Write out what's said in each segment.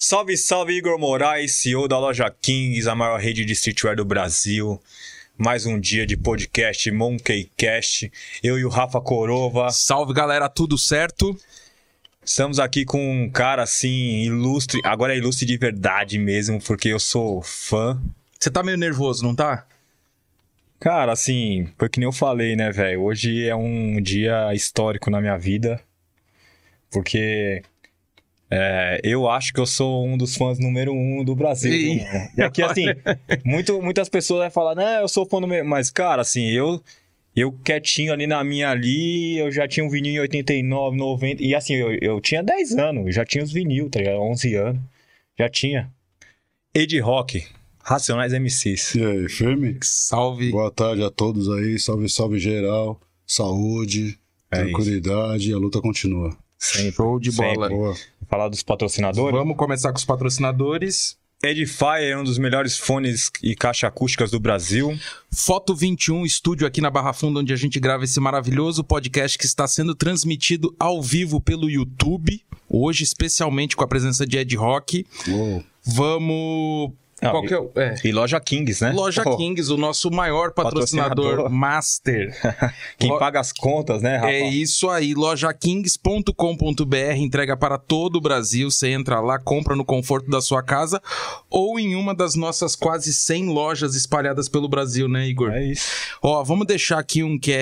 Salve, salve, Igor Moraes, CEO da Loja Kings, a maior rede de streetwear do Brasil. Mais um dia de podcast Monkeycast. Eu e o Rafa Corova. Salve, galera, tudo certo? Estamos aqui com um cara assim, ilustre. Agora é ilustre de verdade mesmo, porque eu sou fã. Você tá meio nervoso, não tá? Cara, assim, foi que nem eu falei, né, velho? Hoje é um dia histórico na minha vida. Porque... eu acho que eu sou um dos fãs número 1 do Brasil. E aqui, assim, muitas pessoas vão falar, né, eu sou fã número 1. Mas, cara, assim, eu quietinho ali na minha ali, eu já tinha um vinil em 89, 90. E assim, eu tinha 10 anos, eu já tinha os vinil, tá ligado? 11 anos. Já tinha. Ed Rock, Racionais MCs. E aí, firme? Salve. Boa tarde a todos aí, salve, salve geral. Saúde, tranquilidade, a luta continua. Sempre, Show de bola. Boa. Falar dos patrocinadores. Vamos começar com os patrocinadores. Edifier é um dos melhores fones e caixa acústicas do Brasil. Foto 21, estúdio aqui na Barra Funda, onde a gente grava esse maravilhoso podcast que está sendo transmitido ao vivo pelo YouTube. Hoje, especialmente com a presença de Ed Rock. Uou. Vamos... Qual que é? E Loja Kings, né? Loja Kings, o nosso maior patrocinador master. Quem paga as contas, né, Rafa? É isso aí, lojakings.com.br, entrega para todo o Brasil. Você entra lá, compra no conforto da sua casa ou em uma das nossas quase 100 lojas espalhadas pelo Brasil, né, Igor? É isso. Ó, vamos deixar aqui um QR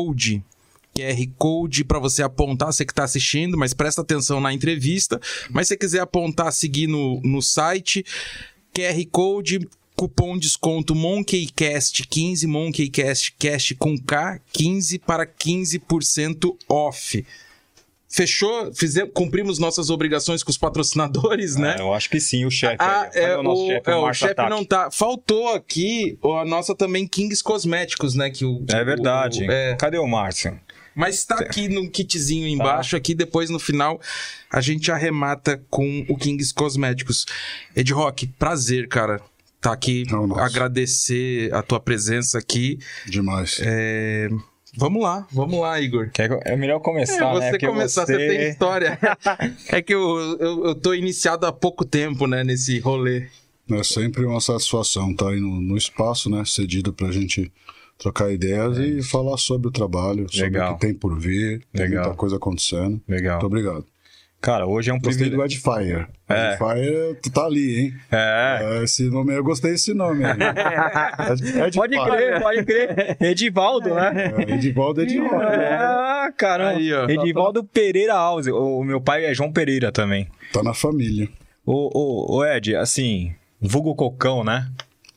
Code para você apontar, você que está assistindo, mas presta atenção na entrevista. Mas se você quiser apontar, seguir no site... QR Code, cupom desconto MonkeyCast15, MonkeyCast com K, 15 para 15% off. Fechou? Cumprimos nossas obrigações com os patrocinadores, né? Eu acho que sim, o chefe. O nosso chefe? O chefe não tá. Faltou aqui a nossa também Kings Cosméticos, né? É verdade. Cadê o Márcio? Mas tá aqui no kitzinho embaixo, aqui depois no final a gente arremata com o Kings Cosméticos. Ed Rock, prazer, cara, tá aqui, agradecer a tua presença aqui. Demais. Vamos lá, Igor. É melhor começar, né? Você começar, você tem história. É que eu tô iniciado há pouco tempo, né, nesse rolê. É sempre uma satisfação estar aí no espaço, né, cedido pra gente... trocar ideias e falar sobre o trabalho, sobre o que tem por vir, tem muita coisa acontecendo. Legal. Muito obrigado. Cara, hoje é um privilégio. Gostei do Edifier. Edifier, tu tá ali, hein? Esse nome aí, eu gostei desse nome aí. Pode crer. Edivaldo, né? Edivaldo. Caramba. Aí, Edivaldo Pereira Alves. O meu pai é João Pereira também. Tá na família. Ô Ed, assim, vulgo Cocão, né?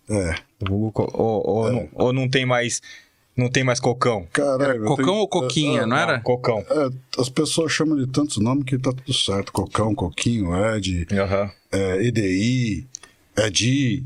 Ou não tem mais Cocão? Caralho, Cocão ou Coquinha, não era? Cocão. As pessoas chamam de tantos nomes que tá tudo certo. Cocão, Coquinho, Ed, EDI, Edi,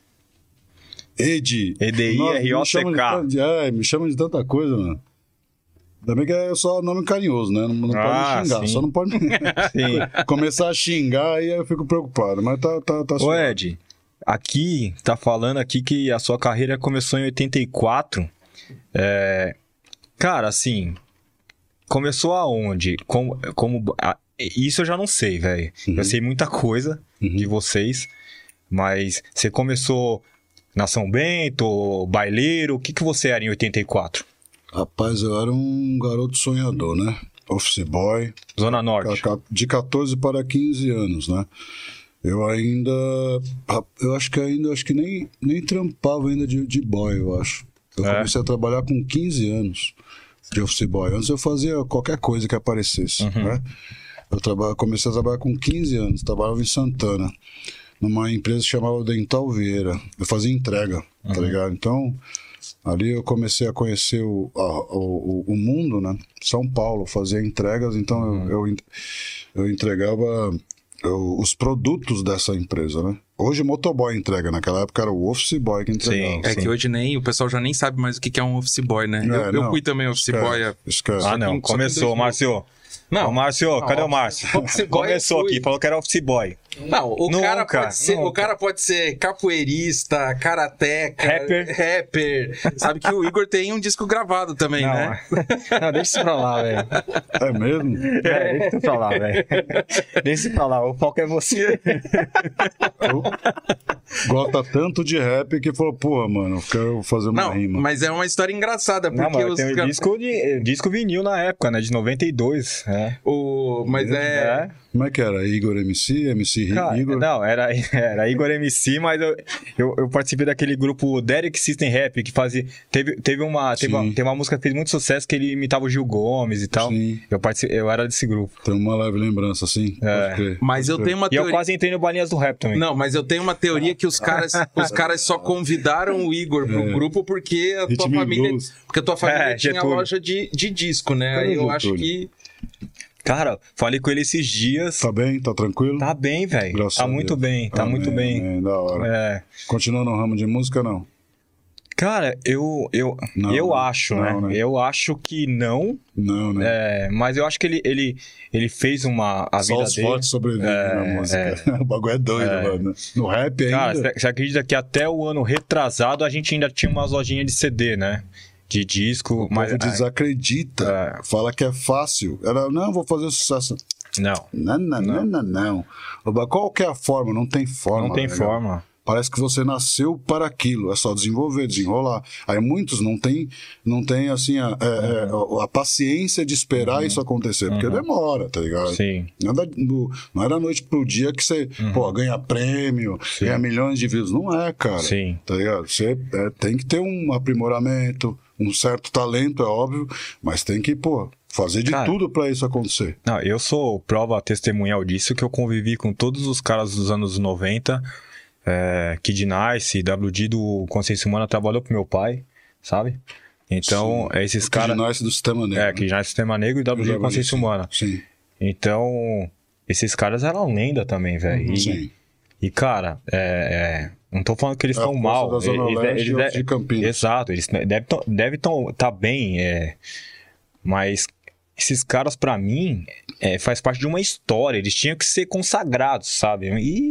EDI, ROCK. Me chamam de tanta coisa, mano. Ainda bem que é só nome carinhoso, né? Não pode me xingar, só não pode começar a xingar aí eu fico preocupado, mas tá Ô Ed, aqui, tá falando aqui que a sua carreira começou em 84. Cara, assim, começou aonde? Isso eu já não sei, velho. Eu sei muita coisa de vocês, mas você começou na São Bento, baileiro, o que você era em 84? Rapaz, eu era um garoto sonhador, né? Office boy. Zona Norte. De 14 para 15 anos, né? Eu acho que nem trampava ainda de boy, eu acho. Eu comecei a trabalhar com 15 anos de office boy. Antes eu fazia qualquer coisa que aparecesse, né? Comecei a trabalhar com 15 anos, trabalhava em Santana, numa empresa que chamava Dental Vieira. Eu fazia entrega, tá ligado? Então, ali eu comecei a conhecer o mundo, né? São Paulo, fazia entregas, então eu entregava... os produtos dessa empresa, né? Hoje o motoboy entrega, naquela época era o office boy que entregava. Sim. Que hoje o pessoal já nem sabe mais o que é um office boy, né? Eu fui também office boy. Esquece. Não, começou, Márcio. Ô, Márcio, cadê o Márcio? Office boy Começou eu fui. aqui, falou que era office boy. Não, Nunca. o cara pode ser capoeirista, karateca, rapper. Sabe que o Igor tem um disco gravado também, né? Não, deixa isso pra lá, velho. É mesmo? Deixa isso pra lá, velho. Deixa isso pra lá, o foco é você. Gosta tanto de rap que falou, porra, mano, eu quero fazer uma Não, rima. mas é uma história engraçada, Não, porque mas tem um disco vinil na época, né? De 92. Mas Como é que era? Igor MC? MC Cara, Igor? não, era Igor MC, mas eu participei daquele grupo Derek System Rap, que fazia... Teve uma música que fez muito sucesso, que ele imitava o Gil Gomes e tal. Sim. Eu era desse grupo. Tem uma leve lembrança, assim. Pode crer. Mas eu tenho uma E teoria... eu quase entrei no Balinhas do Rap também. Não, mas eu tenho uma teoria que os caras só convidaram o Igor pro grupo porque a tua Ritmo e família... blues. Porque a tua família tinha Getúlio. loja de disco, né? Cadê Aí eu o acho Getúlio? que... Cara, falei com ele esses dias. Tá bem? Tá tranquilo? Tá bem, velho. Graças Tá a muito Deus. bem, tá muito bem. Amém, da hora. É. Continua no ramo de música, não? Cara, eu acho, não, né? né? Eu acho que não. Não, né? Mas eu acho que ele fez a Só vida os dele. fortes sobrevivem na música. O bagulho é doido, mano. No rap ainda... Cara, você acredita que até o ano retrasado a gente ainda tinha umas lojinhas de CD, né? De disco. O povo desacredita. Fala que é fácil. Não, vou fazer sucesso. Não. Não. Qual que é a forma? Não tem forma. Não tem né, forma. Parece que você nasceu para aquilo. É só desenvolver, desenrolar. Aí muitos não tem assim, a paciência de esperar isso acontecer. Porque demora, tá ligado? Sim. Não é da noite pro dia que você ganha prêmio, ganha milhões de views. Não é, cara. Sim. Tá ligado? Você tem que ter um aprimoramento, um certo talento, é óbvio, mas tem que, fazer de tudo pra isso acontecer. Não, eu sou prova testemunhal disso, que eu convivi com todos os caras dos anos 90. Kid Nice, WD do Consciência Humana trabalhou pro meu pai, sabe? Então, esses caras... Kid Nice do Sistema Negro. Kid Nice do Sistema Negro e WD do Consciência Humana. Sim. Então, esses caras eram lenda também, velho. Sim. E, cara, não tô falando que eles estão mal. Da Zona Leste e outros de Campinas. Exato, eles devem tá bem, mas esses caras, pra mim, faz parte de uma história. Eles tinham que ser consagrados, sabe?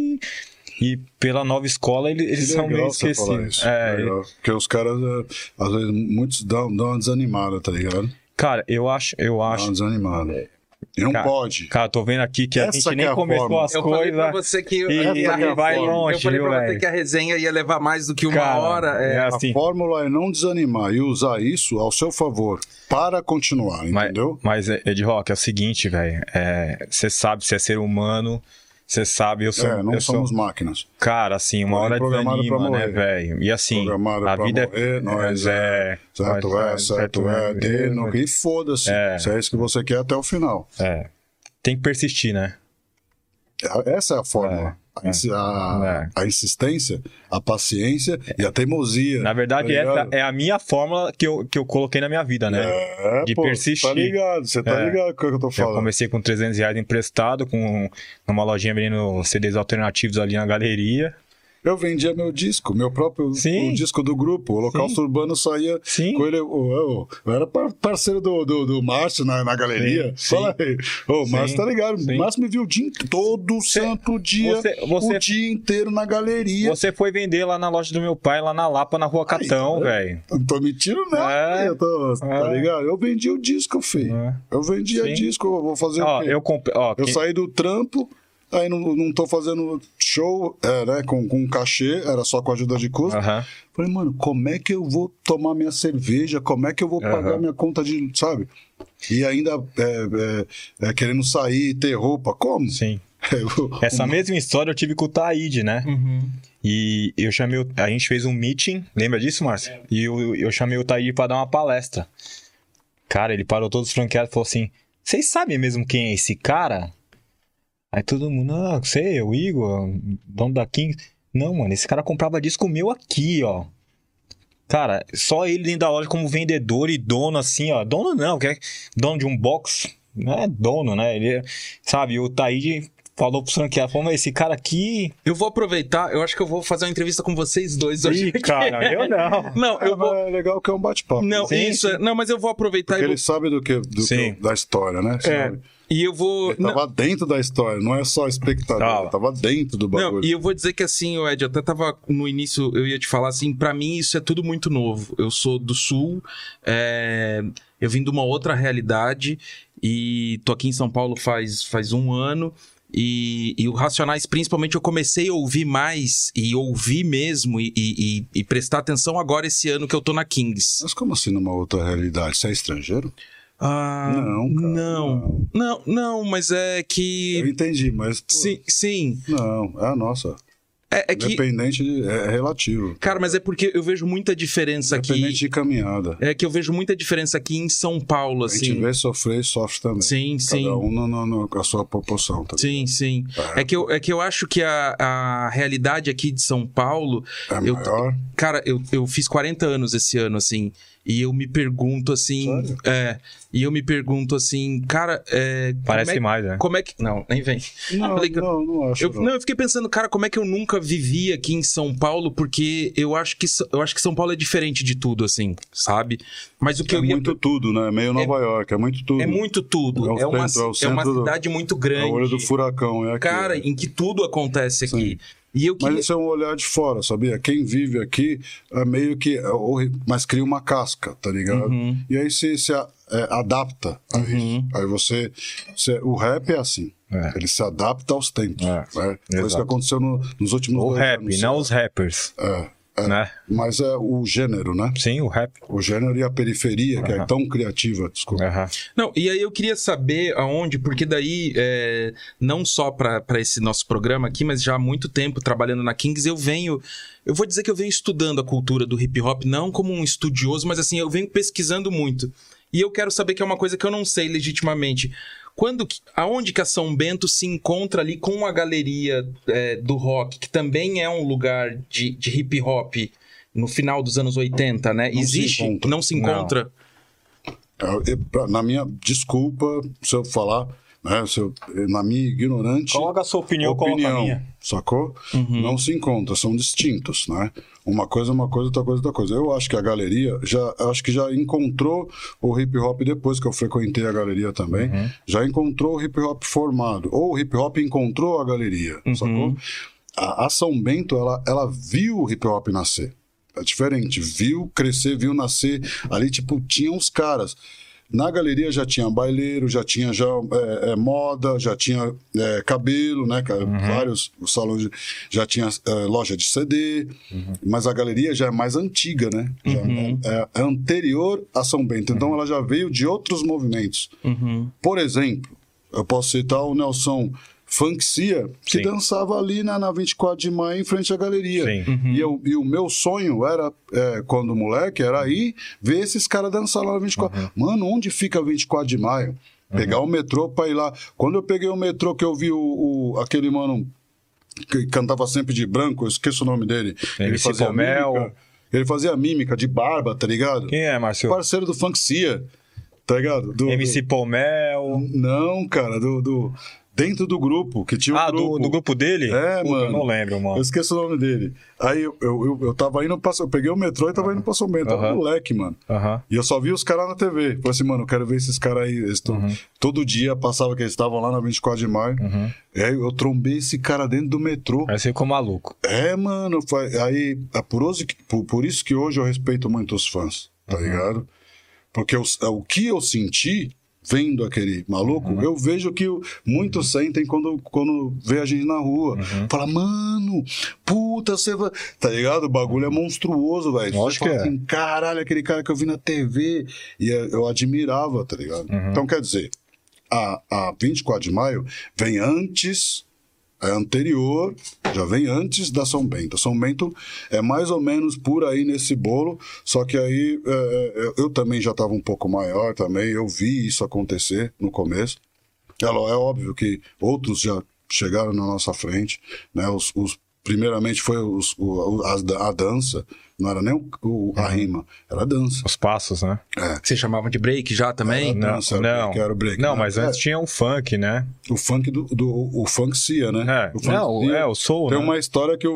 E pela nova escola, eles são meio esquecidos. Porque os caras, às vezes, muitos dão uma desanimada, tá ligado? Cara, eu acho. Dá uma desanimada. E não pode. Cara, tô vendo aqui que a Essa gente que nem é a começou forma. as Eu coisas. falei pra você que E vai longe, eu falei viu, pra você velho? que a resenha ia levar mais do que uma Cara, hora. assim. A fórmula é não desanimar e usar isso ao seu favor para continuar, entendeu? Mas Ed Rock, é o seguinte, velho. Você sabe, você é ser humano. Você sabe, eu sou... Não somos máquinas. Cara, assim, uma hora desanima, né, velho? E assim, a vida morrer, nós certo é, e foda-se. Se é isso que você quer até o final. Tem que persistir, né? Essa é a fórmula. A insistência, a paciência e a teimosia. Na verdade, essa é a minha fórmula que eu coloquei na minha vida, né? De persistir. Tá ligado, você tá ligado com o que eu tô falando. Eu comecei com R$300 emprestado, numa lojinha vendendo CDs alternativos ali na galeria. Eu vendia meu disco, meu próprio o disco do grupo. O Holocausto Urbano saía com ele. Eu era parceiro do Márcio na galeria. Fala aí. O Márcio tá ligado. O Márcio me viu todo santo dia, o dia inteiro na galeria. Você foi vender lá na loja do meu pai, lá na Lapa, na Rua Catão, velho. Não tô mentindo, não. Tá ligado? Eu vendi o disco, filho. Eu vendia disco. Eu vou fazer o quê? Eu saí do trampo. Aí não tô fazendo show, né, com cachê, era só com a ajuda de custo. Falei, mano, como é que eu vou tomar minha cerveja? Como é que eu vou pagar minha conta de, sabe? E ainda querendo sair, ter roupa, como? Sim. Essa mesma história eu tive com o Taíde, né? E eu chamei, a gente fez um meeting, lembra disso, Márcio? E eu chamei o Taíde pra dar uma palestra. Cara, ele parou todos os franqueados e falou assim, vocês sabem mesmo quem é esse cara? Aí todo mundo, sei, o Igor, dono da King. Não, mano, esse cara comprava disco meu aqui, ó. Cara, só ele dentro da loja como vendedor e dono, assim, ó. Dono não, que é dono de um box. Não é dono, né? Ele, sabe, o Taíde falou pro franqueado, falou, mas esse cara aqui... Eu vou aproveitar, eu acho que eu vou fazer uma entrevista com vocês dois hoje. Ih, cara, eu não. Não, eu vou... É legal que é um bate-papo. Não, Sim, isso, não, mas eu vou aproveitar Porque e vou... ele sabe da história, né? É, e eu vou... Ele tava dentro da história, não é só espectador, ele tava dentro do bagulho. Não, e eu vou dizer que assim, Ed, eu até tava no início, eu ia te falar assim, pra mim isso é tudo muito novo. Eu sou do Sul, eu vim de uma outra realidade e tô aqui em São Paulo faz um ano. E o Racionais, principalmente, eu comecei a ouvir mais e ouvir mesmo e prestar atenção agora esse ano que eu tô na Kings. Mas como assim numa outra realidade? Você é estrangeiro? Ah, Não, cara, não, mas é que... Eu entendi, mas... Pô, sim. Não, é a nossa. É que... Independente, é relativo. Cara, mas é porque eu vejo muita diferença aqui... Independente de caminhada. É que eu vejo muita diferença aqui em São Paulo, assim. A gente vê sofrer e sofre também. Sim. Cada um com a sua proporção. Tá sim. É que eu acho que a realidade aqui de São Paulo... É maior? Cara, eu fiz 40 anos esse ano, assim... E eu me pergunto assim... cara... Parece mais, né? Como é que... Não, nem vem. Não acho. Eu fiquei pensando, cara, como é que eu nunca vivi aqui em São Paulo? Porque eu acho que São Paulo é diferente de tudo, assim, sabe? Mas o que muito tudo, né? Meio Nova York, é muito tudo. É muito tudo. É uma cidade muito grande. É o olho do furacão, é aqui. Cara, em que tudo acontece aqui. Mas isso é um olhar de fora, sabia? Quem vive aqui é meio que... mas cria uma casca, tá ligado? E aí se adapta a isso. Aí o rap é assim. Ele se adapta aos tempos. Foi isso que aconteceu nos últimos 2 anos. O rap, não os rappers. Né? Mas é o gênero, né? Sim, o rap. O gênero e a periferia, que é tão criativa, desculpa. Não, e aí eu queria saber aonde, porque daí, não só para esse nosso programa aqui, mas já há muito tempo trabalhando na Kings, eu vou dizer que eu venho estudando a cultura do hip hop, não como um estudioso, mas assim, eu venho pesquisando muito. E eu quero saber, que é uma coisa que eu não sei legitimamente, aonde que a São Bento se encontra ali com a galeria do rock, que também é um lugar de hip hop no final dos anos 80, né? Existe? Não se encontra? Na minha... Desculpa se eu falar... Né, na minha ignorante... Coloca a sua opinião, coloca a minha. Sacou? Não se encontra, são distintos, né? Uma coisa é uma coisa, outra coisa é outra coisa. Eu acho que a galeria acho que já encontrou o hip hop depois que eu frequentei a galeria também. Já encontrou o hip hop formado. Ou o hip hop encontrou a galeria, sacou? A São Bento, ela viu o hip hop nascer. É diferente. Viu crescer, viu nascer. Ali, tipo, tinha uns caras... Na galeria já tinha baileiro, já tinha moda, já tinha cabelo, né? Vários salões, já tinha loja de CD, mas a galeria já é mais antiga, né? É anterior a São Bento, então ela já veio de outros movimentos. Por exemplo, eu posso citar o Nelson Funkcia, que dançava ali na 24 de maio em frente à galeria. E o meu sonho era, quando moleque, era ir ver esses caras dançar lá na 24. Mano, onde fica 24 de maio? Pegar o metrô pra ir lá. Quando eu peguei o metrô, que eu vi aquele mano que cantava sempre de branco, eu esqueço o nome dele. Ele fazia mímica. Ele fazia mímica de barba, tá ligado? Quem é, Márcio? Parceiro do Funkcia, tá ligado? MC Palmel. Não, cara, dentro do grupo, que tinha um grupo. Do grupo dele? Puta, mano. Eu não lembro, mano. Eu esqueço o nome dele. Aí eu tava indo eu peguei o metrô e tava indo pra São Bento. Tava moleque, mano. E eu só vi os caras na TV. Falei assim, mano, eu quero ver esses caras aí. Todo dia passava que eles estavam lá na 24 de maio. Aí eu trombei esse cara dentro do metrô. Aí você ficou maluco. Mano. Aí, por isso que hoje eu respeito muito os fãs, tá ligado? Porque o que eu senti... Vendo aquele maluco, eu vejo que muitos sentem quando vê a gente na rua. Fala, mano, puta, você vai... Tá ligado? O bagulho é monstruoso, velho. Acho que assim, caralho, aquele cara que eu vi na TV. E eu admirava, tá ligado? Então, quer dizer, a 24 de maio vem antes... É anterior, já vem antes da São Bento. A São Bento é mais ou menos por aí nesse bolo, só que aí eu também já estava um pouco maior também, eu vi isso acontecer no começo. É óbvio que outros já chegaram na nossa frente, né? Os primeiramente foi a dança, não era nem a rima, era a dança. Os passos, né? Vocês chamavam de break já também? Era dança, era o break. Não, mas antes tinha o funk, né? O funk o funk cia, né? O soul, Tem né? uma história que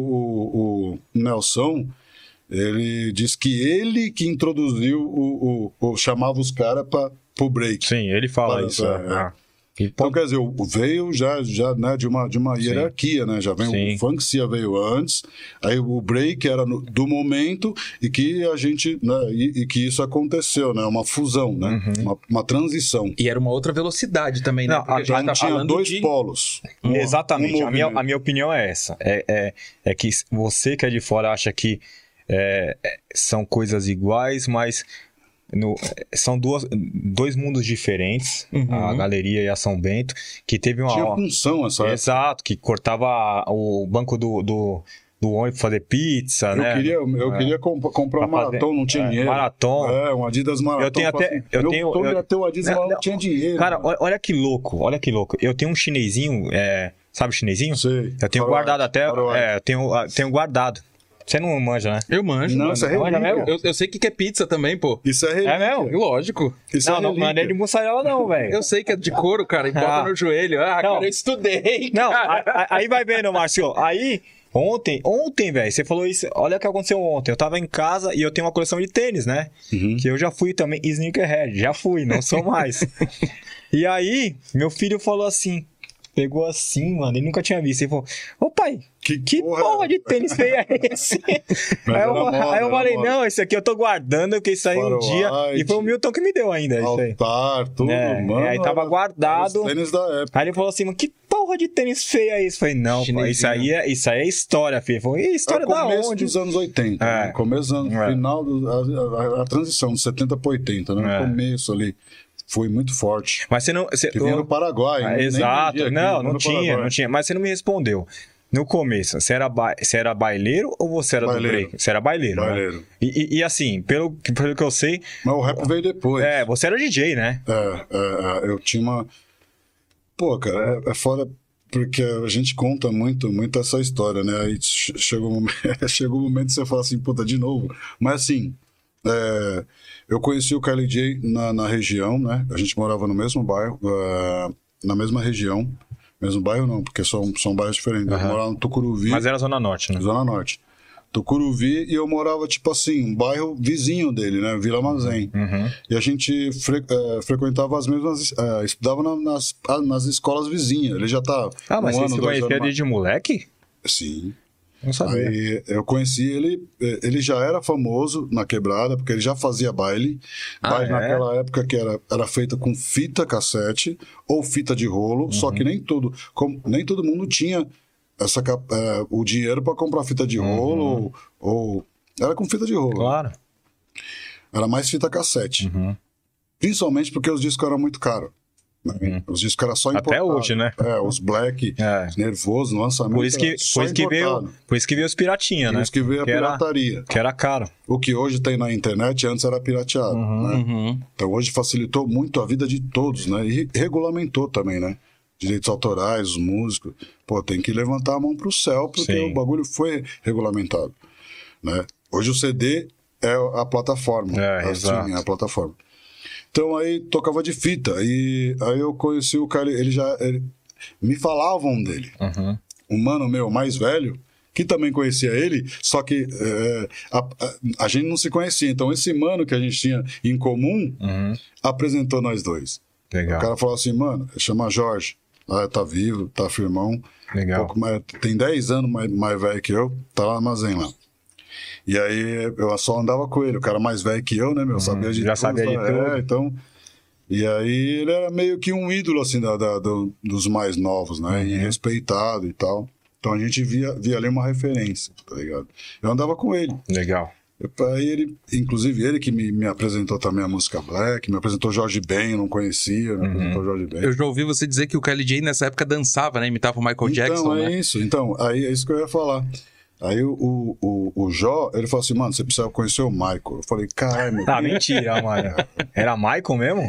o Nelson, ele diz que ele que introduziu chamava os caras pro break. Sim, ele fala isso. Então, quer dizer, veio já né, de uma hierarquia, né? Já vem o funk cia veio antes, aí o break era do momento e que a gente, né, e que isso aconteceu, né? Uma fusão, né? Uma transição. E era uma outra velocidade também, né? Não, a gente tinha dois polos. Exatamente. A minha opinião é essa. É que você que é de fora acha que são coisas iguais, mas são dois mundos diferentes, a Galeria e a São Bento, que teve uma... Tinha função essa época. Exato, que cortava o banco do ônibus fazer pizza, né? Eu queria comprar um Marathon, não tinha dinheiro. Marathon. Um Adidas Marathon. Eu tenho até... ia ter o Adidas Marathon, não tinha dinheiro. Cara, olha que louco. Eu tenho um chinesinho, sabe o chinesinho? Sei. Eu tenho guardado até... eu tenho guardado. Você não manja, né? Eu manjo. Não, isso é relíquia. Eu sei o que é pizza também, pô. Isso é relíquia. É mesmo? Lógico. Não é de mussarela não, velho. Eu sei que é de couro, cara, e bota no joelho. Cara, eu estudei, Não, cara. aí vai vendo, Márcio. Aí, ontem, velho, você falou isso. Olha o que aconteceu ontem. Eu tava em casa e eu tenho uma coleção de tênis, né? Que eu já fui também sneakerhead. Já fui, não sou mais. E aí, meu filho falou assim... Pegou assim, mano, ele nunca tinha visto. Ele falou, ô pai, que porra de tênis feio é esse? Aí eu falei, não, esse aqui eu tô guardando, porque isso aí um dia... E foi o Milton que me deu ainda, isso aí. Altar, tudo, mano. Aí tava guardado. Os tênis da época. Aí ele falou assim, mano, que porra de tênis feio é esse? Eu falei, não, pô, isso aí é história, filho. Ele falou, e história da onde? Começo dos anos 80, né? Começo dos anos, final, a transição, de 70 para 80, né? Começo ali. Foi muito forte. Mas você não... Que vinha no Paraguai. Exato. Não tinha. Mas você não me respondeu. No começo, você era baileiro ou você era do break? Você era baileiro, né? E assim, pelo que eu sei... Mas o rap veio depois. Você era DJ, né? Eu tinha uma... Pô, cara, é foda porque a gente conta muito essa história, né? Aí chegou um momento que você fala assim, puta, de novo. Mas assim... eu conheci o Kylie J na região, né? A gente morava no mesmo bairro, na mesma região. Mesmo bairro não, porque são bairros diferentes. Eu morava no Tucuruvi. Mas era Zona Norte, né? Zona Norte. Tucuruvi, e eu morava, tipo assim, um bairro vizinho dele, né? Vila Mazém. E a gente frequentava as mesmas... estudava nas escolas vizinhas. Ele já tá... mas você conhecia desde moleque? Sim. Não sabia. Aí eu conheci ele já era famoso na quebrada, porque ele já fazia baile. Baile naquela época que era feita com fita cassete ou fita de rolo, só que nem todo mundo tinha o dinheiro para comprar fita de rolo ou era com fita de rolo. Claro. Era mais fita cassete. Principalmente porque os discos eram muito caros. Os discos eram só importados. Até hoje, né? Os Black, nervoso, no lançamento. Por isso que veio os piratinha, né? Por isso que veio a pirataria. Que era caro. O que hoje tem na internet, antes era pirateado. Né? Então hoje facilitou muito a vida de todos, né? E regulamentou também, né? Direitos autorais, os músicos. Pô, tem que levantar a mão pro céu, porque o bagulho foi regulamentado. Né? Hoje o CD é a plataforma. Exato. É a plataforma. Então aí tocava de fita. E aí eu conheci o cara, me falavam dele. Um mano meu mais velho, que também conhecia ele, só que a gente não se conhecia. Então esse mano que a gente tinha em comum apresentou nós dois. Legal. O cara falou assim, mano, chama Jorge. Tá vivo, tá firmão. Legal. Tem 10 anos mais velho que eu, tá lá no armazém lá. E aí eu só andava com ele, o cara mais velho que eu, né, meu? Sabia de tudo. Sabia de tudo. Então... E aí ele era meio que um ídolo, assim, dos mais novos, né? E respeitado e tal. Então a gente via ali uma referência, tá ligado? Eu andava com ele. Legal. Aí inclusive ele que me apresentou também a música Black, me apresentou Jorge Ben, eu não conhecia, me apresentou Jorge Ben. Eu já ouvi você dizer que o Kylie J nessa época dançava, né? Imitava o Michael Jackson, né? Então, aí é isso que eu ia falar. Aí o Jó, ele falou assim, mano, você precisa conhecer o Michael. Eu falei, caralho, meu mentira, mano. Era Michael mesmo? Michael.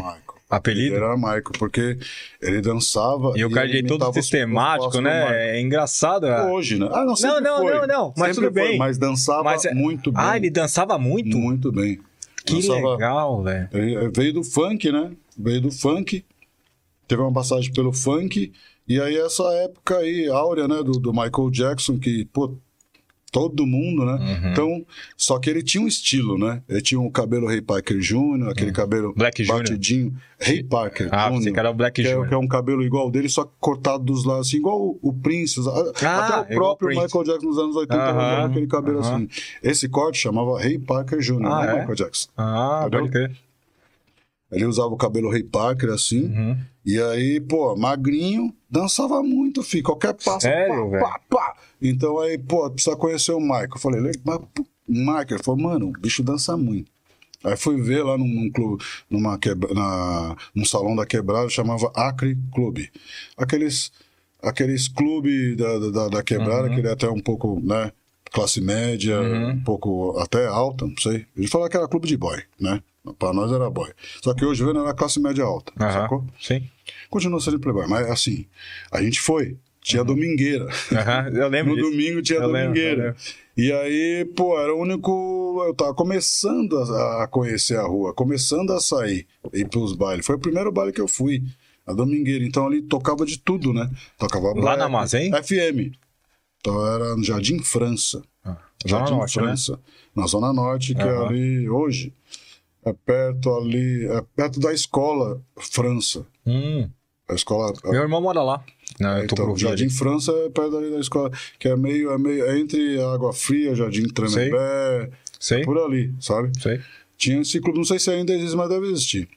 Apelido? Ele era Michael, porque ele dançava... E o cara de todo sistemático, né? É engraçado. Hoje, né? Ah, não, sempre foi. Não. Mas sempre tudo bem. Foi, mas dançava muito bem. Ah, ele dançava muito? Muito bem. Que dançava... legal, velho. Ele veio do funk, né? Veio do funk. Teve uma passagem pelo funk. E aí, essa época aí, áurea, né? Do Michael Jackson, que, pô... Todo mundo, né? Uhum. Então, só que ele tinha um estilo, né? Ele tinha um cabelo Ray Parker Jr., aquele cabelo Black batidinho. Ray Parker Ah, Jr., você que era o Black Jr. Que é um cabelo igual dele, só cortado dos lados, assim, igual o Prince. Até o próprio Michael Jackson nos anos 80 usava aquele cabelo assim. Esse corte chamava Ray Parker Jr., né? Michael Jackson. Pode crer. Ele usava o cabelo Ray Parker, assim. E aí, pô, magrinho, dançava muito, filho. Qualquer passo, sério, pá. Então aí, pô, precisa conhecer o Michael. Eu falei, mas o Michael, ele falou, mano, o bicho dança muito. Aí fui ver lá num clube, num salão da quebrada, chamava Acre Clube. Aqueles clubes da quebrada, que ele é até um pouco, né, classe média, um pouco até alta, não sei. Ele falava que era clube de boy, né? Pra nós era boy. Só que hoje vendo era classe média alta, sacou? Sim. Continua sendo playboy, mas assim, a gente foi. Tinha domingueira. Eu lembro No disso. domingo tinha domingueira. E aí, pô, era o único... Eu tava começando a conhecer a rua, começando a sair, ir pros bailes. Foi o primeiro baile que eu fui, a domingueira. Então ali tocava de tudo, né? Tocava lá na Amazém? FM. Então era no Jardim França. Zona Norte, França. Né? Na Zona Norte, que é ali hoje. É perto da escola França. A escola... Meu irmão mora lá. Não, então, Jardim França é perto ali da escola, que é meio entre Água Fria, Jardim Tremembé, por ali, sabe? Sei. Tinha um ciclo, não sei se ainda existe, mas deve existir.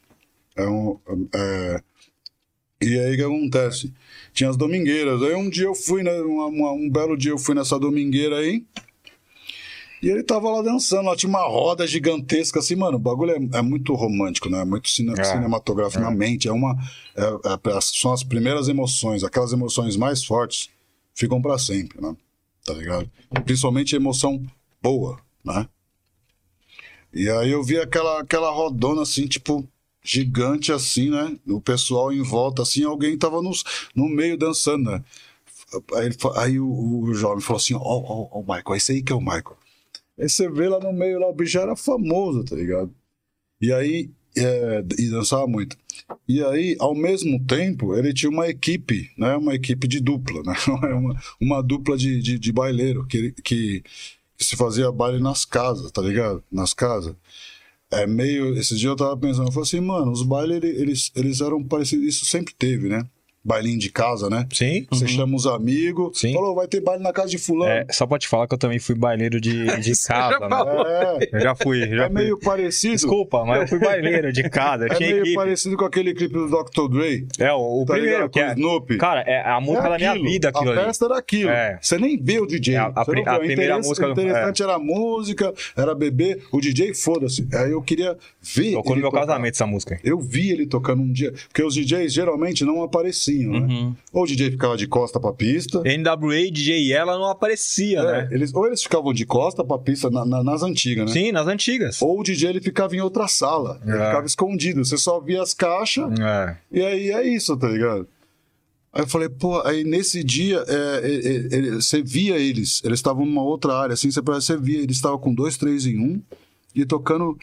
E aí o que acontece? Tinha as domingueiras. Aí um dia eu fui, né? Um belo dia eu fui nessa domingueira aí. E ele tava lá dançando, lá tinha uma roda gigantesca, assim, mano, o bagulho é muito romântico, né? É muito cinematográfico na mente, são as primeiras emoções, aquelas emoções mais fortes ficam pra sempre, né? Tá ligado? Principalmente emoção boa, né? E aí eu vi aquela rodona, assim, tipo, gigante, assim, né? O pessoal em volta, assim, alguém tava no meio dançando, né? Aí o jovem falou assim, ó, Michael, esse aí que é o Michael. Aí você vê lá no meio, lá, o bicho já era famoso, tá ligado? E aí, e dançava muito. E aí, ao mesmo tempo, ele tinha uma equipe, né? Uma equipe de dupla, né? Uma dupla de baileiro, que se fazia baile nas casas, tá ligado? Nas casas. Esses dias eu tava pensando, eu falei assim, mano, os bailes, eles eram parecidos, isso sempre teve, né? Bailinho de casa, né? Sim. Você chama os amigos, falou, vai ter baile na casa de fulano. Só pra te falar que eu também fui baileiro de casa, né? Eu já fui. Meio parecido. Desculpa, mas eu fui baileiro de casa. Meio parecido com aquele clipe do Dr. Dre. O tá primeiro, ligado? que é... Snoopy. Cara, é a música da minha vida, aquilo ali. A festa era aquilo. Você nem vê o DJ. A primeira música... O interessante era a música, era beber, o DJ, foda-se. Aí eu queria ver. Tocou no meu casamento essa música. Eu vi ele tocando um dia, porque os DJs geralmente não apareciam, né? Ou o DJ ficava de costa pra pista. NWA, DJ e ela não aparecia, né? Eles ficavam de costa pra pista nas antigas, né? Sim, nas antigas. Ou o DJ ele ficava em outra sala. Ele ficava escondido. Você só via as caixas. E aí é isso, tá ligado? Aí eu falei, pô, aí nesse dia você via eles estavam numa outra área, assim, você via, eles estavam com 2, 3 em 1 e tocando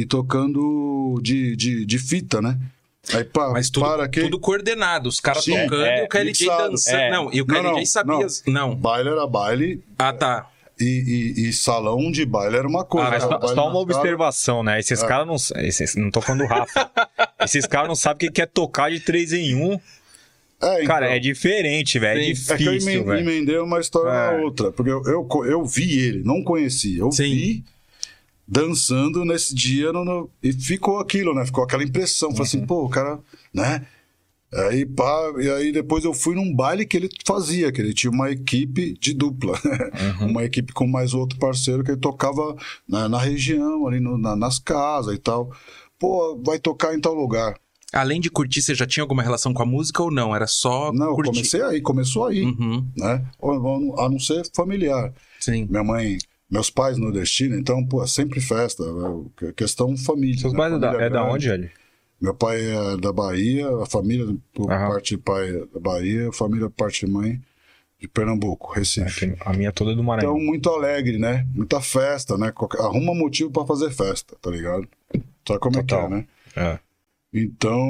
de fita, né? Aí, mas tudo coordenado, os caras tocando e o KLJ dançando. Não, e o KLJ sabia. Não. Baile era baile. Ah, tá. E salão de baile era uma coisa. Mas só uma observação, né? Esses caras não. Não tô falando do Rafa. Esses caras não sabem o que é tocar de 3 em 1. Então, cara, é diferente, velho. É difícil, é que eu emendei uma história na outra. Porque eu vi ele, não conhecia. Eu vi dançando nesse dia e ficou aquilo, né? Ficou aquela impressão. Falei assim, pô, o cara, né? Aí, e aí depois eu fui num baile que ele fazia, que ele tinha uma equipe de dupla. Uma equipe com mais outro parceiro que ele tocava na região, ali nas casas e tal. Pô, vai tocar em tal lugar. Além de curtir, você já tinha alguma relação com a música ou não? Era só curtir? Começou aí, né? A não ser familiar. Sim. Meus pais nordestinos, então, pô, sempre festa, questão família. Seus pais é da onde, velho? Meu pai é da Bahia, a família, por parte de pai é da Bahia, a família, por parte de mãe, de Pernambuco, Recife. A minha toda é do Maranhão. Então, muito alegre, né? Muita festa, né? Arruma motivo pra fazer festa, tá ligado? Sabe como é que é, né? É. Então,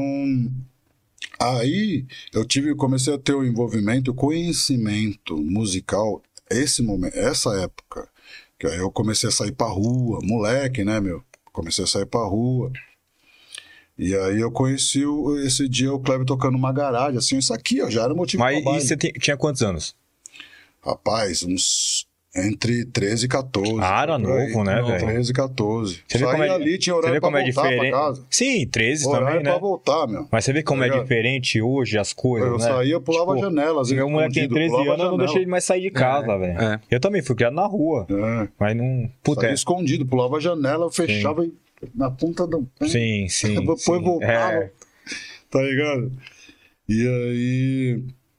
aí comecei a ter o envolvimento, o conhecimento musical, esse momento, essa época. Que aí eu comecei a sair pra rua, moleque, né, meu? Comecei a sair pra rua. E aí eu conheci esse dia o Kleber tocando numa garagem, assim, isso aqui, ó, já era motivo pra Mas baile. e você tinha quantos anos? Rapaz, uns entre 13 e 14. Ah, era novo, né, velho? 13 e 14. Você vê como Saí é, ali, tinha horário pra voltar pra casa. Sim, 13 Horário também, né? pra voltar, meu. Mas você vê como Tá é ligado? diferente hoje as coisas, Eu né? saía, eu pulava a Tipo, janela, às Se vezes meu moleque tem escondido, 13 pulava a anos, eu não janela. deixei ele mais sair de casa, velho. É. Eu também fui criado na rua. É. Mas não... Puta, Saía escondido, pulava a janela, eu fechava na ponta do pé. Sim, sim. Depois sim. voltava. É. Tá ligado? E aí...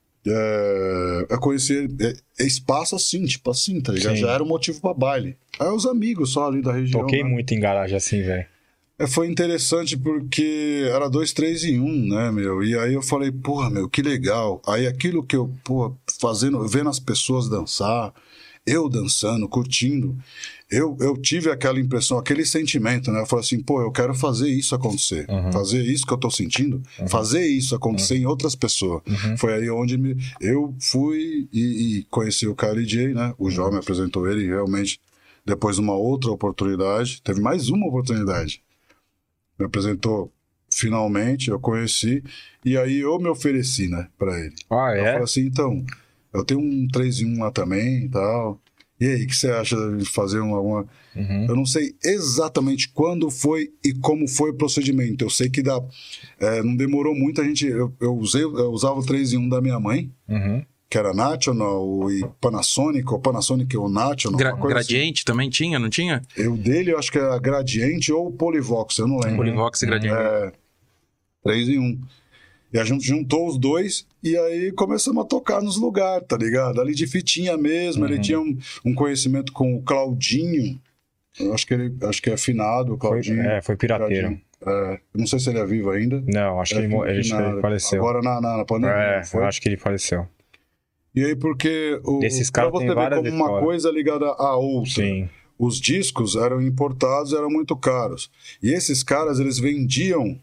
eu conheci espaço assim, tipo assim, tá ligado? Sim. Já era um motivo pra baile. Aí os amigos só ali da região. Toquei né? muito em garagem assim, velho. Foi interessante porque era 2, 3 em 1, né, meu? E aí eu falei, porra, meu, que legal. Aí aquilo que eu, vendo as pessoas dançar, eu dançando, curtindo, eu tive aquela impressão, aquele sentimento, né? Eu falei assim, pô, eu quero fazer isso acontecer. Fazer isso que eu tô sentindo, fazer isso acontecer em outras pessoas. Foi aí onde eu fui e conheci o KLJ, né? O João me apresentou ele, e realmente, depois de uma outra oportunidade, teve mais uma oportunidade. Me apresentou finalmente, eu conheci, e aí eu me ofereci, né, pra ele. Ah, Eu é? falei assim, então, eu tenho um 3 em 1 lá também e tal. E aí, o que você acha de fazer alguma... Eu não sei exatamente quando foi e como foi o procedimento. Eu sei que não demorou muito, eu usava o 3 em 1 da minha mãe, que era National e Panasonic, ou Panasonic ou National. Gradiente assim. também tinha, não tinha? Eu acho que era Gradiente ou Polivox, eu não lembro. Polivox e Gradiente. 3 em 1. E a gente juntou os dois e aí começamos a tocar nos lugares, tá ligado? Ali de fitinha mesmo, ele tinha um conhecimento com o Claudinho, eu acho que é afinado, o Claudinho. Foi pirateiro. Não sei se ele é vivo ainda. Não, acho que ele faleceu. Agora na pandemia. Eu acho que ele faleceu. E aí porque Desses pra caras você tem ver várias como uma histórias. coisa ligada à outra. Sim. Os discos eram importados, eram muito caros. E esses caras, eles vendiam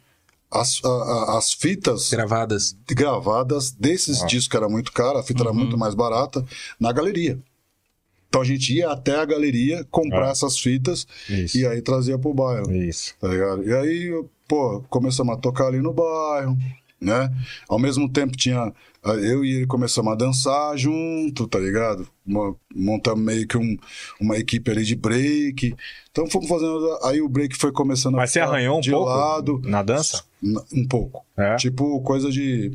as fitas gravadas desses discos que era muito caro, a fita era muito mais barata, na galeria. Então a gente ia até a galeria comprar essas fitas e aí trazia pro bairro. Isso. Tá ligado? E aí, começamos a tocar ali no bairro, né? Ao mesmo tempo eu e ele começamos a dançar junto, tá ligado? Montamos meio que uma equipe ali de break. Então fomos fazendo. Aí o break foi começando Mas você arranhou um pouco lado. na dança? Um pouco. É? Tipo, coisa de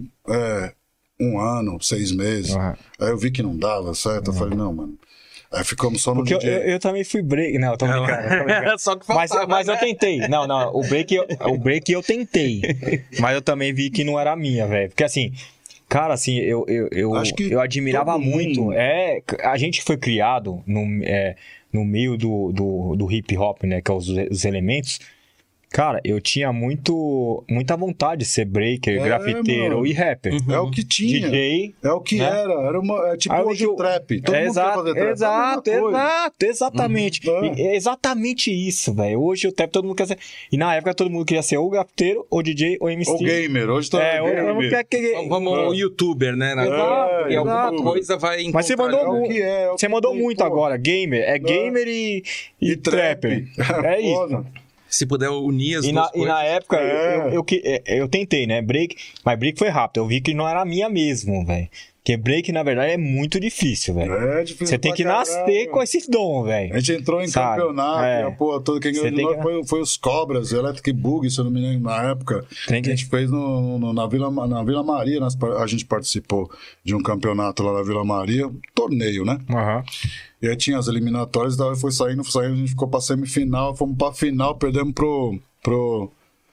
1 ano, 6 meses. Aí eu vi que não dava certo. Eu falei, não, mano. Aí ficamos só no Porque DJ. eu também fui break. Não, eu tô brincando. Só que faltava, mas né? eu tentei. Não, o break eu tentei. Mas eu também vi que não era minha, velho. Porque assim, cara, assim, eu admirava todo muito. mundo. A gente foi criado no meio do hip hop, né? Que é os elementos. Cara, eu tinha muita vontade de ser breaker, grafiteiro mano. e rapper. É o que tinha. DJ. É o que né? era tipo Aí hoje o trap. Todo mundo quer fazer trap. Exatamente. É exatamente isso, velho. Hoje o trap todo mundo quer ser. E na época todo mundo queria ser ou grafiteiro, ou DJ, ou MC. Ou gamer. Hoje tá Todo mundo gamer. quer Vamos youtuber, né? Exato, E alguma exato. coisa vai encontrar. Mas você mandou É o que é o Você que mandou tem, muito pô. agora. Gamer. É gamer e trapper. É isso. Foda. Se puder unir as E duas na coisas. época, eu tentei, né? Break, mas break foi rápido. Eu vi que não era minha mesmo, velho. Porque break, na verdade, é muito difícil, velho. É difícil. Você tem pra que caralho. nascer com esses dons, velho. A gente entrou em Sabe? campeonato, É. e a porra toda. Quem Você ganhou tem de nós foi os Cobras, Electric Bug, se eu não me engano, na época. Tem que- A gente fez na Vila Maria, a gente participou de um campeonato lá na Vila Maria, torneio, né? Aham. E aí tinha as eliminatórias, e daí foi saindo, a gente ficou pra semifinal, fomos pra final, perdemos pro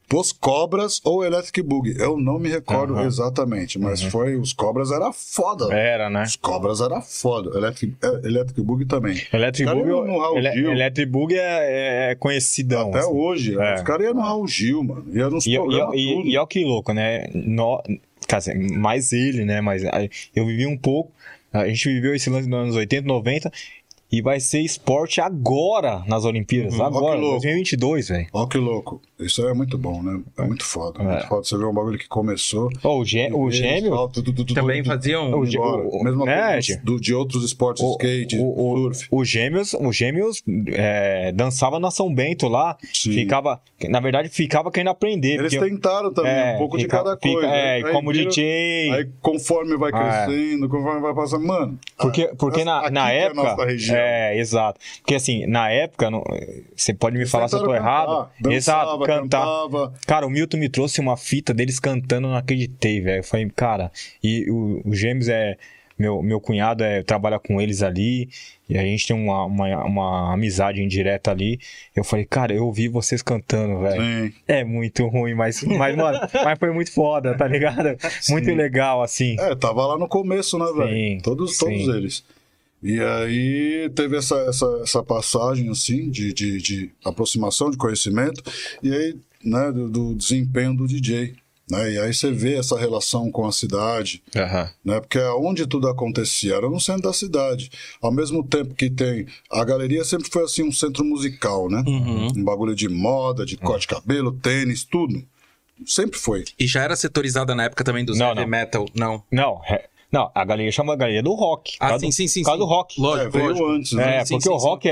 Os Cobras ou Electric Boogie. Eu não me recordo exatamente, mas foi... Os Cobras era foda. Era, né? Os Cobras era foda. Electric Boogie também. Electric Os caras Boogie, iam no Raul Gil. Electric Boogie é conhecidão. Até assim. hoje. Os caras iam no Raul Gil, mano. Iam nos programas tudo. E olha que louco, né? Quer dizer, mais ele, né? Mas eu vivi um pouco. A gente viveu esse lance nos anos 80, 90... E vai ser esporte agora nas Olimpíadas. Agora, 2022, velho. Ó que louco. Isso aí é muito bom, né? É muito foda. Muito foda. Você vê um bagulho que começou... O Gêmeo... Também faziam... Mesma coisa de outros esportes, skate, surf. Os Gêmeos dançavam na São Bento lá. Na verdade, ficava querendo aprender. Eles tentaram também, um pouco de cada coisa. Como DJ... Aí conforme vai crescendo, conforme vai passando... Mano... Porque na época... exato. Porque assim, na época, você pode me falar se eu tô errado. Exato, cantar. Cara, o Milton me trouxe uma fita deles cantando, não acreditei, velho. Eu falei, cara, e o Gêmeos meu cunhado trabalha com eles ali, e a gente tem uma amizade indireta ali. Eu falei, cara, eu ouvi vocês cantando, velho. É muito ruim, mas foi muito foda, tá ligado? Muito legal, assim. Tava lá no começo, né, velho? Todos eles. E aí teve essa passagem, assim, de aproximação, de conhecimento, e aí, né, do desempenho do DJ, né? E aí você vê essa relação com a cidade, né? Porque onde tudo acontecia era no centro da cidade. Ao mesmo tempo que a galeria sempre foi, assim, um centro musical, né? Um bagulho de moda, de corte de cabelo, tênis, tudo. Sempre foi. E já era setorizada na época também do heavy metal? Não, a galeria chama Galeria do Rock. Sim. Por causa do rock. Lógico. Veio antes, né? Porque o rock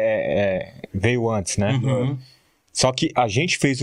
veio antes, né? Só que a gente fez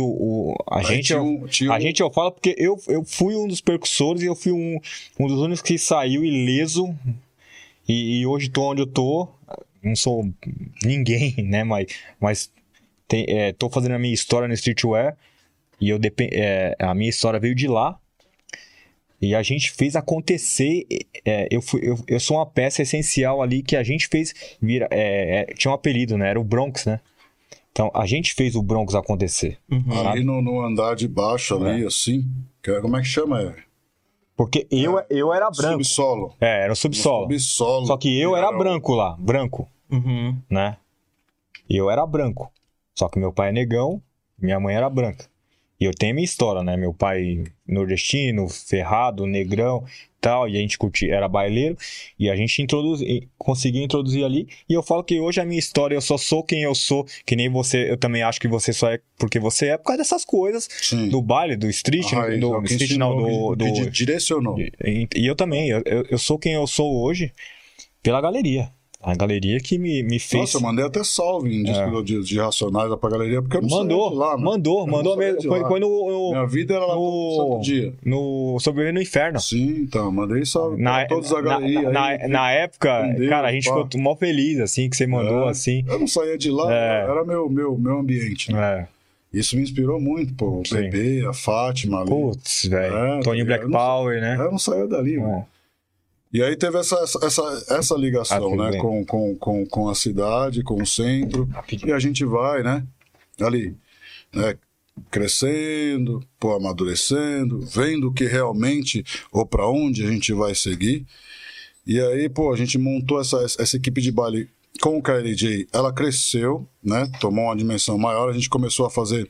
a gente eu falo porque eu fui um dos percussores e eu fui um dos únicos que saiu ileso. E hoje tô onde eu tô. Não sou ninguém, né? Mas tô fazendo a minha história no streetwear. E a minha história veio de lá. E a gente fez acontecer. Eu sou uma peça essencial ali que a gente fez. Tinha um apelido, né? Era o Bronx, né? Então a gente fez o Bronx acontecer. Ali no andar de baixo, ali, assim. Como é que chama? Porque eu era branco. Subsolo. Era o subsolo. Só que eu era branco lá. Branco. Né? E eu era branco. Só que meu pai é negão, minha mãe era branca. E eu tenho minha história, né? Meu pai nordestino, ferrado, negrão e tal. E a gente era baileiro. E a gente conseguiu introduzir ali. E eu falo que hoje a minha história, eu só sou quem eu sou. Que nem você, eu também acho que você só é porque você é por causa dessas coisas. Sim. Do baile, do street, do street não, que direcionou. E eu também, eu sou quem eu sou hoje pela galeria. A galeria que me fez... Nossa, eu mandei até salve em disco de Racionais lá pra galeria, porque eu não saía de lá, mano. Mandou mesmo. Foi no... Minha vida era lá todo dia. No Sobreviver no Inferno. Sim, então, mandei salve pra todos da galeria. Na época, cara, a gente ficou mó feliz, assim, que você mandou, assim. Eu não saía de lá, era meu ambiente, né? Isso me inspirou muito, pô. O Bebê, a Fátima ali. Putz, velho. Toninho Black Power, né? Eu não saía dali, mano. E aí teve essa ligação, né? Com a cidade, com o centro. E a gente vai, né? Ali, né? Crescendo, pô, amadurecendo, vendo o que realmente, ou para onde a gente vai seguir. E aí, pô, a gente montou essa equipe de baile com o KLJ. Ela cresceu, né? Tomou uma dimensão maior. A gente começou a fazer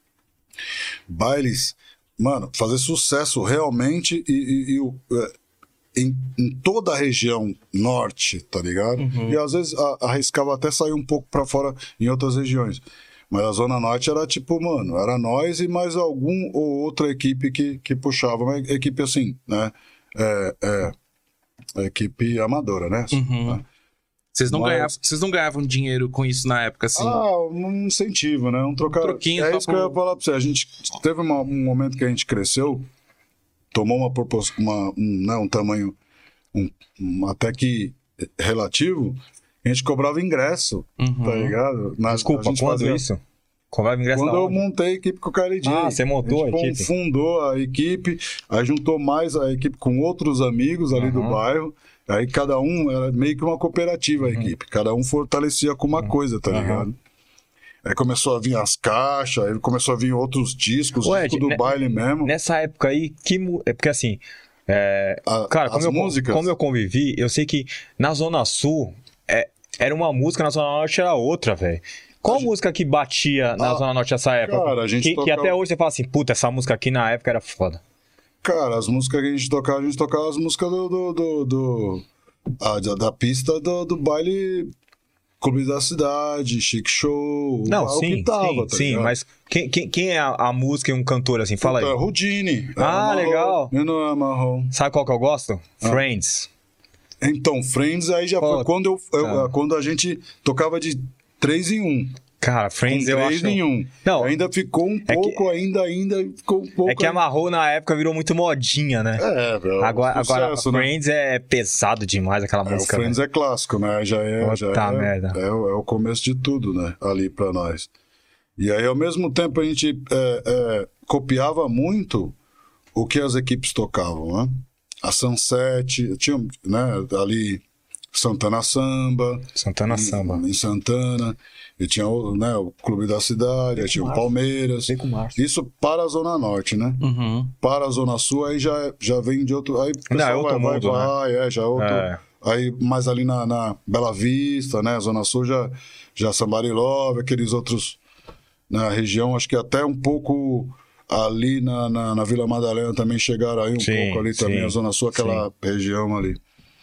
bailes, mano, fazer sucesso realmente em toda a região norte, tá ligado? E às vezes arriscava até sair um pouco pra fora em outras regiões. Mas a Zona Norte era tipo, mano, era nós e mais algum ou outra equipe que puxava. Uma equipe assim, né? Equipe amadora, né? Né? Vocês não ganhavam dinheiro com isso na época, assim? Um incentivo, né? Um troquinho. É isso que eu ia falar pra você. A gente teve um momento que a gente cresceu, tomou um tamanho até que relativo, a gente cobrava ingresso, tá ligado? Desculpa, quando isso? Cobrava ingresso quando eu montei a equipe com o KLJ. Você montou a equipe? Fundou a equipe, aí juntou mais a equipe com outros amigos ali do bairro, aí cada um era meio que uma cooperativa a equipe, cada um fortalecia com uma coisa, tá ligado? Aí começou a vir as caixas, aí começou a vir outros discos, Ué, disco do baile mesmo. Nessa época aí, é porque assim, cara, como eu convivi, eu sei que na Zona Sul era uma música, na Zona Norte era outra, velho. Qual música que batia na Zona Norte nessa época? Cara, a gente que até hoje você fala assim, puta, essa música aqui na época era foda. Cara, as músicas que a gente tocava as músicas da pista do baile Clube da Cidade, Chic Show. Não, sim, sim, mas quem é a música e um cantor assim? Fala aí. Rudine. Legal. Eu não amarrou. Sabe qual que eu gosto? Friends. Então, Friends aí já foi quando a gente tocava de 3 em 1. Cara, Friends eu acho... 3 em 1. Não, ainda ficou um pouco, ainda ficou um pouco... É que amarrou na época, virou muito modinha, né? velho. Agora Sucesso, Friends é pesado demais, aquela música. O Friends é clássico, né? Merda. É o começo de tudo, né? Ali pra nós. E aí, ao mesmo tempo, a gente copiava muito o que as equipes tocavam, né? A Sunset, tinha, né? Ali... Santana Samba. Em Santana. E tinha o Clube da Cidade, aí tinha o Palmeiras. Isso para a Zona Norte, né? Uhum. Para a Zona Sul, aí já vem de outro... Aí o pessoal é outro mundo, né? Já é outro... Aí, mais ali na Bela Vista, né? Zona Sul já Somebody Love, aqueles outros... Na região, acho que até um pouco... Ali na Vila Madalena também chegaram aí pouco ali também, a Zona Sul, aquela região ali.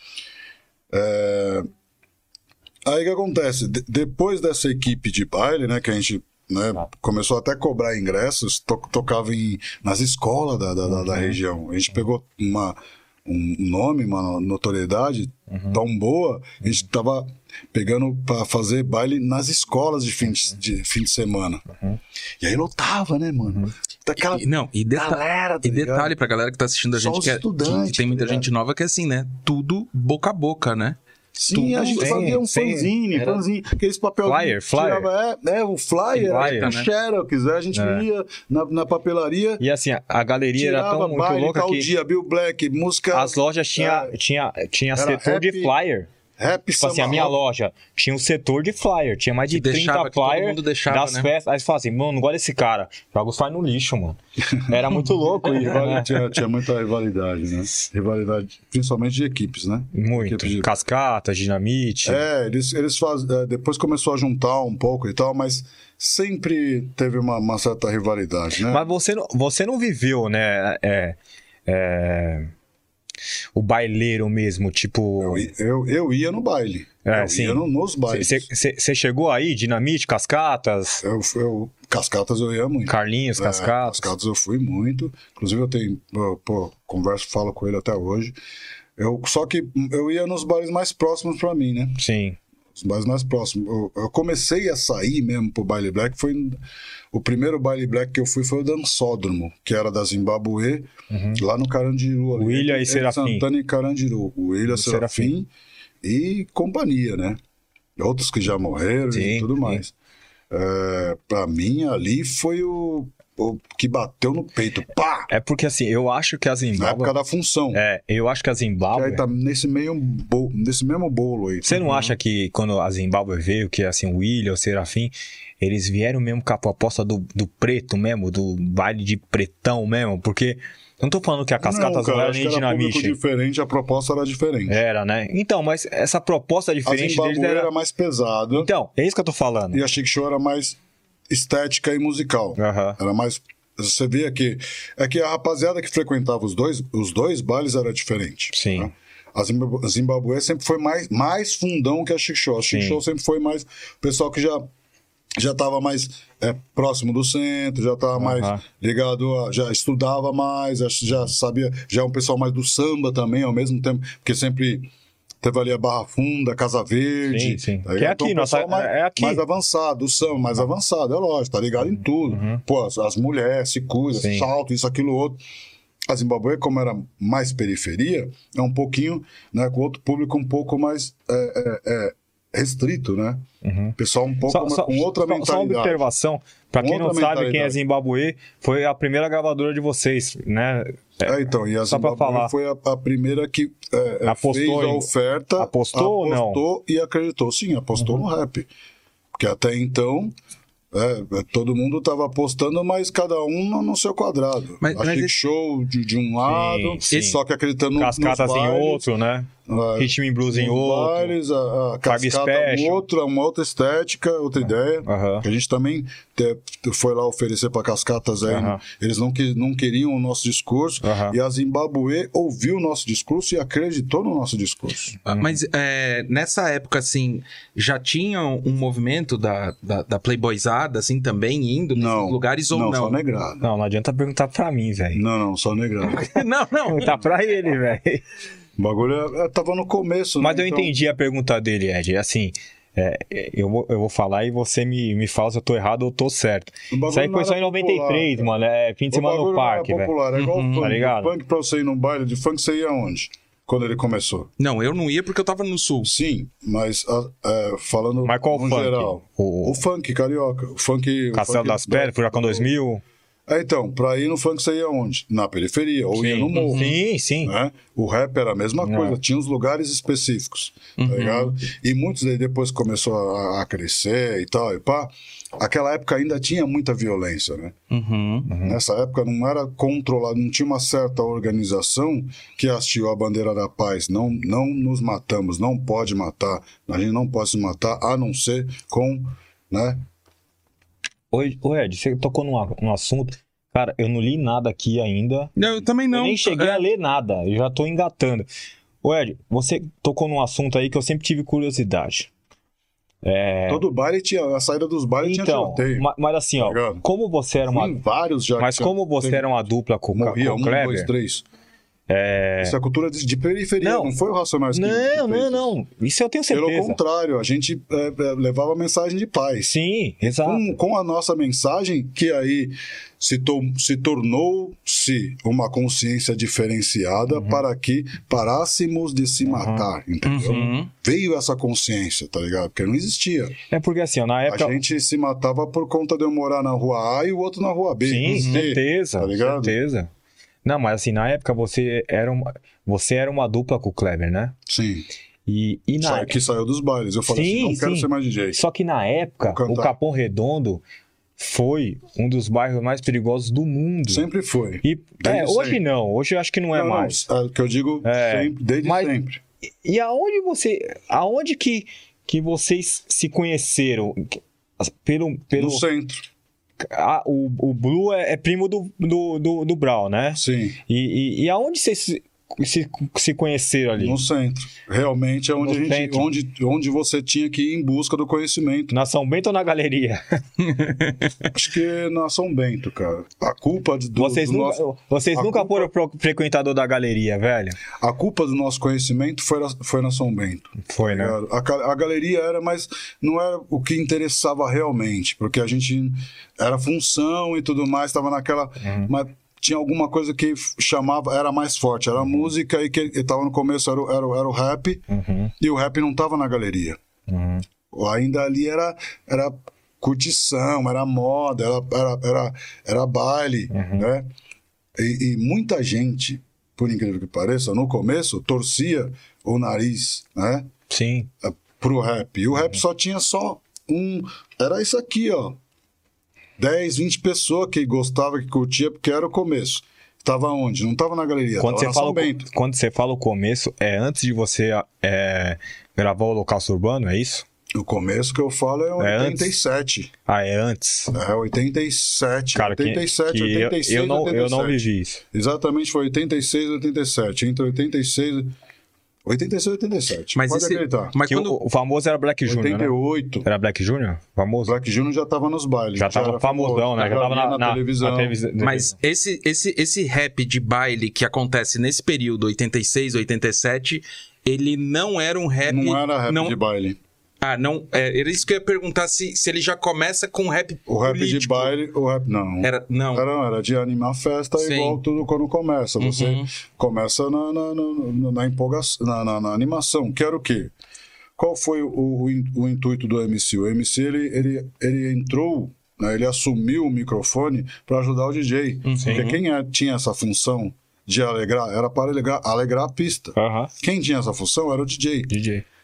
Aí o que acontece? Depois dessa equipe de baile, né, que a gente começou até a cobrar ingressos, tocava nas escolas da região. A gente pegou um nome, uma notoriedade tão boa, a gente tava pegando para fazer baile nas escolas de fim de semana. E aí lotava, né, mano? Daquela galera, e detalhe pra galera que tá assistindo a gente, que tem muita gente nova que é assim, né? Tudo boca a boca, né? Sim, a gente fazia um fanzine, aqueles papéis. Flyer. O flyer, o Xerox, a gente ia na papelaria. E assim, a galeria era tão muito louca que... dia, Bill Black, música... As lojas tinha setor de flyer. Tipo assim, a minha loja tinha um setor de flyer, tinha mais de 30 flyers das festas. Aí você fala assim, mano, não gosto desse cara, joga os flyers no lixo, mano. Era muito louco isso, né? Tinha muita rivalidade, né? Rivalidade, principalmente de equipes, né? Muito. Cascata, Dinamite. Eles fazem. Depois começou a juntar um pouco e tal, mas sempre teve uma certa rivalidade, né? Mas você não viveu, né? O baileiro mesmo, tipo... Eu ia no baile. Sim. Ia nos bailes. Você chegou aí? Dinamite, Cascatas? Cascatas eu ia muito. Carlinhos, Cascatas? Cascatas eu fui muito. Inclusive falo com ele até hoje. Só que eu ia nos bailes mais próximos pra mim, né? Sim. Os bailes mais próximos. Eu comecei a sair mesmo pro baile black, o primeiro baile black que eu fui foi o Dançódromo, que era da Zimbabwe, lá no Carandiru. Ali, William e Serafim. Santana e Carandiru. O William, Serafim e companhia, né? Outros que já morreram e tudo mais. Pra mim, ali foi o que bateu no peito. Pá! É porque assim, eu acho que a Zimbábue... Na época da função. Eu acho que a Zimbábue... Aí tá nesse mesmo bolo aí. Você não acha que quando a Zimbábue veio, que assim, o William, o Serafim, eles vieram mesmo com a proposta do preto mesmo, do baile de pretão mesmo? Porque... Não tô falando que a Cascatas não era nem Dinamite. Era diferente, a proposta era diferente. Era, né? Então, mas essa proposta diferente deles era mais pesada. Então, é isso que eu tô falando. E a Chic Show era mais estética e musical. Era mais... Você via que... É que a rapaziada que frequentava os dois bailes era diferente. Sim. Né? A Zimbabwe sempre foi mais fundão que a Chic Show. A Chic Show sempre foi mais... O pessoal que já estava mais próximo do centro, já estava mais ligado já estudava mais, já sabia, já é um pessoal mais do samba também, ao mesmo tempo, porque sempre teve ali a Barra Funda, Casa Verde. Sim. Tá que é aqui, então, aqui. Mais avançado, o samba mais avançado, é lógico, tá ligado em tudo. Pô, as mulheres se cuidam, salto, isso, aquilo, outro. A Zimbabwe, como era mais periferia, é um pouquinho, né, com outro público um pouco mais... restrito, né? Pessoal um pouco com outra mentalidade. Só uma observação, pra quem não sabe quem é Zimbabwe, foi a primeira gravadora de vocês, né? Então, e a Zimbabwe foi a primeira que fez a oferta, apostou ou não? E acreditou, sim, apostou no rap. Porque até então, Todo mundo tava apostando, mas cada um no seu quadrado. Mas Chic Show de um lado, só que acreditando Cascatas nos em bailes, outro, né? Rhythm and Blues em nos outro. bailes, a cascata Special. uma outra estética, outra ideia. Que a gente também foi lá oferecer para Cascatas aí. Eles não queriam o nosso discurso. E a Zimbabwe ouviu o nosso discurso e acreditou no nosso discurso. Mas nessa época, assim, já tinha um movimento da Playboyzada, assim, também indo nesses lugares ou não? Não, só negrada. Não adianta perguntar pra mim, velho. Não, só negrada. Não. Perguntar pra ele, velho. O bagulho tava no começo, Mas né? eu entendi a pergunta dele, Ed. Assim, eu vou falar e você me fala se eu tô errado ou tô certo. Isso aí foi só em 93, popular, mano. Fim de semana no parque, velho. Popular. É igual o funk. Tá ligado? O funk, pra você ir num baile de funk, você ia aonde? Quando ele começou? Não, eu não ia porque eu tava no sul. Sim, mas falando Mas qual no funk? geral. O funk carioca. O funk... Castelo das Pedras, Furacão 2000... Então, pra ir no funk você ia onde? Na periferia, ou ia no morro. Sim. Né? O rap era a mesma coisa, tinha os lugares específicos, tá ligado? E muitos aí depois começou a crescer e tal, e pá. Aquela época ainda tinha muita violência, né? Nessa época não era controlado, não tinha uma certa organização que hasteou a bandeira da paz. Não nos matamos, não pode matar, a gente não pode se matar, a não ser com, né? Ô Ed, você tocou num assunto. Cara, eu não li nada aqui ainda. Não, eu também não. Eu nem cheguei a ler nada, eu já tô engatando. Ô Ed, você tocou num assunto aí que eu sempre tive curiosidade. Todo baile tinha, a saída dos bailes tinha tiroteio. Mas assim, tá ó, ligado? como você era uma... Tem vários já. Mas como você era uma dupla com o Morria, Kleber... 1, 2, 3. Isso é cultura de periferia, não foi o Racionais que fez não. Isso eu tenho certeza. Pelo contrário, a gente levava a mensagem de paz. Sim, exato. Com a nossa mensagem, que aí se tornou-se uma consciência diferenciada para que parássemos de se matar, entendeu? Veio essa consciência, tá ligado? Porque não existia. É porque assim, ó, na época... A gente se matava por conta de eu morar na rua A e o outro na rua B. Sim, certeza, tá ligado? certeza. Não, mas assim, na época você era uma dupla com o Kleber, né? Sim. E Que saiu dos bailes. Eu falei assim, não quero ser mais DJ. Só que na época, o Capão Redondo foi um dos bairros mais perigosos do mundo. Sempre foi. E hoje sempre. Não, hoje eu acho que não é mais. Não, que eu digo sempre, desde sempre. E aonde que vocês se conheceram? No centro. O Blue é primo do Brau, né? Sim. E aonde vocês se conheceram ali? No centro. Realmente é onde você tinha que ir em busca do conhecimento. Na São Bento ou na galeria? Acho que na São Bento, cara. A culpa Vocês nunca foram frequentador da galeria, velho? A culpa do nosso conhecimento foi na São Bento. Foi, né? A galeria era, mas não era o que interessava realmente, porque a gente era função e tudo mais, estava naquela... Mas tinha alguma coisa que chamava, era mais forte, era a música, e que estava no começo, era o rap, e o rap não estava na galeria. Ainda ali era curtição, era moda, era baile, né? E muita gente, por incrível que pareça, no começo, torcia o nariz, né? Sim. Pro rap. E o rap só tinha era isso aqui, ó. 10, 20 pessoas que gostavam, que curtia, porque era o começo. Tava onde? Não tava na galeria, quando tava na São Bento. Quando você fala o começo, é antes de você gravar o Holocausto Urbano, é isso? O começo que eu falo é 87. Antes? É antes? É 87. Cara, 87, 86, eu não 87. vivi isso. Exatamente, foi 86 e 87. Entre 86 e 87. Mas pode acreditar. Mas o famoso era Black Junior, 88. Né? Era Black Junior? Famoso? Black Junior já tava nos bailes. Já tava famosão, né? Já tava na televisão. Mas esse rap de baile que acontece nesse período, 86, 87, ele não era um rap... Não era rap de baile. Não. Era isso que eu ia perguntar, se ele já começa com rap O rap político. de baile, o rap não. Era de animar a festa. Sim. Igual tudo quando começa. Você começa na empolgação, na animação. Que era o quê? Qual foi o intuito do MC? O MC, ele entrou, né, ele assumiu o microfone para ajudar o DJ. Porque quem tinha essa função de alegrar, era para alegrar a pista. Quem tinha essa função era o DJ.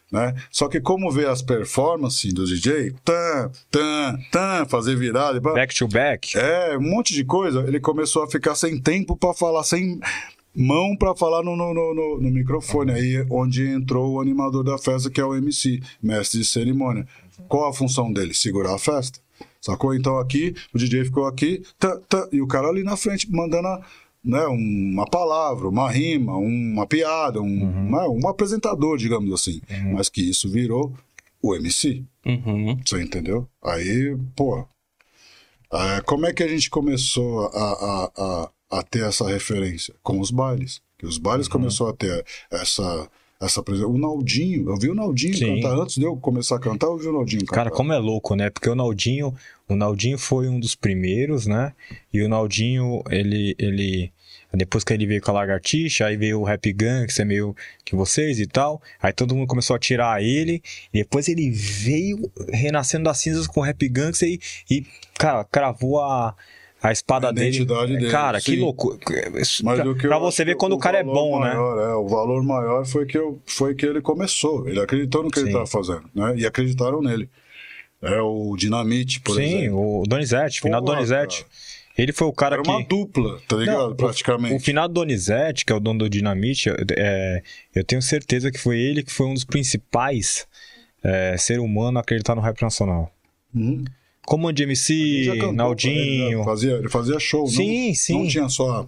né? Só que como ver as performances do DJ, fazer virada... Back to back. Um monte de coisa. Ele começou a ficar sem tempo para falar, sem mão para falar no microfone. Aí onde entrou o animador da festa, que é o MC, mestre de cerimônia. Qual a função dele? Segurar a festa. Sacou? Então aqui, o DJ ficou aqui, e o cara ali na frente mandando uma palavra, uma rima, uma piada, um apresentador, digamos assim. Mas que isso virou o MC. Você entendeu? Aí, pô, como é que a gente começou a ter essa referência? Com os bailes. Que os bailes começou a ter essa presença. O Naldinho, eu vi o Naldinho cantar. Antes de eu começar a cantar, eu vi o Naldinho cantar. Cara, como é louco, né? Porque o Naldinho foi um dos primeiros, né? E o Naldinho, ele depois que ele veio com a Lagartixa, aí veio o Rap Gang, que é meio que vocês e tal. Aí todo mundo começou a tirar ele. E depois ele veio renascendo das cinzas com o Rap Gang e cara, cravou a espada dele. Cara, sim. Que louco. Pra você ver quando o cara é bom, maior, né? O valor maior foi que ele começou. Ele acreditou no que ele estava fazendo, né? E acreditaram nele. O Dinamite, por exemplo. Sim, o Donizete, Finado Donizete. Cara. Ele foi o cara Era uma dupla, tá ligado? Praticamente. O Finado Donizete, que é o dono do Dinamite, eu tenho certeza que foi ele que foi um dos principais ser humano a acreditar no rap nacional. Comando de MC, Naldinho. Ele fazia show, sim. Não tinha só...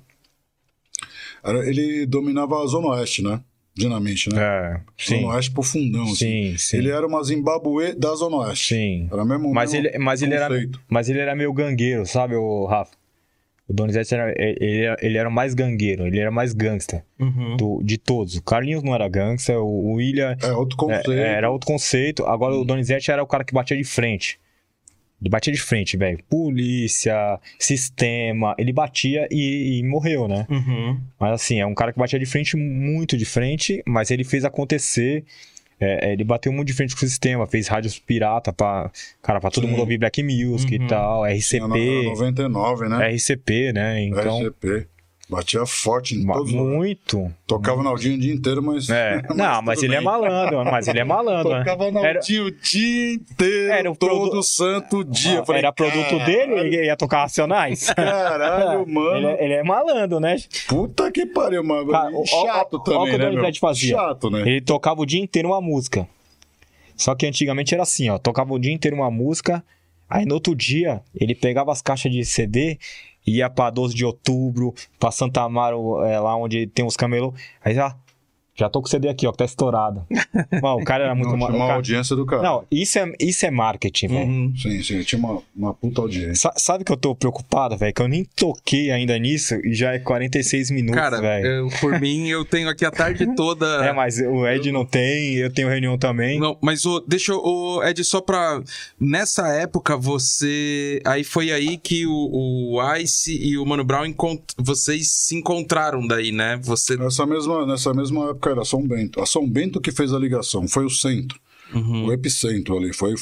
Ele dominava a Zona Oeste, né? Dinamite, né? Zona Oeste pro fundão, assim. Sim. Ele era uma Zimbabue da Zona Oeste. Sim. Era mesmo mas ele era meio gangueiro, sabe, o Rafa? O Donizete ele era mais gangueiro, ele era mais gangster de todos. O Carlinhos não era gangster, o William... outro conceito. Era outro conceito. Agora o Donizete era o cara que batia de frente. Ele batia de frente, velho. Polícia, sistema. Ele batia e morreu, né? Mas assim, é um cara que batia de frente, muito de frente, mas ele fez acontecer. Ele bateu muito de frente com o sistema, fez rádios pirata pra todo mundo ouvir Black Music e tal, RCP. 99, né? RCP, né? Então, RCP. Batia forte em todos. Muito. Tocava Naldinho o dia inteiro, mas... mas ele é malandro. Tocava Naldinho o dia inteiro, todo santo dia. Falei, era produto dele, ele ia tocar Racionais? Caralho, mano. Ele é malandro, né? Puta que pariu, mano. Chato também, olha o que o Donizete fazia. Chato, né? Ele tocava o dia inteiro uma música. Só que antigamente era assim, ó. Tocava o dia inteiro uma música, aí no outro dia, ele pegava as caixas de CD... Ia pra 12 de outubro, pra Santa Amaro, lá onde tem os camelô. Aí já tô com o CD aqui, ó, que tá estourado. Mano, o cara era muito... Tinha uma audiência do cara. Não, isso é marketing, velho. Sim, tinha uma puta audiência. Sabe que eu tô preocupado, velho? Que eu nem toquei ainda nisso e já é 46 minutos, velho. Cara, por mim, eu tenho aqui a tarde toda... mas o Ed não tem, eu tenho reunião também. Não, mas Ed, só pra... Nessa época, Aí foi aí que o Ice e o Mano Brown, vocês se encontraram daí, né? Nessa mesma época era São Bento. A São Bento que fez a ligação, foi o centro. O epicentro ali. Foi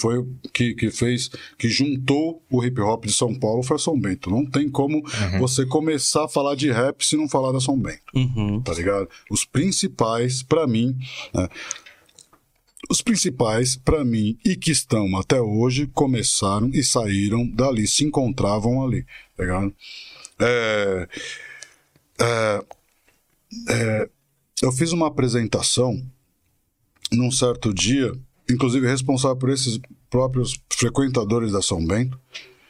que juntou o hip hop de São Paulo, foi a São Bento. Não tem como você começar a falar de rap se não falar da São Bento. Tá ligado? Os principais, pra mim, e que estão até hoje, começaram e saíram dali, se encontravam ali. Tá ligado? Eu fiz uma apresentação num certo dia, inclusive responsável por esses próprios frequentadores da São Bento,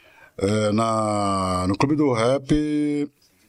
no Clube do Rap,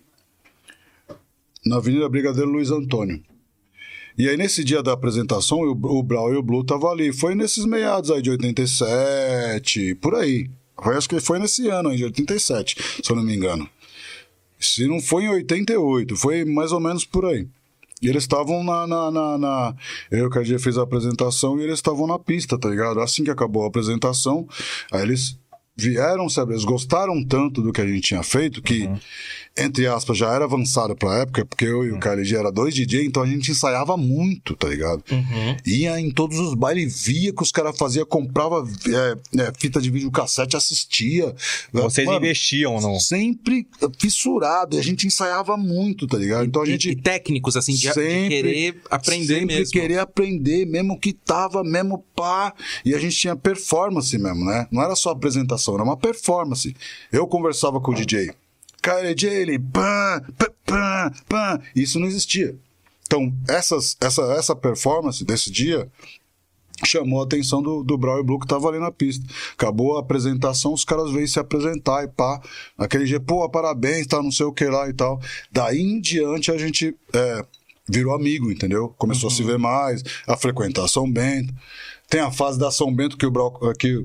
na Avenida Brigadeiro Luiz Antônio. E aí, nesse dia da apresentação, o Brau e o Blue estavam ali. Foi nesses meados aí de 87, por aí. Acho que foi nesse ano aí, de 87, se eu não me engano. Se não foi em 88, foi mais ou menos por aí. E eles estavam Eu, que a dia fez a apresentação, e eles estavam na pista, tá ligado? Assim que acabou a apresentação, aí eles vieram, sabe? Eles gostaram tanto do que a gente tinha feito que entre aspas, já era avançado pra época, porque eu e o KLG era 2 DJ, então a gente ensaiava muito, tá ligado? Ia em todos os bailes, via que os caras faziam, comprava fita de videocassete, assistia. Vocês investiam no... Sempre fissurado, e a gente ensaiava muito, tá ligado? Então a gente... E técnicos, assim, de querer aprender sempre mesmo. Querer aprender, mesmo que tava, mesmo pá. E a gente tinha performance mesmo, né? Não era só apresentação, era uma performance. Eu conversava com o DJ. KLJ, ele... Pã, pã, pã, pã. Isso não existia. Então, essa performance desse dia chamou a atenção do Brau e Blue que tava ali na pista. Acabou a apresentação, os caras veio se apresentar e pá. Aquele dia, pô, parabéns, tá, não sei o que lá e tal. Daí em diante a gente virou amigo, entendeu? Começou a se ver mais, a frequentar São Bento. Tem a fase da São Bento que o Brau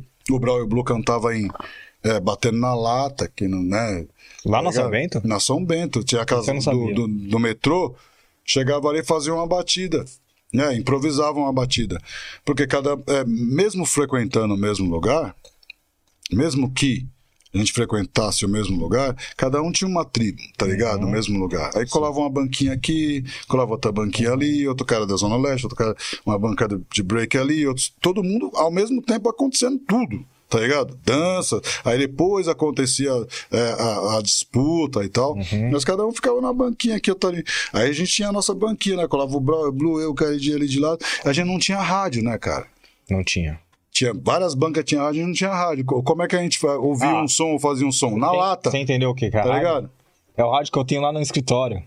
e o Blue cantava batendo na lata, que não, né? Lá na São Bento? Na São Bento. Tinha a casa do metrô, chegava ali e fazia uma batida. Improvisavam uma batida. Porque mesmo frequentando o mesmo lugar, mesmo que a gente frequentasse o mesmo lugar, cada um tinha uma tribo, tá ligado? No mesmo lugar. Aí colava uma banquinha aqui, colava outra banquinha ali, outro cara da Zona Leste, outro cara, uma banca de break ali, outros, todo mundo ao mesmo tempo acontecendo tudo. Tá ligado? Dança, aí depois acontecia a disputa e tal, mas cada um ficava na banquinha aqui, outro ali. Aí a gente tinha a nossa banquinha, né? Colava o Brau, o Blue, eu, o KLJ ali de lado. A gente não tinha rádio, né, cara? Não tinha. Tinha várias bancas, tinha rádio e não tinha rádio. Como é que a gente ouvia um som ou fazia um som? Na lata. Você entendeu o que, cara? Tá ligado? É o rádio que eu tenho lá no escritório.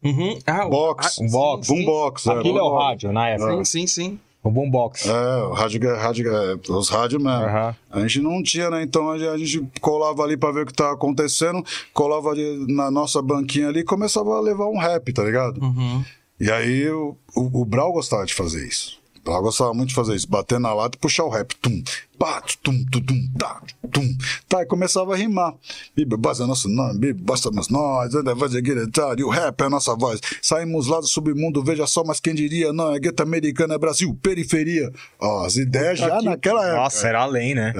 Box. Boombox. Aquilo é o rádio, na época. Sim. O boombox. O rádio, os rádios mesmo. A gente não tinha, né? Então a gente colava ali pra ver o que tava acontecendo, colava ali na nossa banquinha ali e começava a levar um rap, tá ligado? E aí o Brau gostava de fazer isso. O Brau gostava muito de fazer isso, bater na lata e puxar o rap. Tum, pá, tum, tum, tum, tá, tum. Tá, e começava a rimar. Bibi, basta nosso nome, Bibi, basta nós, e o rap é a nossa voz. Saímos lá do submundo, veja só, mas quem diria, não, é gueto americano, é Brasil, periferia. Ó, as ideias já naquela época. Nossa, era além, né?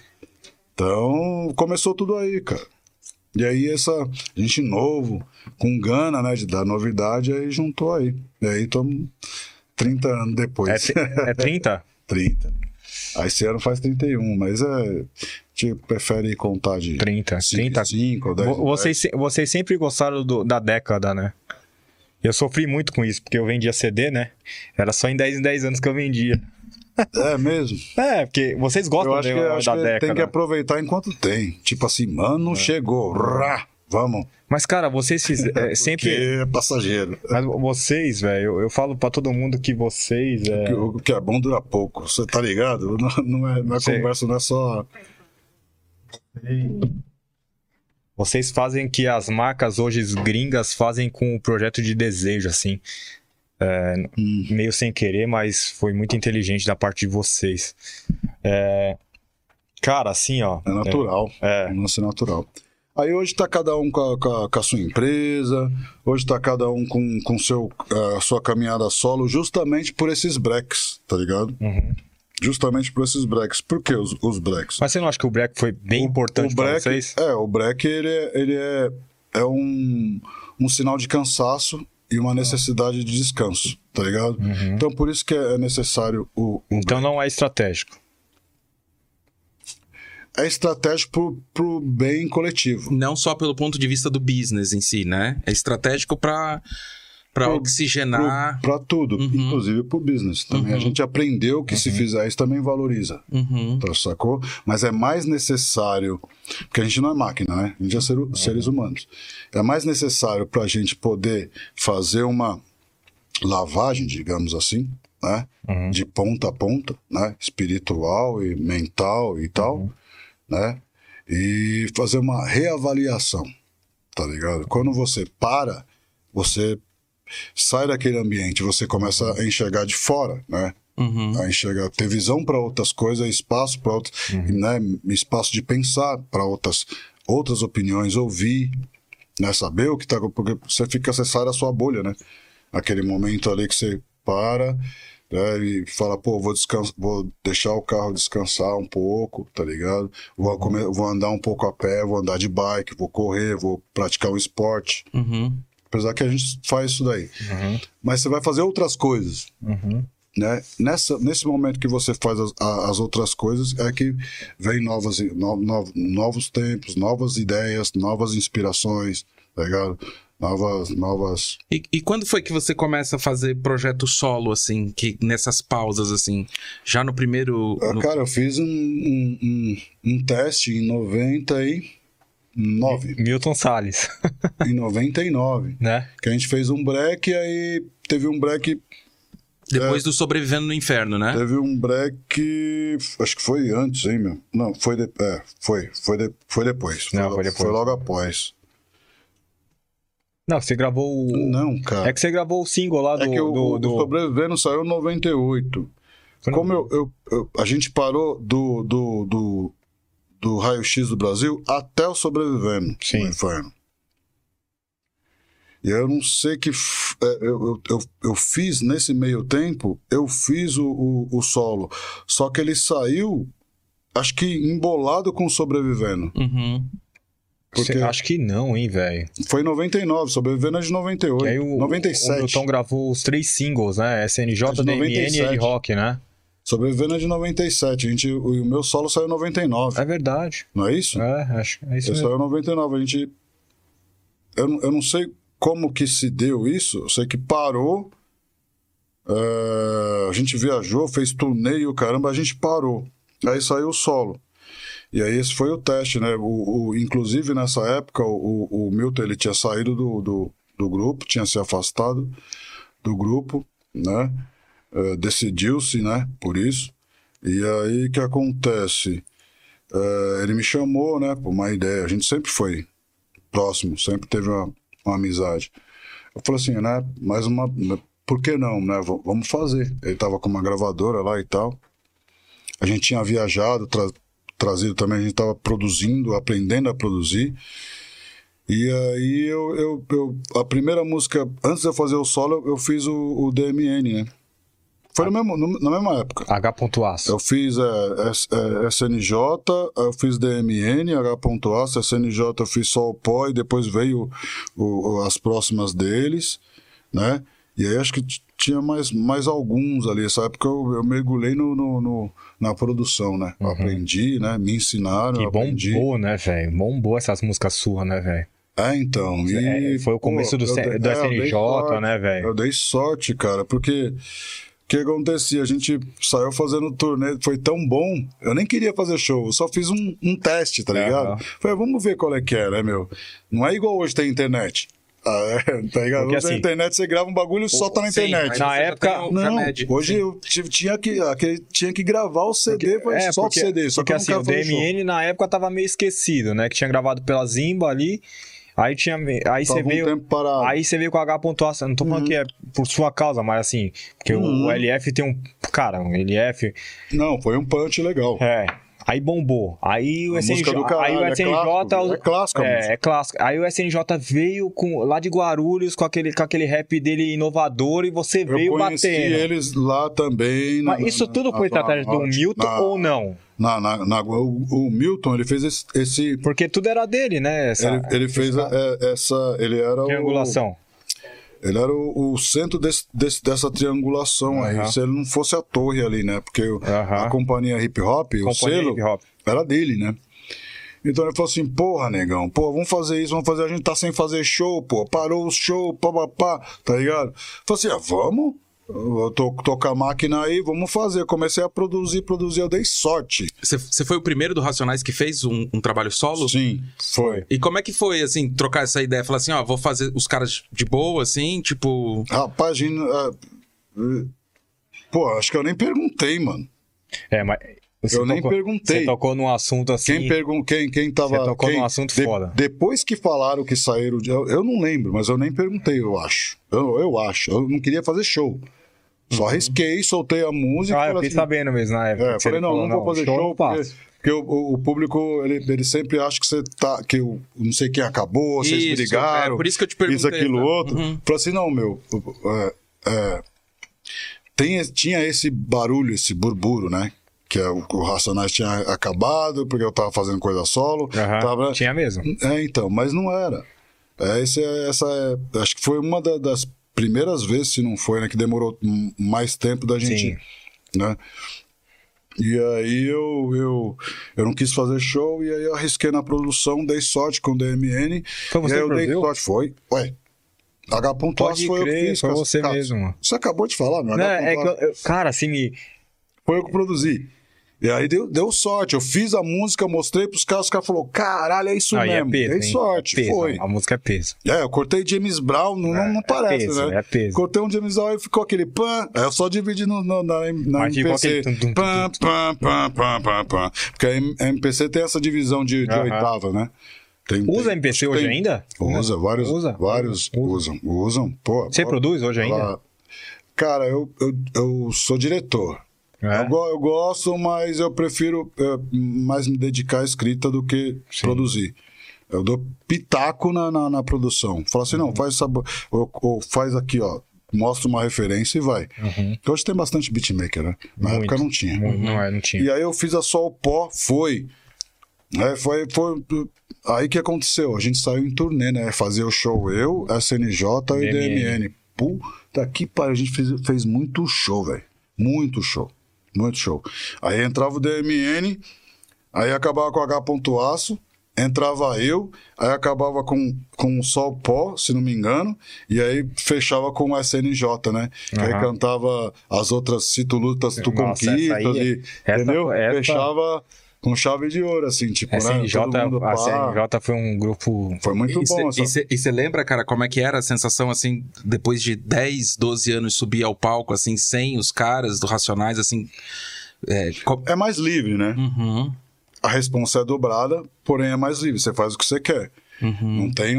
Então, começou tudo aí, cara. E aí a gente novo, com gana, né, de dar novidade, aí juntou aí. E aí estamos 30 anos depois. É 30? 30. Aí esse ano faz 31, mas a gente prefere contar de 30. 5 ou 10. Vocês sempre gostaram da década, né? Eu sofri muito com isso, porque eu vendia CD, né? Era só em 10 anos que eu vendia. É mesmo? Porque vocês gostam da década. Tem que aproveitar enquanto tem. Tipo assim, mano, chegou. Rá, vamos. Mas, cara, vocês sempre... é passageiro. Mas vocês, velho, eu falo pra todo mundo que vocês... O que é bom dura pouco, você tá ligado? Não é conversa, não é só... Vocês fazem que as marcas hoje gringas fazem com o projeto de desejo, assim. Meio sem querer, mas foi muito inteligente da parte de vocês. Cara, assim, ó... É natural. Nossa, é natural. Aí hoje tá cada um com a sua empresa, hoje tá cada um com a sua caminhada solo, justamente por esses breaks, tá ligado? Justamente por esses breaks. Por que os breaks? Mas você não acha que o break foi bem importante pra vocês? O break, ele é um sinal de cansaço e uma necessidade de descanso, tá ligado? Então por isso que é necessário o Então break. Não é estratégico. É estratégico pro bem coletivo. Não só pelo ponto de vista do business em si, né? É estratégico para oxigenar... Para tudo, inclusive pro business também. A gente aprendeu que se fizer isso também valoriza. Tá, sacou? Mas é mais necessário... Porque a gente não é máquina, né? A gente é seres humanos. É mais necessário pra gente poder fazer uma lavagem, digamos assim, né? De ponta a ponta, né? Espiritual e mental e tal, né? E fazer uma reavaliação, tá ligado? Quando você para, você sai daquele ambiente, você começa a enxergar de fora, né? A enxergar, ter visão para outras coisas, espaço para outras, né? Espaço de pensar para outras opiniões, ouvir, né? Saber o que tá, porque você sai da sua bolha, né? Aquele momento ali que você para, né? E fala, pô, vou deixar o carro descansar um pouco, tá ligado? Vou andar um pouco a pé, vou andar de bike, vou correr, vou praticar um esporte. Apesar que a gente faz isso daí. Mas você vai fazer outras coisas. Né? Nesse momento que você faz as outras coisas, é que vem novos tempos, novas ideias, novas inspirações, tá ligado? Novas... E quando foi que você começa a fazer projeto solo, assim, que nessas pausas, assim, já no primeiro... Cara, eu fiz um teste em 99. Milton Salles. Em 99. Né? Que a gente fez um break, aí teve um break... Depois do Sobrevivendo no Inferno, né? Teve um break... Acho que foi antes, hein, meu? Não, foi depois. Foi depois. Foi logo após. Não, você gravou o... Não, cara. É que você gravou o single lá do... É que o Sobrevivendo saiu em 98. Como a gente parou do Raio-X do Brasil até o Sobrevivendo no Inferno. E eu não sei que... Eu fiz, nesse meio tempo, eu fiz o solo. Só que ele saiu, acho que embolado com o Sobrevivendo. Porque... Acho que não, hein, velho. Foi em 99, Sobrevivendo é de 98. E aí 97. O Milton gravou os 3 singles, né? SNJ, DMN e Ed Rock, né? Sobrevivendo é de 97. O meu solo saiu em 99. É verdade. Não é isso? Acho que é isso mesmo. Saiu em 99. Eu não sei como que se deu isso. Eu sei que parou. A gente viajou, fez turnê e o caramba, a gente parou. Aí saiu o solo. E aí esse foi o teste, né? Inclusive nessa época o Milton ele tinha saído do grupo, tinha se afastado do grupo, né? Decidiu-se, né? Por isso. E aí o que acontece? Ele me chamou, né? Por uma ideia. A gente sempre foi próximo, sempre teve uma amizade. Eu falei assim, né? Mais uma... Por que não, né? Vamos fazer. Ele tava com uma gravadora lá e tal. A gente tinha viajado, trazido também, a gente estava produzindo, aprendendo a produzir. E aí a primeira música, antes de eu fazer o solo, eu fiz o DMN, né? Foi na mesma época. H.Aço. Eu fiz SNJ, eu fiz DMN, H.Aço, SNJ eu fiz só o pó e depois veio as próximas deles, né? E aí acho que tinha mais alguns ali. Essa época eu mergulhei na produção, né? Eu aprendi, né? Me ensinaram, eu aprendi. Bombou, né, velho? Bombou essas músicas suas, né, velho? Então. Foi o começo do SNJ, né, velho? Eu dei sorte, cara, porque... O que acontecia? A gente saiu fazendo turnê, foi tão bom, eu nem queria fazer show, eu só fiz um teste, tá ligado? Falei, vamos ver qual é que é, né, meu? Não é igual hoje tem internet. Tá ligado? Porque, hoje na internet você grava um bagulho e solta na internet. Na época... Não, hoje eu tinha que gravar o CD, só o CD. Só porque assim, o DMN na época tava meio esquecido, né? Que tinha gravado pela Zimba ali... Aí você veio. Aí você veio com H.Aço. Eu não tô falando que é por sua causa, mas assim. Porque o LF tem um. Cara, um LF. Não, foi um punch legal. Aí bombou. Aí o SNJ. Aí o SNJ. É clássico. É clássico. Aí o SNJ veio lá de Guarulhos com aquele rap dele inovador e você veio batendo. Eu conheci eles lá também. Mas isso tudo foi estratégia do Milton ou não? O Milton, ele fez esse... Porque tudo era dele, né? Ele fez essa... Ele era triangulação. Ele era o centro dessa triangulação aí. Se ele não fosse a torre ali, né? Porque a companhia hip hop, o selo, era dele, né? Então ele falou assim, porra, negão, vamos fazer isso, a gente tá sem fazer show, parou o show, pá, tá ligado? Falei assim, vamos... Eu tô com a máquina aí, vamos fazer. Eu comecei a produzir, eu dei sorte. Você foi o primeiro do Racionais que fez um trabalho solo? Sim, foi. E como é que foi, assim, trocar essa ideia? Falar assim, vou fazer os caras de boa, assim, tipo... Rapaz, acho que eu nem perguntei, mano. Mas... nem perguntei. Você tocou num assunto assim... Quem tava... Você tocou num assunto foda. Depois que falaram que saíram... Eu não lembro, mas eu nem perguntei, eu acho. Eu acho. Eu não queria fazer show. Só risquei, soltei a música... eu fiquei sabendo mesmo na época. Falei, não vou fazer show porque o público, ele sempre acha que você tá... Que eu não sei quem acabou, vocês brigaram. Por isso que eu te perguntei. Isso, aquilo, outro. Falei assim, não, meu... tinha esse barulho, esse burburo, né? Que o Racionais tinha acabado, porque eu tava fazendo coisa solo. Tinha mesmo. Então, mas não era. Acho que foi uma das primeiras vezes, se não foi, né? Que demorou mais tempo da gente... Sim. Né? E aí eu não quis fazer show, e aí eu arrisquei na produção, dei sorte com o DMN. Foi você e aí que eu dei produziu? sorte, foi. Ué, H.As Pode foi eu que crer, fiz. foi você cara, mesmo. Você acabou de falar, meu. Não, é que cara, assim... Foi eu que produzi. E aí deu sorte, eu fiz a música, mostrei pros caras, os caras falaram, caralho, é isso mesmo. Dei sorte, peso, foi. A música é peso. Eu cortei James Brown, não parece, peso, né? É peso. Cortei um James Brown e ficou aquele pam, aí eu só dividi na MPC. Pam, pam, pam, pam, pam, pam. Porque a MPC tem essa divisão de oitava, né? Usa MPC hoje ainda? Usa, vários usam. Pô, você produz hoje ainda? Cara, eu sou diretor. Eu gosto, mas eu prefiro mais me dedicar à escrita do que produzir. Eu dou pitaco na produção. Falo assim, não, faz ou faz aqui, ó. Mostra uma referência e vai. Porque hoje tem bastante beatmaker, né? Na época não tinha. Não tinha. E aí eu fiz a Só o Pó, foi aí que aconteceu. A gente saiu em turnê, né? Fazer o show eu, SNJ e DMN. Puta que pariu, a gente fez muito show, velho. Muito show. Aí entrava o DMN, aí acabava com H.Aço, entrava eu, aí acabava com Só o Pó, se não me engano, e aí fechava com o SNJ, né? Aí cantava as outras Cito Lutas, Tu Conquistas, entendeu? Fechava com chave de ouro, assim, tipo, SNJ, né? Todo mundo, a SNJ foi um grupo... Foi muito bom. E você lembra, cara, como é que era a sensação, assim, depois de 10, 12 anos subir ao palco, assim, sem os caras do Racionais, assim... É mais livre, né? A responsa é dobrada, porém é mais livre. Você faz o que você quer. Não tem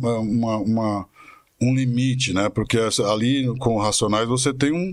um limite, né? Porque ali com o Racionais você tem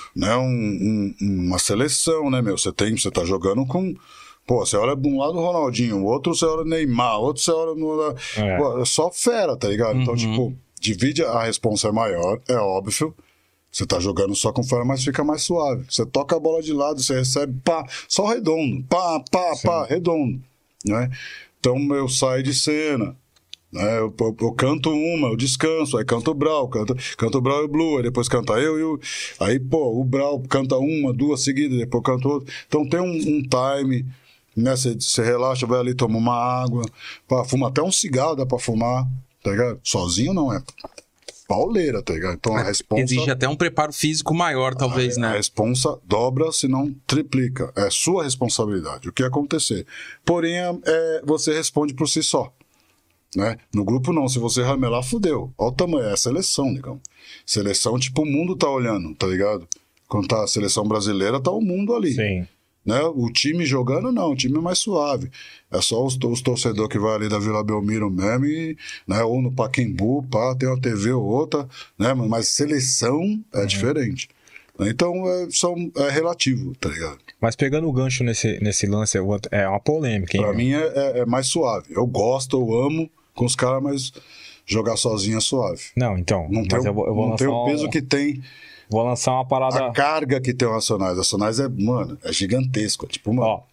uma seleção, né, meu? Você tá jogando com... Pô, você olha de um lado o Ronaldinho, o outro você olha o Neymar, o outro você olha no... Pô, é só fera, tá ligado? Então, tipo, divide, a responsa é maior, é óbvio. Você tá jogando só com fera, mas fica mais suave. Você toca a bola de lado, você recebe, pá, só redondo. Pá, redondo. Né? Então, eu saio de cena. Né? Eu canto uma, eu descanso, aí canto o Brau, canto o Brau e o Blue, aí depois canta eu e o... Aí, pô, o Brau canta uma, duas seguidas, depois canto outra. Então, tem um time... Né? Você relaxa, vai ali, toma uma água, fuma até um cigarro, dá pra fumar, tá ligado? Sozinho não é pauleira, tá ligado? Então a responsa... Exige até um preparo físico maior, talvez, né? A responsa dobra, se não triplica. É sua responsabilidade, o que acontecer. Porém, você responde por si só. Né? No grupo não, se você ramelar, fudeu. Olha o tamanho, é seleção, negão. Seleção, tipo, o mundo tá olhando, tá ligado? Quando tá a seleção brasileira, tá o mundo ali. Sim. Né? O time jogando, não, o time é mais suave. É só os torcedores que vai ali da Vila Belmiro mesmo, né? Ou no Pacaembu, tem uma TV ou outra, né? Mas seleção é diferente. Então é relativo, tá ligado? Mas pegando o gancho nesse lance, é uma polêmica, hein? Pra mim é mais suave. Eu gosto, eu amo com os caras, mas jogar sozinho é suave. Não, então. Não tem, eu vou não tem o peso que tem. Vou lançar uma parada... A carga que tem o Racionais. O Racionais é gigantesco. Tipo, mano... Ó,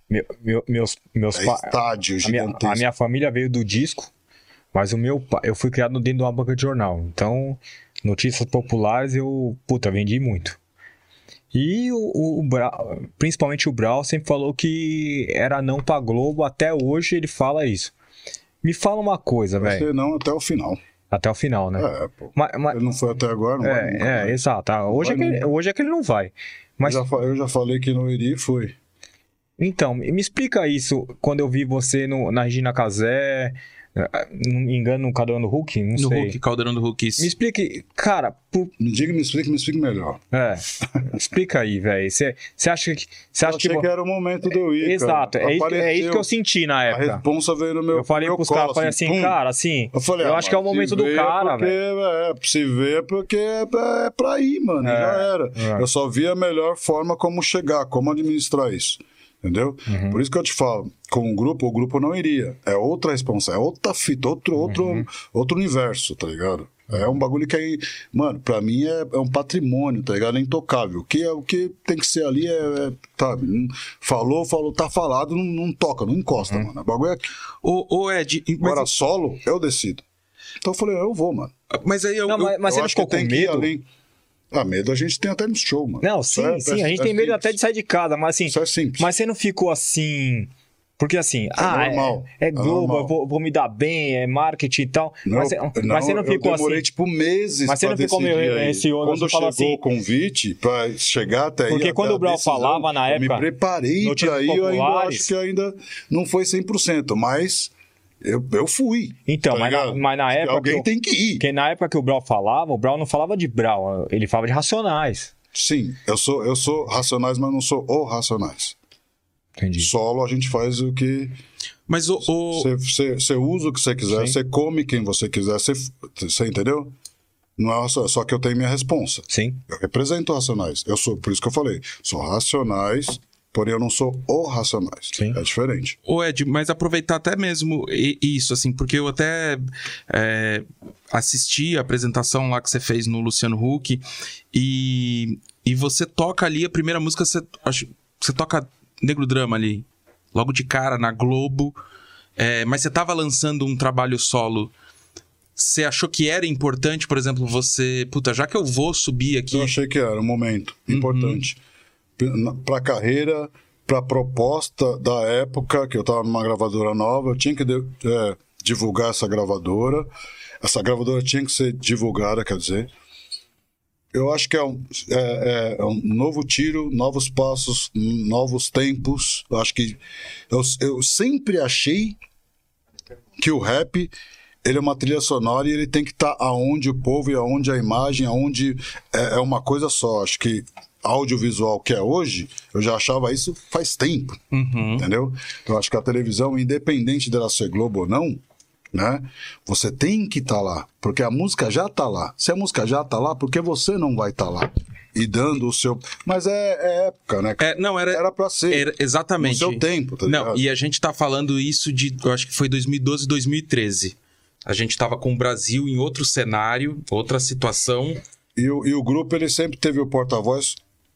meus estádio gigantesco. A minha família veio do disco, mas o meu pai... Eu fui criado dentro de uma banca de jornal. Então, notícias populares eu... vendi muito. E principalmente o Brau sempre falou que era não pra Globo. Até hoje ele fala isso. Me fala uma coisa, velho. Vai ser não até o final. Até o final, né? Pô. Ele não foi até agora, não vai nunca, né? Exato. Hoje é que ele não vai. Mas... Eu já falei que não iria e fui. Então, me explica isso. Quando eu vi você na Regina Casé, não me engano, no Caldeirão do Hulk, não sei. No Caldeirão do Hulk, isso. Me explique, cara... Me explique melhor. Explica aí, velho. Você acha que... Eu achei que era o momento de eu ir, exato, cara. É isso que eu senti na época. A responsa veio no meu Eu falei pros caras, falei assim, cara, assim... Eu acho que é o momento do cara, velho. Se vê é porque é pra ir, mano. Já era. Eu só vi a melhor forma como chegar, como administrar isso. Entendeu? Por isso que eu te falo, com o grupo não iria. É outra responsa, é outra fita, outro universo, tá ligado? É um bagulho que aí, mano, pra mim é um patrimônio, tá ligado? É intocável. O que tem que ser ali sabe? Falou, tá falado, não toca, não encosta, mano. O bagulho é aqui. Ô, Ed... Agora, solo, eu decido. Então eu falei, eu vou, mano. Mas aí mas você não ficou com medo? Medo a gente tem até no show, mano. Não, sim, a gente tem medo simples. até de sair de casa, mas assim... Isso é simples. Mas você não ficou assim... Porque assim, normal, é Globo, normal. eu vou me dar bem, é marketing e tal. Mas você não ficou assim... Eu demorei, tipo, meses mas você não ficou meio receoso, quando chegou assim, o convite pra chegar até aí... Porque quando o Brau falava na época... Eu me preparei pra ir, eu ainda acho que ainda não foi 100%, mas... Eu fui. Então, tá mas na época... Alguém tem que ir. Porque na época que o Brau falava, o Brau não falava de Brau, ele falava de Racionais. Sim, eu sou Racionais, mas não sou o Racionais. Entendi. Solo a gente faz o que... Mas Você usa o que você quiser, você come quem você quiser, você entendeu? Não é só que eu tenho minha responsa. Sim. Eu represento Racionais. Por isso que eu falei, sou Racionais, porém eu não sou o Racionais. Sim. É diferente. Ô, Ed, mas aproveitar até mesmo isso, assim, porque eu até assisti a apresentação lá que você fez no Luciano Huck e você toca ali, a primeira música, você toca Negro Drama ali, logo de cara, na Globo, mas você tava lançando um trabalho solo. Você achou que era importante, por exemplo, você... Puta, já que eu vou subir aqui... Eu achei que era um momento importante. Pra carreira, pra proposta da época, que eu tava numa gravadora nova, eu tinha que divulgar essa gravadora. Essa gravadora tinha que ser divulgada, quer dizer... Eu acho que é um novo tiro, novos passos, novos tempos. Eu acho que... Eu sempre achei que o rap, ele é uma trilha sonora e ele tem que estar aonde o povo e aonde a imagem, aonde é uma coisa só. Acho que audiovisual que é hoje, eu já achava isso faz tempo, entendeu? Eu acho que a televisão, independente dela ser Globo ou não, né? Você tem que estar lá, porque a música já está lá. Se a música já está lá, por que você não vai estar lá? E dando o seu... Mas é época, né? Era pra ser. Exatamente. No seu tempo, tá ligado? Não, e a gente tá falando isso eu acho que foi 2012, 2013. A gente tava com o Brasil em outro cenário, outra situação. E o grupo, ele sempre teve o porta-voz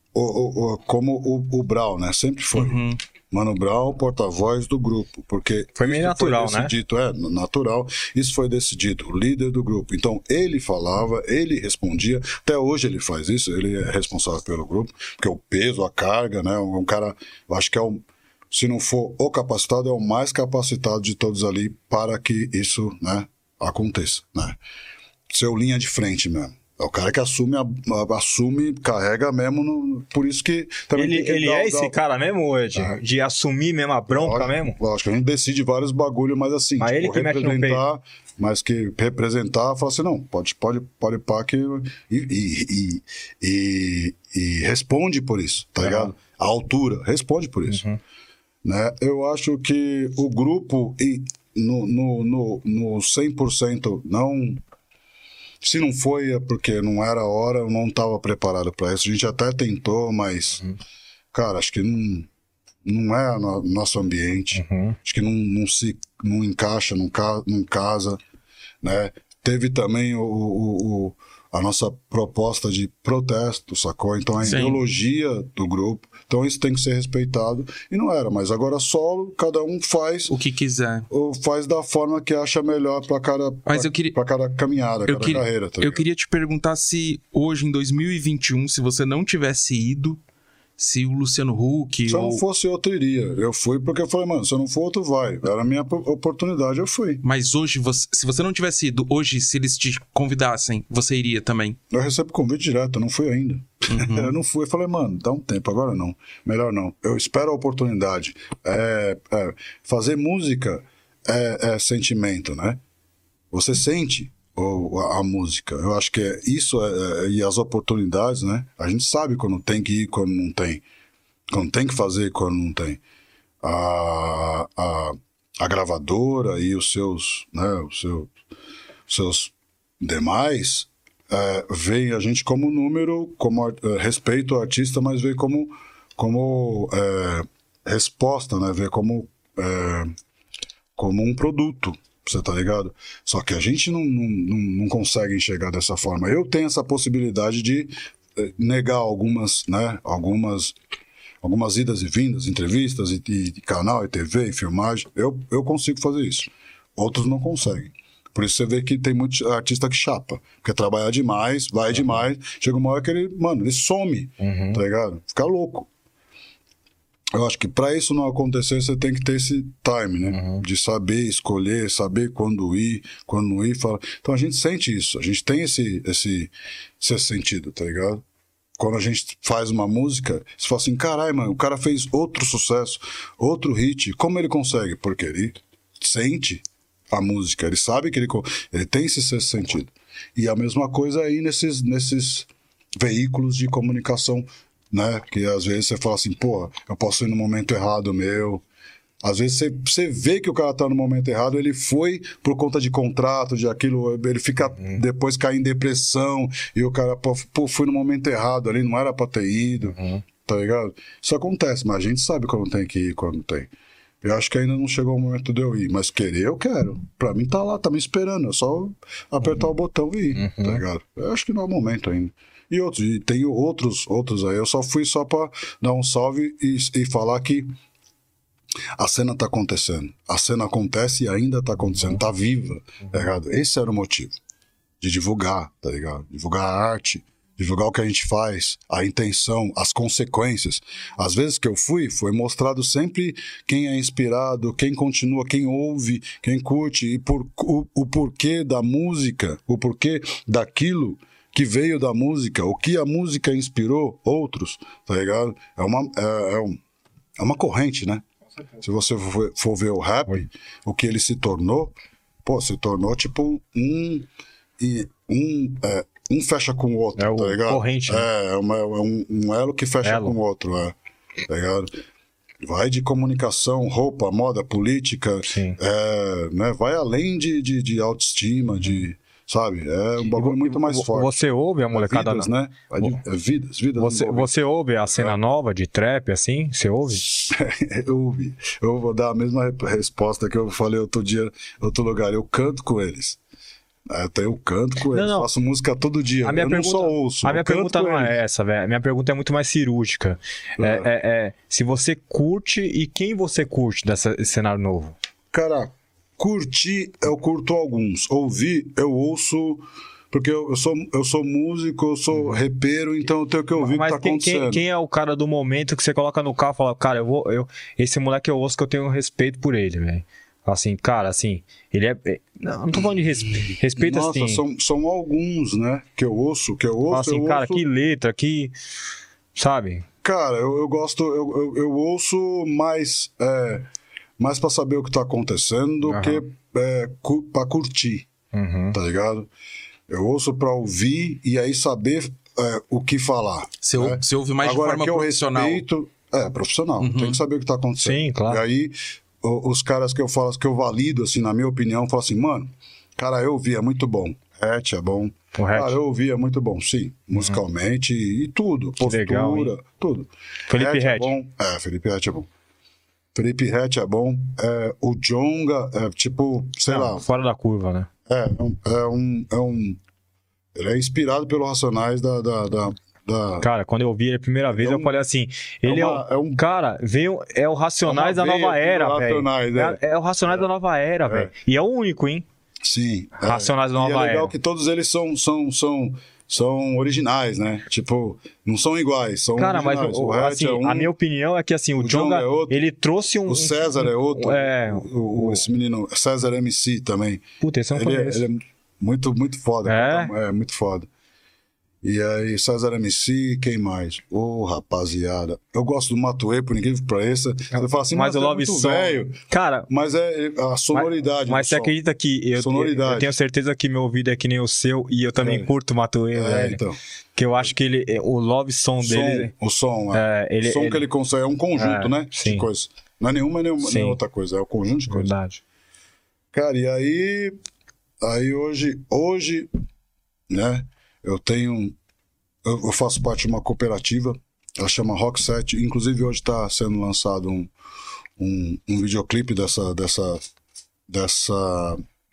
como o Brau, né? Sempre foi. Mano Brown, porta-voz do grupo, porque... Foi meio natural, foi decidido, né? Natural. Isso foi decidido, o líder do grupo. Então, ele falava, ele respondia, até hoje ele faz isso, ele é responsável pelo grupo, porque o peso, a carga, né? Um cara, eu acho que se não for o capacitado, é o mais capacitado de todos ali para que isso, né, aconteça, né? Seu linha de frente mesmo. É o cara que assume, carrega mesmo, por isso que... Também ele esse cara mesmo, Ed? De assumir mesmo a bronca mesmo? Lógico, a gente decide vários bagulhos, mas assim, mas ele que mexe no peito. Mas que representar, fala assim, não, pode pá que... E responde por isso, tá ligado? A altura, responde por isso. Né? Eu acho que o grupo, no 100%, não... Se não foi, é porque não era a hora, eu não estava preparado para isso. A gente até tentou, mas, cara, acho que não é nosso ambiente. Acho que não encaixa, não casa, né? Teve também a nossa proposta de protesto, sacou? Então, a ideologia do grupo. Então, isso tem que ser respeitado. E não era, mas agora solo, cada um faz... O que quiser. Ou faz da forma que acha melhor para cada caminhada, cada carreira. Tá eu queria te perguntar se hoje, em 2021, se você não tivesse ido, se o Luciano Huck... Se eu não fosse outro, iria. Eu fui porque eu falei, mano, se eu não for outro, vai. Era a minha oportunidade, eu fui. Mas hoje, se você não tivesse ido, hoje, se eles te convidassem, você iria também? Eu recebo convite direto, eu não fui ainda. Eu não fui, eu falei, mano, dá um tempo, agora não. Melhor não. Eu espero a oportunidade. Fazer música é sentimento, né? Você sente a música. Eu acho que isso e as oportunidades, né? A gente sabe quando tem que ir, quando não tem. Quando tem que fazer, quando não tem. A gravadora e os seus, né? Os seus demais veem a gente como número, como respeito ao artista, mas vê como resposta, né? Vê como um produto. Você tá ligado? Só que a gente não consegue enxergar dessa forma. Eu tenho essa possibilidade de negar algumas, né? Algumas idas e vindas, entrevistas e canal, e TV, e filmagem. Eu consigo fazer isso. Outros não conseguem. Por isso você vê que tem muito artista que chapa. Porque trabalha demais, vai demais. Chega uma hora que ele some, tá ligado? Fica louco. Eu acho que para isso não acontecer, você tem que ter esse time, né? De saber escolher, saber quando ir, quando não ir. Então a gente sente isso, a gente tem esse sentido, tá ligado? Quando a gente faz uma música, você fala assim, caralho, mano, o cara fez outro sucesso, outro hit. Como ele consegue? Porque ele sente a música, ele sabe que ele tem esse sexto sentido. E a mesma coisa aí nesses veículos de comunicação, né? Que às vezes você fala assim, porra, eu posso ir no momento errado meu. Às vezes você vê que o cara tá no momento errado, ele foi por conta de contrato, de aquilo, ele fica depois cai em depressão, e o cara, pô, fui no momento errado ali, não era pra ter ido, tá ligado? Isso acontece, mas a gente sabe quando tem que ir, quando tem. Eu acho que ainda não chegou o momento de eu ir, mas querer eu quero. Pra mim tá lá, tá me esperando, é só apertar o botão e ir, tá ligado? Eu acho que não é o momento ainda. E tem outros aí. Eu só fui só pra dar um salve e falar que a cena tá acontecendo. A cena acontece e ainda tá acontecendo, tá viva, tá ligado? Esse era o motivo. De divulgar, tá ligado? Divulgar a arte, divulgar o que a gente faz, a intenção, as consequências. Às vezes que eu foi mostrado sempre quem é inspirado, quem continua, quem ouve, quem curte, e o porquê da música, o porquê daquilo que veio da música, o que a música inspirou outros, tá ligado? É uma corrente, né? Se você for ver o rap, o que ele se tornou, se tornou tipo um fecha com o outro, tá ligado? Corrente, né? É um elo que fecha com o outro, tá ligado? Vai de comunicação, roupa, moda, política, né? Vai além de autoestima, sabe? É um bagulho muito mais forte. Você ouve a molecada... Vidas, né? Vidas. Você ouve a cena nova de trap, assim? Você ouve? Eu ouvi. Eu vou dar a mesma resposta que eu falei outro lugar. Eu canto com eles. Eu canto com eles. Faço música todo dia. Não só ouço. A minha pergunta não é essa, velho. A minha pergunta é muito mais cirúrgica. Se você curte e quem você curte desse cenário novo? Cara... Curtir, eu curto alguns. Ouvir, eu ouço... Porque eu sou músico, eu sou repeiro, então eu tenho que ouvir o que tá acontecendo. Quem é o cara do momento que você coloca no carro e fala, cara, esse moleque eu ouço que eu tenho respeito por ele, velho. Assim, cara, assim, ele é... Não tô falando de respeito. Nossa, assim... são alguns, né? Que eu ouço. Assim, cara, que letra, que... Sabe? Cara, eu gosto... Eu ouço mais... mais pra saber o que tá acontecendo do que pra curtir, tá ligado? Eu ouço pra ouvir e aí saber o que falar. Você ouve mais agora, de forma profissional. Respeito, profissional. Tem que saber o que tá acontecendo. Sim, claro. E aí, os caras que eu falo, que eu valido, assim, na minha opinião, falam assim, mano, cara, eu ouvi, é muito bom. Hatch é bom. Cara, eu ouvi, é muito bom, sim. Musicalmente e tudo. Postura, legal, tudo. Felipe Hatch. É bom. Felipe Hatch é bom. Felipe Hatch é bom. O Djonga é tipo, sei lá. Fora da curva, né? Ele é inspirado pelos Racionais da... Cara, quando eu vi ele a primeira vez, eu falei assim... Cara, é o Racionais da nova era, velho. É o Racionais da nova era, velho. E é o único, hein? Sim. Racionais da nova era. E é legal que todos eles são originais, né? Tipo, não são iguais, são cara, originais. Mas assim, a minha opinião é que assim, o Djonga, ele trouxe um... O César é outro. Esse menino, César MC também. Puta, esse é um conheço. Ele é muito, muito foda. É muito foda. E aí, César MC, quem mais? Rapaziada. Eu gosto do Matuê, por ninguém pra esse. Você fala assim, mas o Love Song, velho. Cara, mas é a sonoridade. Mas você acredita que eu tenho certeza que meu ouvido é que nem o seu e eu também curto o Matuê, velho. Então. Que eu acho que o Love Song dele... O som, o som que ele consegue, é um conjunto, né? Sim. De coisa. Não é nenhuma nem outra coisa, é um conjunto de coisas. Verdade. Cara, e aí hoje, né? Eu faço parte de uma cooperativa, ela chama Rock 7, inclusive hoje está sendo lançado um videoclipe dessa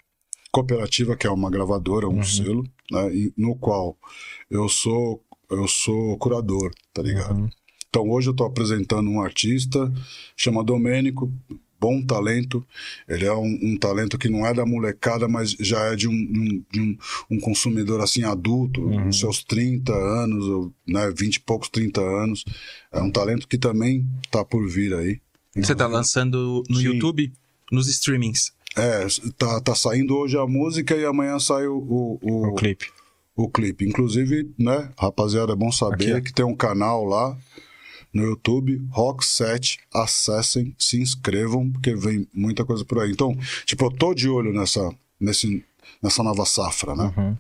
cooperativa, que é uma gravadora, um selo, né? No qual eu sou curador, tá ligado? Então hoje eu tô apresentando um artista, chama Domênico, bom talento. Ele é um talento que não é da molecada, mas já é de um consumidor assim adulto, nos seus 30 anos, ou, né, 20 e poucos, 30 anos. É um talento que também tá por vir aí. Você tá lançando no YouTube? Nos streamings? Tá saindo hoje a música e amanhã sai O clipe. O clipe. Inclusive, né, rapaziada, é bom saber que tem um canal lá no YouTube, Rock7, acessem, se inscrevam, porque vem muita coisa por aí. Então, tipo, eu tô de olho nessa nova safra, né?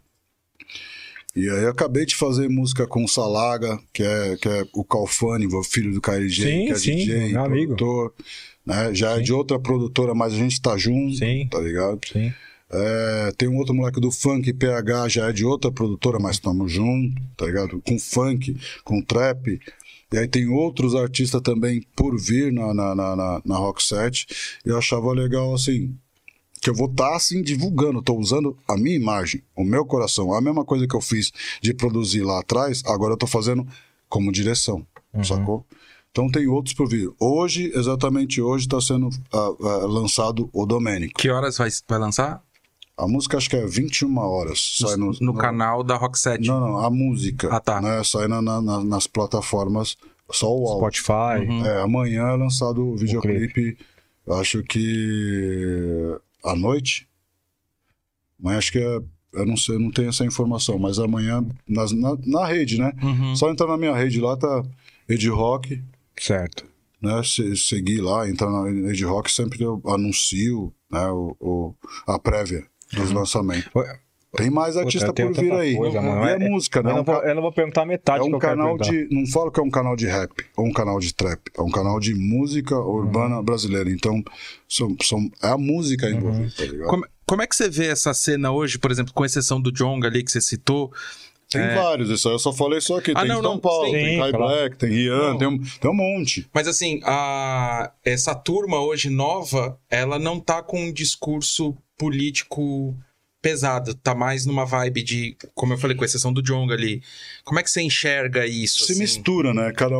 E aí eu acabei de fazer música com o Salaga, que é o Calfani, o filho do KLJ, que é DJ, produtor, né? Já é de outra produtora, mas a gente tá junto, tá ligado? Sim. Tem um outro moleque do funk, PH, já é de outra produtora, mas estamos juntos, tá ligado? Com funk, com trap. E aí tem outros artistas também por vir na Rock7. E eu achava legal, assim, que eu vou estar, assim, divulgando. Tô usando a minha imagem, o meu coração. A mesma coisa que eu fiz de produzir lá atrás, agora eu tô fazendo como direção, sacou? Então tem outros por vir. Hoje, exatamente hoje, tá sendo lançado o Domênico. Que horas vai lançar? A música acho que é 21 horas. Sai no canal da Rock7. Não, a música. Ah, tá. Né, sai nas plataformas, só o áudio. Spotify. Amanhã é lançado o videoclipe, acho que à noite. Mas acho que eu não sei, não tenho essa informação, mas amanhã na rede, né? Só entrar na minha rede lá, tá Ed Rock. Certo. Né, seguir lá, entrar na Ed Rock, sempre eu anuncio, né, a prévia dos lançamentos. Tem mais artista por vir aí. Coisa, e é música, né? Eu não vou perguntar metade. É um canal não falo que é um canal de rap ou um canal de trap, é um canal de música urbana brasileira. Então, é a música envolvida, tá ligado? Como é que você vê essa cena hoje, por exemplo, com exceção do Djonga ali que você citou? Tem vários, isso aí eu só falei só aqui. Tem São Paulo, tem Kai Black, tem Rian, tem um monte. Mas assim, essa turma hoje nova, ela não tá com um discurso político pesado, tá mais numa vibe de, como eu falei, com exceção do Djonga ali. Como é que você enxerga isso? Se assim? mistura, né? Cada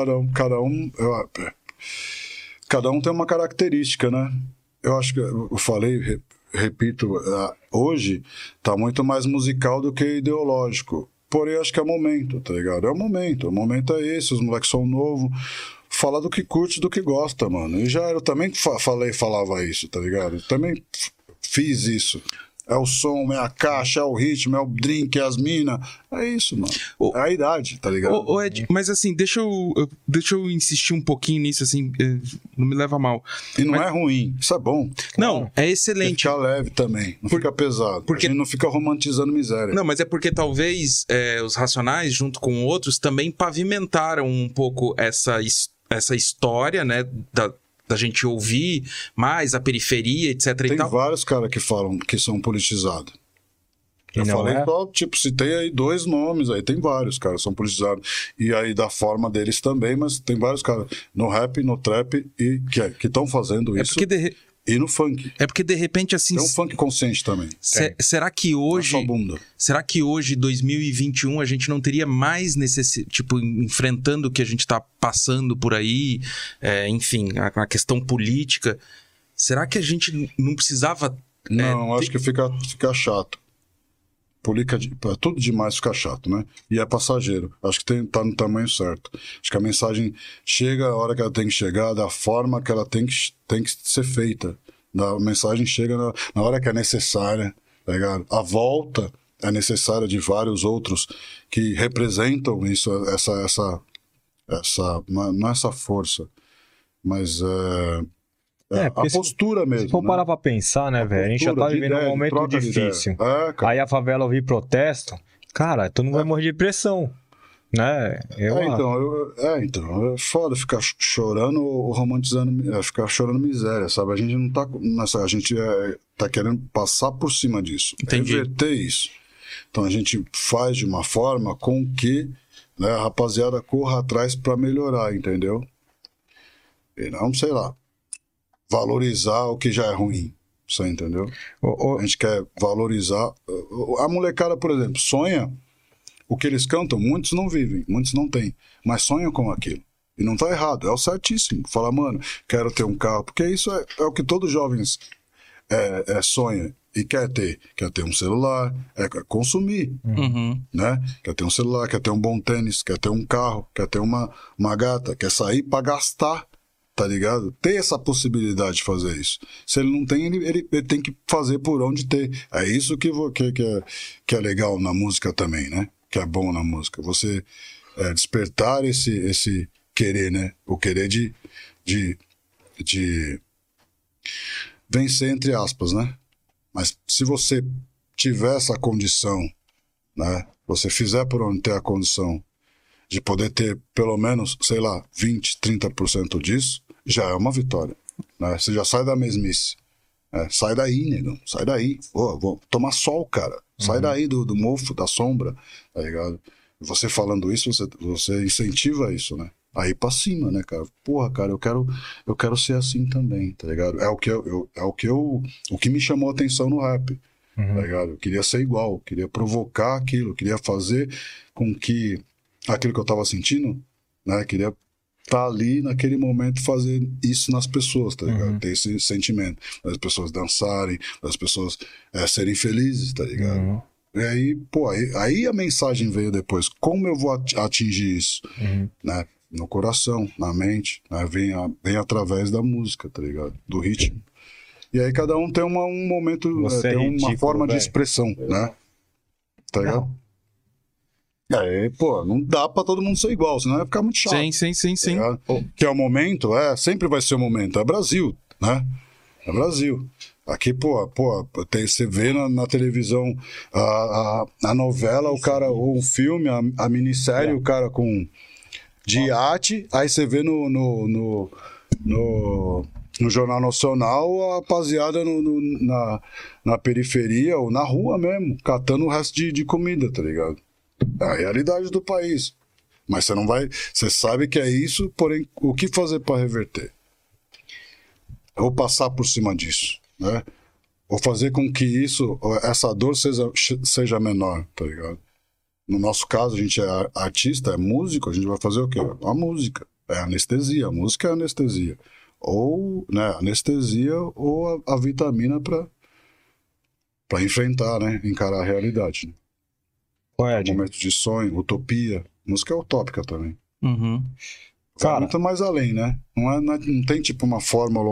um tem uma característica, né? Eu acho que eu falei, repito, hoje tá muito mais musical do que ideológico. Porém, acho que é momento, tá ligado? É o momento é esse, os moleques são novos. Fala do que curte, do que gosta, mano. E já eu também falava isso, tá ligado? Eu também fiz isso. É o som, é a caixa, é o ritmo, é o drink, é as minas. É isso, mano. É a idade, tá ligado? Ed, mas assim, deixa eu insistir um pouquinho nisso, assim, não me leva a mal. E não é ruim, isso é bom. Não, é excelente. Fica leve também, não fica pesado. Porque a gente não fica romantizando miséria. Não, mas é porque talvez os Racionais, junto com outros, também pavimentaram um pouco essa história, né, da gente ouvir mais a periferia, etc. Tem e tal. vários caras que falam que são politizados. Eu falei só, citei aí 2 nomes aí, tem vários caras que são politizados. E aí da forma deles também, mas tem vários caras no rap, no trap, e que estão fazendo isso. E no funk. É porque de repente assim... Tem um funk consciente também. Será que hoje... Não é só bunda. Será que hoje, 2021, a gente não teria mais necessidade... Tipo, enfrentando o que a gente tá passando por aí, enfim, a questão política. Será que a gente não precisava... Não, acho que fica chato. Tudo demais fica chato, né? E é passageiro. Acho que tá no tamanho certo. Acho que a mensagem chega a hora que ela tem que chegar, da forma que ela tem que ser feita. A mensagem chega na hora que é necessária, tá ligado? A volta é necessária de vários outros que representam isso, não essa força, mas a postura mesmo. Se for parar pra pensar, né, velho? A gente já tá vivendo um momento difícil. Aí a favela ouvir protesto, cara, tu não vai morrer de depressão, né? Então, é foda ficar chorando ou romantizando, ficar chorando miséria, sabe? A gente não tá a gente tá querendo passar por cima disso. Entendi. Reverter isso. Então a gente faz de uma forma com que, né, a rapaziada corra atrás pra melhorar, entendeu? E não, sei lá, valorizar o que já é ruim. Você entendeu? Ô, A gente quer valorizar. A molecada, por exemplo, sonha o que eles cantam, muitos não vivem, muitos não têm, mas sonham com aquilo. E não tá errado, é o certíssimo. Fala, mano, quero ter um carro, porque isso é o que todos os jovens sonham e quer ter. Quer ter um celular, consumir, né? Quer ter um celular, quer ter um bom tênis, quer ter um carro, quer ter uma gata, quer sair pra gastar. Tá ligado? Ter essa possibilidade de fazer isso. Se ele não tem, ele tem que fazer por onde ter. É isso que é legal na música também, né? Que é bom na música. Você despertar esse querer, né? O querer de vencer, entre aspas, né? Mas se você tiver essa condição, né? Você fizer por onde ter a condição de poder ter pelo menos, sei lá, 20, 30% disso, já é uma vitória, né? Você já sai da mesmice. Sai daí, negão. Sai daí. Pô, vou tomar sol, cara. Sai daí do mofo, da sombra, tá ligado? Você falando isso, você incentiva isso, né? Aí pra cima, né, cara? Porra, cara, eu quero ser assim também, tá ligado? O que me chamou a atenção no rap, tá ligado? Eu queria ser igual, queria provocar aquilo, queria fazer com que aquilo que eu tava sentindo, né, queria tá ali naquele momento fazer isso nas pessoas, tá ligado? Ter esse sentimento, das pessoas dançarem, das pessoas serem felizes, tá ligado? E aí, pô, aí a mensagem veio depois. Como eu vou atingir isso? Né? No coração, na mente, né? Vem através da música, tá ligado? Do ritmo. E aí cada um tem um momento, tem uma forma de expressão, né? Tá ligado? Não. Aí, pô, não dá pra todo mundo ser igual, senão vai ficar muito chato. Sim. Tá que é o momento, sempre vai ser o momento. É Brasil, né? É Brasil. Aqui, pô, você vê na televisão a novela, o cara, ou um filme, a minissérie, o cara de iate, aí você vê no Jornal Nacional a rapaziada na periferia ou na rua mesmo, catando o resto de comida, tá ligado? É a realidade do país. Mas você não vai. Você sabe que é isso, porém, o que fazer para reverter? Eu vou passar por cima disso, né? Vou fazer com que essa dor seja menor, tá ligado? No nosso caso, a gente é artista, é músico, a gente vai fazer o quê? A música. É anestesia. A música é anestesia. Ou, né, anestesia ou a vitamina para enfrentar, né? Encarar a realidade. Né? Momento de sonho, utopia. Música é utópica também. Cara, muito mais além, né? Não tem tipo uma fórmula,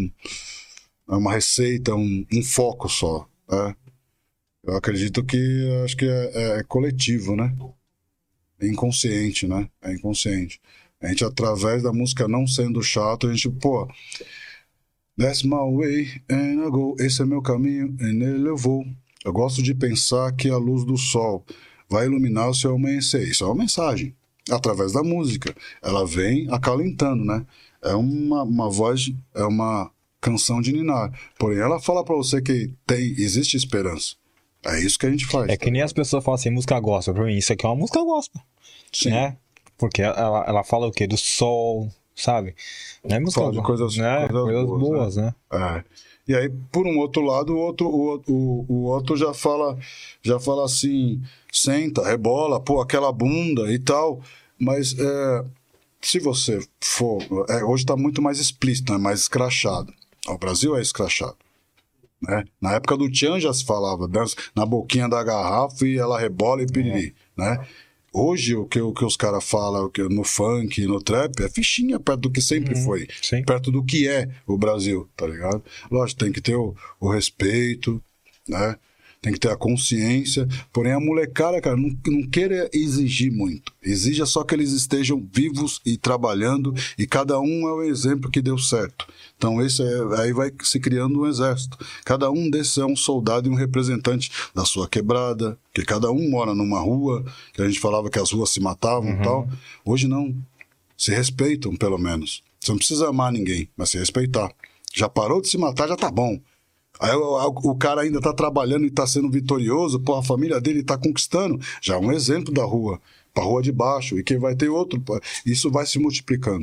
uma receita, um foco só. Né? Eu acredito acho que é coletivo, né? É inconsciente, né? É inconsciente. A gente, através da música não sendo chato, a gente, pô, that's my way and I go. Esse é meu caminho e nele eu vou. Eu gosto de pensar que a luz do sol vai iluminar o seu amanhecer. Isso é uma mensagem. Através da música. Ela vem acalentando, né? É uma voz, é uma canção de ninar. Porém, ela fala pra você que existe esperança. É isso que a gente faz. É que nem as pessoas falam assim, música gospel. Pra mim, isso aqui é uma música gospel. Sim. Né? Porque ela fala o quê? Do sol, sabe? Não é música, fala de coisas boas, né? E aí, por um outro lado, o outro já fala assim, senta, rebola, pô, aquela bunda e tal. Mas se você for... hoje tá muito mais explícito, né? Mais escrachado. O Brasil é escrachado. Né? Na época do Tchan já se falava, dança na boquinha da garrafa e ela rebola e piriri, né? Hoje o que os caras falam no funk, no trap, é fichinha perto do que sempre foi. Sim. Perto do que é o Brasil, tá ligado? Lógico, tem que ter o respeito, né? Tem que ter a consciência. Porém, a molecada, cara, não queira exigir muito. Exija só que eles estejam vivos e trabalhando, e cada um é o exemplo que deu certo. Então, aí vai se criando um exército. Cada um desses é um soldado e um representante da sua quebrada, que cada um mora numa rua, que a gente falava que as ruas se matavam e tal. Hoje não. Se respeitam, pelo menos. Você não precisa amar ninguém, mas se respeitar. Já parou de se matar, já tá bom. Aí o cara ainda tá trabalhando e tá sendo vitorioso, pô, a família dele tá conquistando. Já é um exemplo da rua, pra rua de baixo, e que vai ter outro. Isso vai se multiplicando.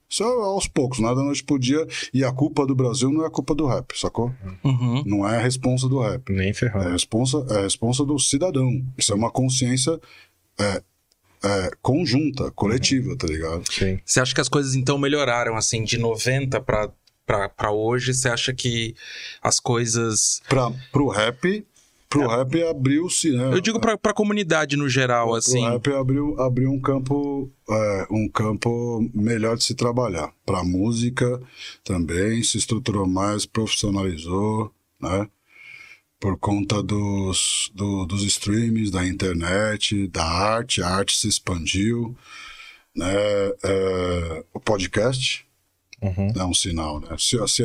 Isso é aos poucos, nada da noite pro dia. E a culpa do Brasil não é a culpa do rap, sacou? Uhum. Não é a responsa do rap. Nem É ferrando. a responsa do cidadão. Isso é uma consciência conjunta, coletiva, tá ligado? Sim. Você acha que as coisas então melhoraram, assim, de 90 pra hoje? Você acha que as coisas... Pro rap abriu-se, né? Eu digo pra comunidade no geral, assim. O rap abriu um campo melhor de se trabalhar. Pra música também se estruturou mais, profissionalizou, né? Por conta dos streams, da internet, da arte, a arte se expandiu, né? O podcast é um sinal, né?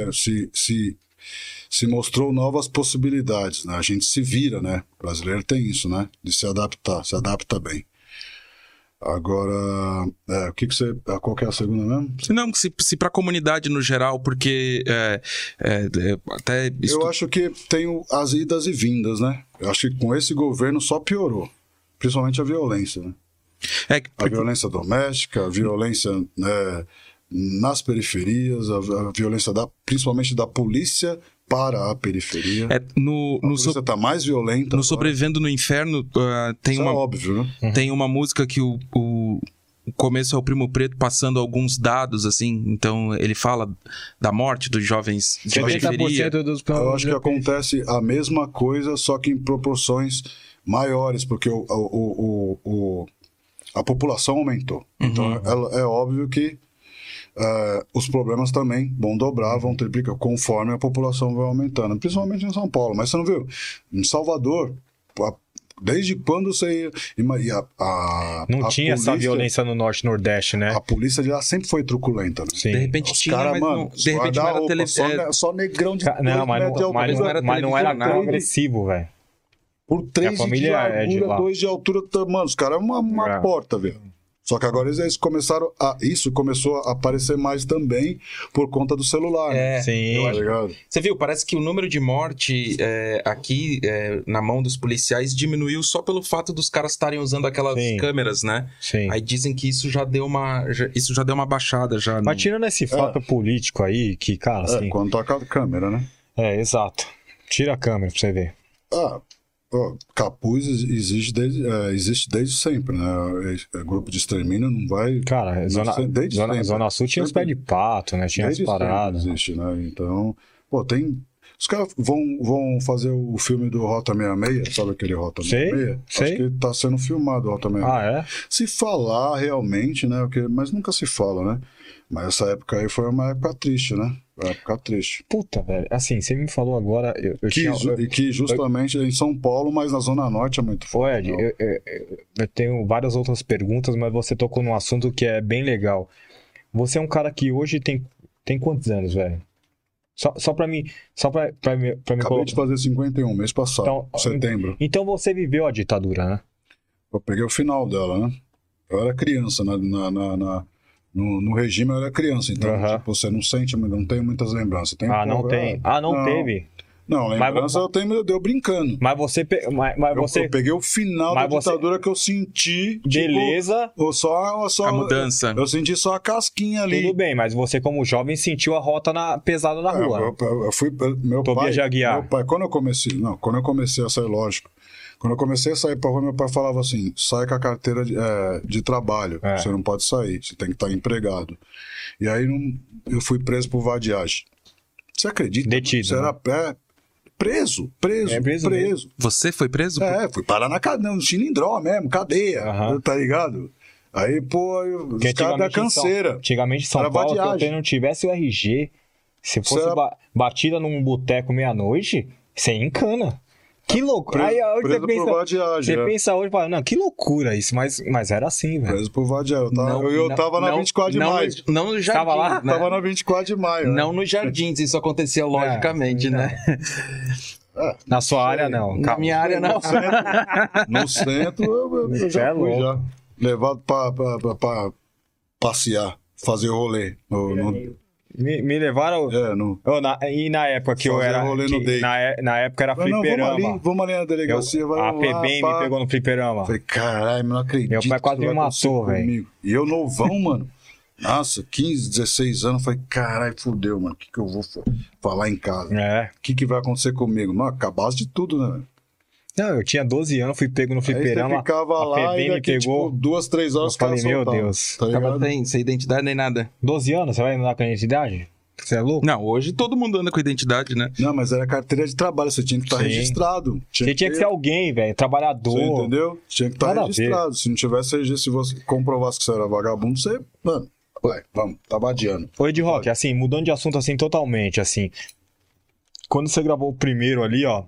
Se mostrou novas possibilidades, né? A gente se vira, né? O brasileiro tem isso, né? De se adapta bem. Agora, qual que é a segunda mesmo? Não, se pra comunidade no geral, porque até... Eu acho que tem as idas e vindas, né? Eu acho que com esse governo só piorou. Principalmente a violência, né? A violência doméstica, a violência, né, nas periferias, a violência principalmente da polícia para a periferia. A polícia tá mais violenta. No agora. Sobrevivendo no Inferno, tem Isso uma... é óbvio, né? Tem uma música que o começo é o Primo Preto passando alguns dados, assim. Então, ele fala da morte dos jovens de periferia. Eu acho que acontece a mesma coisa, só que em proporções maiores, porque a população aumentou. Então, é óbvio que os problemas também vão dobrar, vão triplicar, conforme a população vai aumentando. Principalmente em São Paulo. Mas você não viu? Em Salvador, desde quando você ia... Não tinha essa violência no Norte e Nordeste, né? A polícia de lá sempre foi truculenta, né? Sim. De repente tinha, cara, mas mano, não, de repente não era televisão. Só negrão de Não, mas não era tão agressivo, velho. Por 3 de largura, lá. 2 de altura, mano, os caras é uma porta, velho. Só que agora eles isso começou a aparecer mais também por conta do celular. Né? Sim. Tá ligado? Você viu, parece que o número de morte aqui na mão dos policiais diminuiu só pelo fato dos caras estarem usando aquelas câmeras, né? Sim. Aí dizem que isso já deu uma baixada. Mas tirando esse fato político aí, que, cara, assim... Quando toca a câmera, né? Exato. Tira a câmera pra você ver. Capuz existe desde sempre, né? Grupo de extermínio não vai... Cara, Zona Sul tinha os pés de pato, né? Tinha as paradas. Existe, né? Então, tem... Os caras vão fazer o filme do Rota 66, sabe aquele Rota 66? Sei. Acho que tá sendo filmado o Rota 66. Ah, é? Se falar realmente, né? Mas nunca se fala, né? Mas essa época aí foi uma época triste, né? Uma época triste. Puta, velho. Assim, você me falou agora... Que justamente em São Paulo, mas na Zona Norte é muito forte. Ed, eu tenho várias outras perguntas, mas você tocou num assunto que é bem legal. Você é um cara que hoje tem quantos anos, velho? Só pra mim... Acabei de fazer 51, mês passado, então, setembro. Então você viveu a ditadura, né? Eu peguei o final dela, né? Eu era criança, no regime eu era criança, então tipo, você não sente, não tem muitas lembranças. Não tem? Não teve? Não, lembrança eu tenho eu brincando. Mas você... Eu peguei o final da ditadura que eu senti... Beleza. Tipo, só a mudança. Eu senti só a casquinha ali. Tudo bem, mas você como jovem sentiu a rota pesada na rua. Eu fui... Meu pai, quando eu comecei a sair, lógico, quando eu comecei a sair pra rua, meu pai falava assim, sai com a carteira de trabalho, você não pode sair, você tem que estar empregado. E aí eu fui preso por vadiagem. Você acredita? Detido. Você era preso. Você foi preso? Fui parar no Chilindró mesmo, cadeia, tá ligado? Aí, os caras da canseira. Antigamente em São Paulo, se você não tivesse o RG, se fosse batida num boteco meia-noite, você encana. Que loucura. Aí você pensa hoje, não, que loucura isso, mas era assim, velho. Preso por vadiagem. Eu tava na 24 de maio. Não no jardim. Tava lá? Tava na 24 de maio. Não nos jardins, isso acontecia logicamente, né? Na sua área, não. Na minha área, não. No centro, eu já fui já. Levado pra passear, fazer rolê. Me levaram... E na época que eu era... Na época era fliperama. Vamos ali na delegacia. A FEBEM me pegou no fliperama. Falei, caralho, não acredito. Meu pai quase me matou, velho. E eu novão, mano. Nossa, 15, 16 anos, eu falei, caralho, fudeu, mano, o que eu vou falar em casa? É. O que vai acontecer comigo? Mano, acabasse de tudo, né, velho? Não, eu tinha 12 anos, fui pego no Aí você fliperama. ficava a lá FEBEM e me daqui, pegou. tipo, 2, 3 horas Eu os caras falei, meu soltavam, Deus. tá Acaba ligado? sem identidade nem nada. 12 anos, você vai andar com a identidade? Você é louco? Não, hoje todo mundo anda com identidade, né? Não, mas era carteira de trabalho, você tinha que estar Sim. registrado. Você tinha que ser alguém, velho, Você trabalhador. entendeu? Tinha que estar Nada a registrado. Se não tivesse registro, se você comprovasse que você era vagabundo, você, mano, ué, vamos, tava adiando. Ô, Ed Rock, assim, mudando de assunto assim totalmente, assim. Quando você gravou o primeiro ali, ó,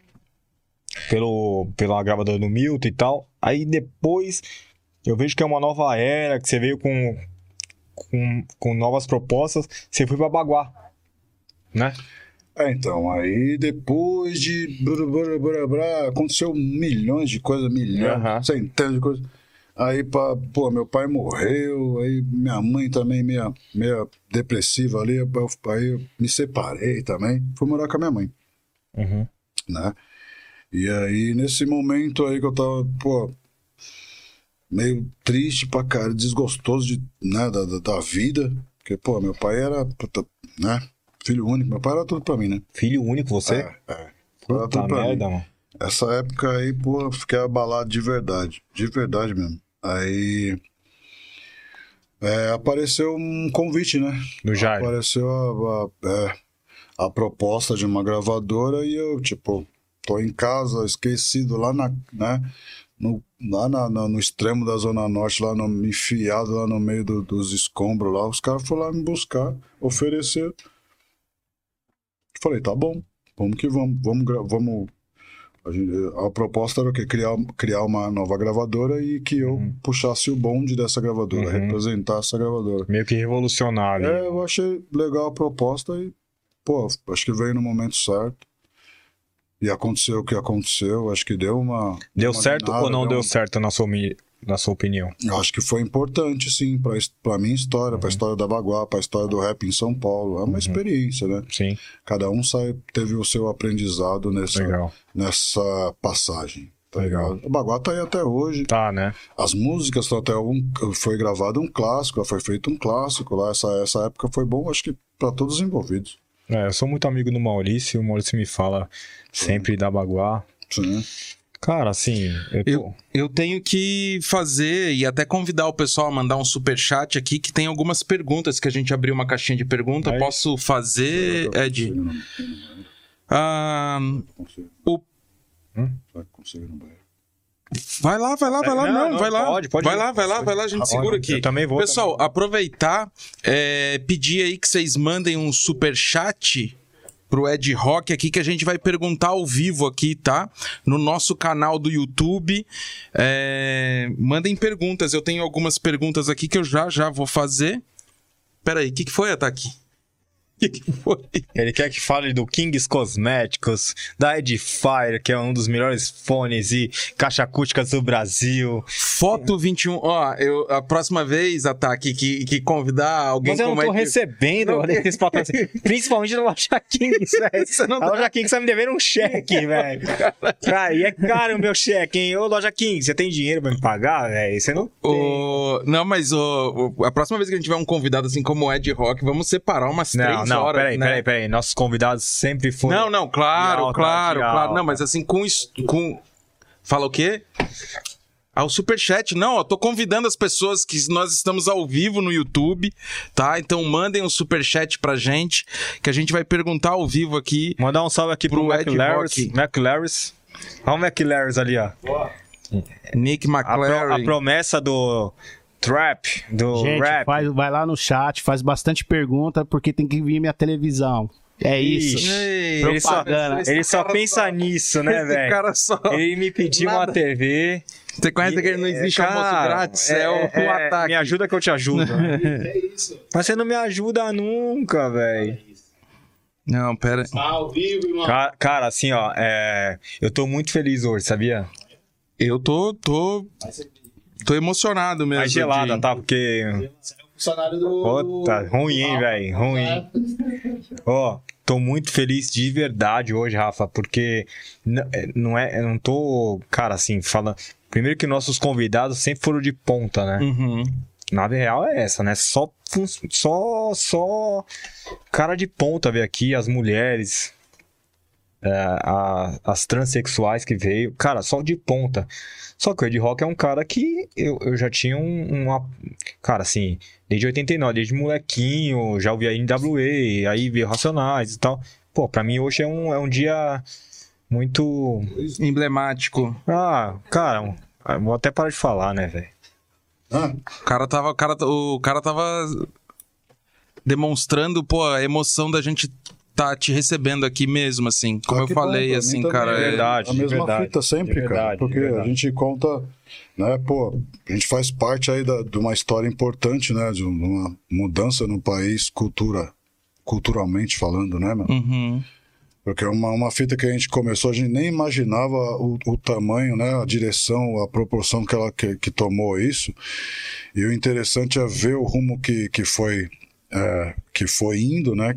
pela gravadora do Milton e tal, aí depois eu vejo que é uma nova era, que você veio com novas propostas, você foi pra Baguá, né? Então, aí depois de aconteceu milhões de coisas, Aham. centenas de coisas. Aí, pô, meu pai morreu, aí minha mãe também meia depressiva ali, aí eu me separei também, fui morar com a minha mãe, Uhum. né? E aí, nesse momento aí que eu tava, pô, meio triste pra cara, desgostoso né, da vida, porque, pô, meu pai era, né, filho único, meu pai era tudo pra mim, né? Filho único, você? Era Puta tudo pra merda, mim. mano. Essa época aí, pô, eu fiquei abalado de verdade mesmo. Aí apareceu um convite, né? Do Jair. Apareceu a proposta de uma gravadora e eu, tipo, tô em casa, esquecido lá no extremo da Zona Norte, lá enfiado lá no meio dos escombros lá. Os caras foram lá me buscar, oferecer. Falei, tá bom, vamos que vamos. A proposta era o quê? Criar uma nova gravadora e que eu puxasse o bonde dessa gravadora, representasse essa gravadora. Meio que revolucionário. Eu achei legal a proposta e, pô, acho que veio no momento certo. E aconteceu o que aconteceu, acho que deu uma... Deu uma certo guinada, ou não deu certo na sua opinião? Eu acho que foi importante, sim, pra minha história, pra história da Baguá, pra história do rap em São Paulo. É uma experiência, né? Sim, Cada um teve o seu aprendizado legal. nessa passagem. Tá Legal. ligado? A Baguá tá aí até hoje. Tá, né? As músicas foi gravado um clássico, foi feito um clássico lá. Essa época foi bom, acho que pra todos os envolvidos. Eu sou muito amigo do Maurício, o Maurício me fala sempre da Baguá. Sim. Cara, assim, Eu tenho que fazer e até convidar o pessoal a mandar um superchat aqui, que tem algumas perguntas, que a gente abriu uma caixinha de pergunta. Aí. Posso fazer, Ed? Consigo no banheiro. Vai lá. Não, Vai lá. pode Vai ir. lá, a gente segura aqui. Eu também vou. Pessoal, aproveitar, pedir aí que vocês mandem um superchat pro Ed Rock aqui, que a gente vai perguntar ao vivo aqui, tá? No nosso canal do YouTube. Mandem perguntas. Eu tenho algumas perguntas aqui que eu já vou fazer. Peraí, o que foi, Ataque? O que foi? Ele quer que fale do Kings Cosméticos, da Edifier, que é um dos melhores fones e caixa acústicas do Brasil. Foto 21. Ó, a próxima vez, Ataque, que convidar alguém Mas eu não como tô recebendo esses patrocínios. Principalmente na Loja Kings, velho. A Loja Kings tá me devendo um cheque, velho. Cara, e é caro o meu cheque, hein? Ô, Loja Kings, você tem dinheiro pra me pagar, velho? Você não tem. Não, mas a próxima vez que a gente tiver um convidado assim como o Ed Rock, vamos separar umas 3 horas. Peraí. Nossos convidados sempre foram... Não, claro. alta. Não, mas assim, com... Fala o quê? O superchat. Não, eu tô convidando as pessoas que nós estamos ao vivo no YouTube, tá? Então mandem um superchat pra gente, que a gente vai perguntar ao vivo aqui. Mandar um salve aqui pro Ed Rock. McLaris. Olha o McLaris ali, ó. Nick McLaren. A promessa do... Trap, do Gente, rap. vai lá no chat, faz bastante pergunta, porque tem que vir minha televisão. É isso. Ei, Propaganda. Ele só pensa nisso, né, Esse velho? cara só... Ele me pediu uma TV. Você conhece que ele não existe almoço grátis? O Ataque. Me ajuda que eu te ajudo. É isso. Mas você não me ajuda nunca, velho. Não, pera. Tá ao vivo, irmão. Cara, assim, ó, eu tô muito feliz hoje, sabia? Eu tô emocionado mesmo. Mais gelada, tá? Porque... Você é o funcionário do... Puta, ruim, hein, velho? Ruim. Ó, tô muito feliz de verdade hoje, Rafa, porque eu não tô, cara, assim, falando... Primeiro que nossos convidados sempre foram de ponta, né? Uhum. Na real é essa, né? Só só cara de ponta veio aqui, as mulheres, as transexuais que veio, cara, só de ponta. Só que o Ed Rock é um cara que eu já tinha uma... Cara, assim, desde 89, desde molequinho, já ouvi a NWA, aí veio Racionais e tal. Pô, pra mim hoje é um dia muito... Emblemático. Ah, cara, vou até parar de falar, né, velho? O cara tava demonstrando, pô, a emoção da gente tá te recebendo aqui mesmo, assim. Como eu que falei, bom, pra assim, mim cara. também é verdade. A mesma verdade, fita sempre, de verdade, cara. Porque de verdade. a gente conta, né, pô, a gente faz parte aí de uma história importante, né, de uma mudança no país, culturalmente falando, né, mano? Uhum. Porque uma fita que a gente começou, a gente nem imaginava o tamanho, né, a direção, a proporção que tomou isso. E o interessante é ver o rumo que foi indo, né,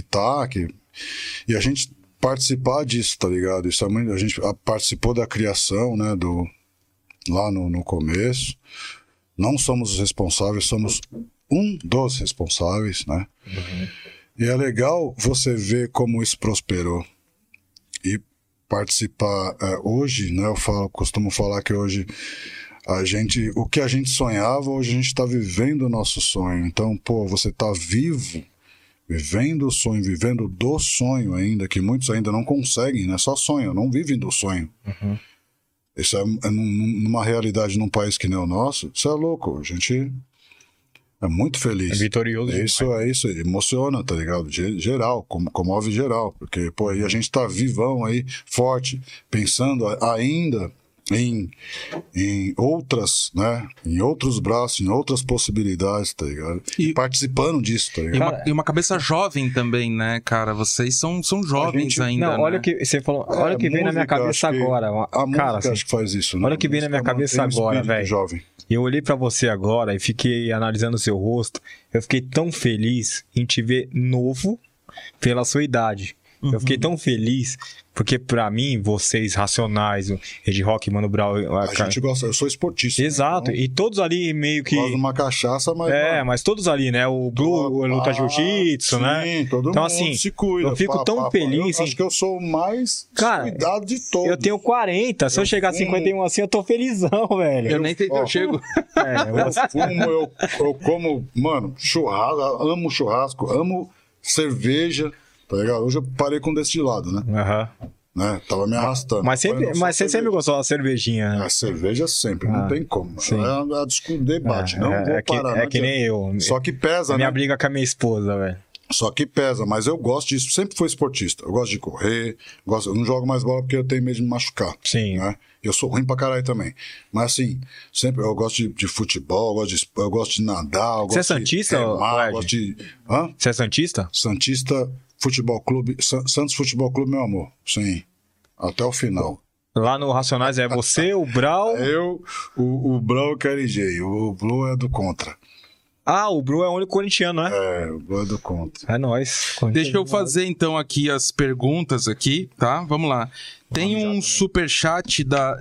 e a gente participar disso, tá ligado? Isso a gente participou da criação, né, lá no começo. Não somos os responsáveis, somos um dos responsáveis, né? Uhum. E é legal você ver como isso prosperou e participar. Hoje, né, costumo falar que hoje o que a gente sonhava, hoje a gente está vivendo o nosso sonho. Então, pô, você tá vivo, vivendo o sonho, vivendo do sonho ainda, que muitos ainda não conseguem, né? Só sonham, não vivem do sonho. Uhum. Isso é numa realidade num país que nem o nosso, isso é louco. A gente é muito feliz. É vitorioso. Isso emociona, tá ligado? Geral, comove geral. Porque, pô, aí a gente tá vivão aí, forte, pensando ainda em outras, né? Em outros braços, em outras possibilidades, tá ligado? E participando disso, tá ligado? E uma cabeça jovem também, né, cara? Vocês são jovens ainda, Não, olha né? o que você falou, olha o que vem na minha cabeça agora. A música Cara, assim, acho que faz isso, né? olha o que vem na minha cabeça agora, velho. Jovem. Eu olhei pra você agora e fiquei analisando o seu rosto. Eu fiquei tão feliz em te ver novo pela sua idade. Eu fiquei tão feliz porque pra mim, vocês, Racionais, o Ed Rock, Mano Brown... A gente gosta, eu sou esportista. Exato, né? Então, e todos ali meio que... gosto de uma cachaça, mas... mas todos ali, né? O Blue, luta jiu-jitsu, né? Sim, todo então, mundo assim, se cuida. eu fico tão feliz. Eu acho que eu sou o mais Cara, descuidado de todos. Eu tenho 40, se eu chegar a 51 assim, eu tô felizão, velho. Eu nem sei se eu chego. Eu fumo, eu como, mano, churrasco, amo cerveja, tá ligado? Hoje eu parei com destilado, né? Aham. Né? Tava me arrastando. Mas você sempre gostou da cervejinha, né? A cerveja sempre, não tem como. sim. É debate, não vou parar. É que nem eu. Só que pesa, A minha né? briga com a minha esposa, velho. Só que pesa, mas eu gosto disso. Sempre fui esportista. Eu gosto de correr, eu não jogo mais bola porque eu tenho medo de me machucar. Sim. Né? Eu sou ruim pra caralho também. Mas assim, sempre eu gosto de futebol, eu gosto de nadar. Você é santista, eu gosto de... Hã? Você é santista? Santista Futebol Clube, Santos Futebol Clube, meu amor. Sim. Até o final. Lá no Racionais é você, o Brau... O Brau e o KLJ. O Blue é do contra. Ah, o Bru é o único corintiano, né? O Blue é do contra. É nóis. Deixa eu fazer então aqui as perguntas aqui, tá? Vamos lá. Tem um superchat da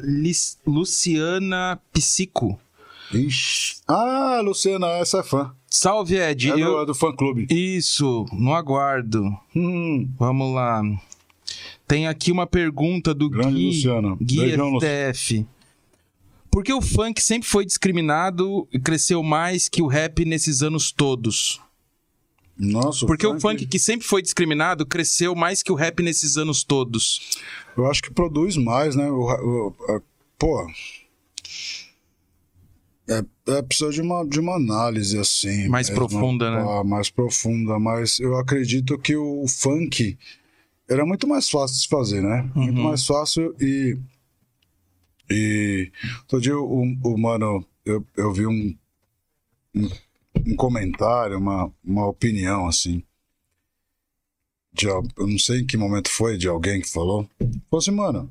Luciana Psico. Ixi. Luciana, essa é fã. Salve, Ed. É do fã-clube. Isso, no aguardo. Vamos lá. Tem aqui uma pergunta do Grande Luciana. Gui Beijão, STF. Por que o funk sempre foi discriminado e cresceu mais que o rap nesses anos todos? Nossa, Porque o funk que sempre foi discriminado cresceu mais que o rap nesses anos todos. Eu acho que produz mais, né? Pô... precisa de uma análise assim. Mais profunda, né? Mais profunda, mas eu acredito que o funk era muito mais fácil de se fazer, né? Muito mais fácil e todo dia o mano, eu vi um comentário, uma opinião assim, eu não sei em que momento foi, de alguém que falou assim, mano,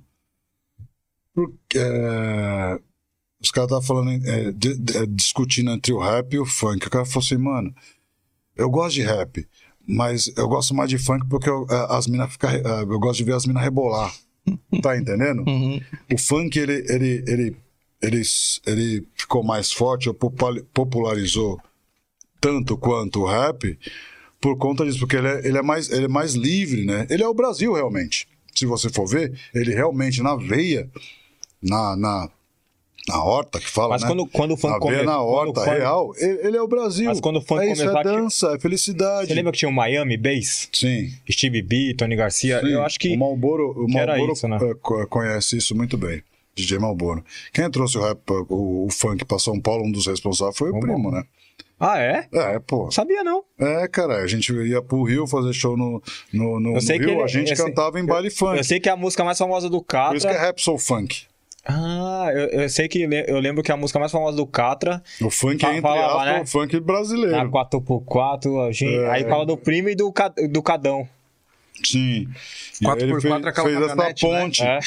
os caras estavam falando, discutindo entre o rap e o funk. O cara falou assim, mano, eu gosto de rap, mas eu gosto mais de funk porque as minas eu gosto de ver as minas rebolar. Tá entendendo? O funk, ele ficou mais forte, ou popularizou tanto quanto o rap por conta disso, porque ele é mais livre, né? Ele é o Brasil, realmente. Se você for ver, ele realmente na veia, na horta que fala, Mas né? quando o funk veia na horta real, ele é o Brasil. Mas quando o funk isso, começar, é dança, é felicidade. Você lembra que tinha o Miami Bass? Sim. Steve B, Tony Garcia? Sim. Eu acho que O Marlboro era isso, né? conhece isso muito bem. DJ Marlboro. Quem trouxe o rap, o funk pra São Paulo, um dos responsáveis foi o Primo, né? Ah, é? É, pô. Sabia não. É, cara, a gente ia pro Rio fazer show no sei que Rio, a gente cantava em baile funk. Eu sei que a música mais famosa do Por isso que é Catra... rap soul funk. Ah, eu sei que eu lembro que a música mais famosa do Catra... O funk é, entre falava, aspas, né? o funk brasileiro. A 4x4, aí fala do Primo e do Cadão. Sim. E aí 4x4 aquela fez essa caminhonete, né? ponte. É.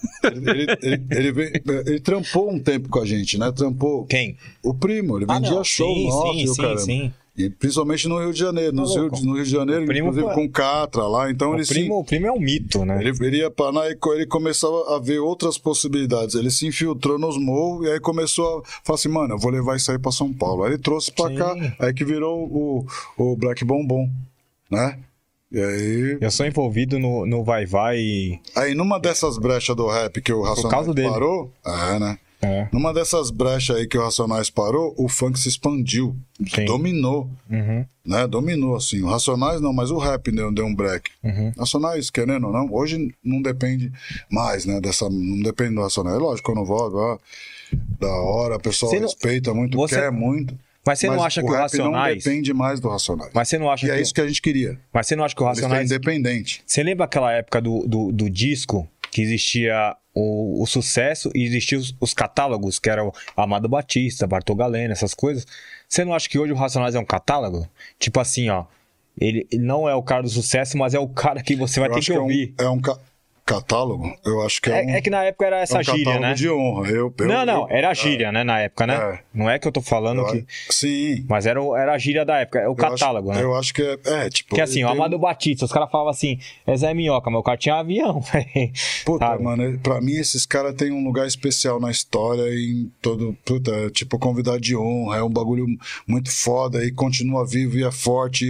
Ele trampou um tempo com a gente, né? Trampou. Quem? O Primo, ele vendia não, show sim, nosso, sim, e o sim, caramba. sim. E principalmente no Rio de Janeiro. No Rio de Janeiro, Primo inclusive foi- com o Catra lá. Então ele O Primo é um mito, né? Ele ia pra lá e ele começava a ver outras possibilidades. Ele se infiltrou nos morros e aí começou a falar assim, mano, eu vou levar isso aí pra São Paulo. Aí ele trouxe pra Sim. cá, aí que virou o Black Bombom, né? E aí... Eu sou envolvido no Vai Vai. Aí numa dessas brechas do rap que o causa Racionais dele. parou... né? É. Numa dessas brechas aí que o Racionais parou, o funk se expandiu. Sim. Dominou. Uhum. Né? Dominou, assim. O Racionais não, mas o rap deu um break. Uhum. Racionais, querendo ou não, hoje não depende mais, né? Não depende do Racionais. É lógico, quando volta, da hora, o pessoal Você não- respeita muito, quer muito. Mas você não acha que o rap Racionais... não depende mais do Racionais. Mas você não acha E que... é isso que a gente queria. Mas você não acha que o Eles Racionais... têm independente. Você lembra aquela época do disco que existia o sucesso e existiam os catálogos, que era o Amado Batista, Bartol Galeno, essas coisas? Você não acha que hoje o Racionais é um catálogo? Tipo assim, ó, ele não é o cara do sucesso, mas é o cara que você vai Eu ter acho que ouvir. É um catálogo, eu acho que É que na época era essa um gíria, catálogo né? de honra. Era a gíria, né, na época, né? É. Não é que eu tô falando que... Sim. Mas era a gíria da época, é o catálogo, né? Eu acho que tipo... Porque assim, o Amado Batista, os caras falavam assim, é Zé Minhoca, mas o cara tinha avião. Puta, sabe? mano, pra mim esses caras têm um lugar especial na história e em todo... Puta, é tipo convidado de honra, é um bagulho muito foda e continua vivo e é forte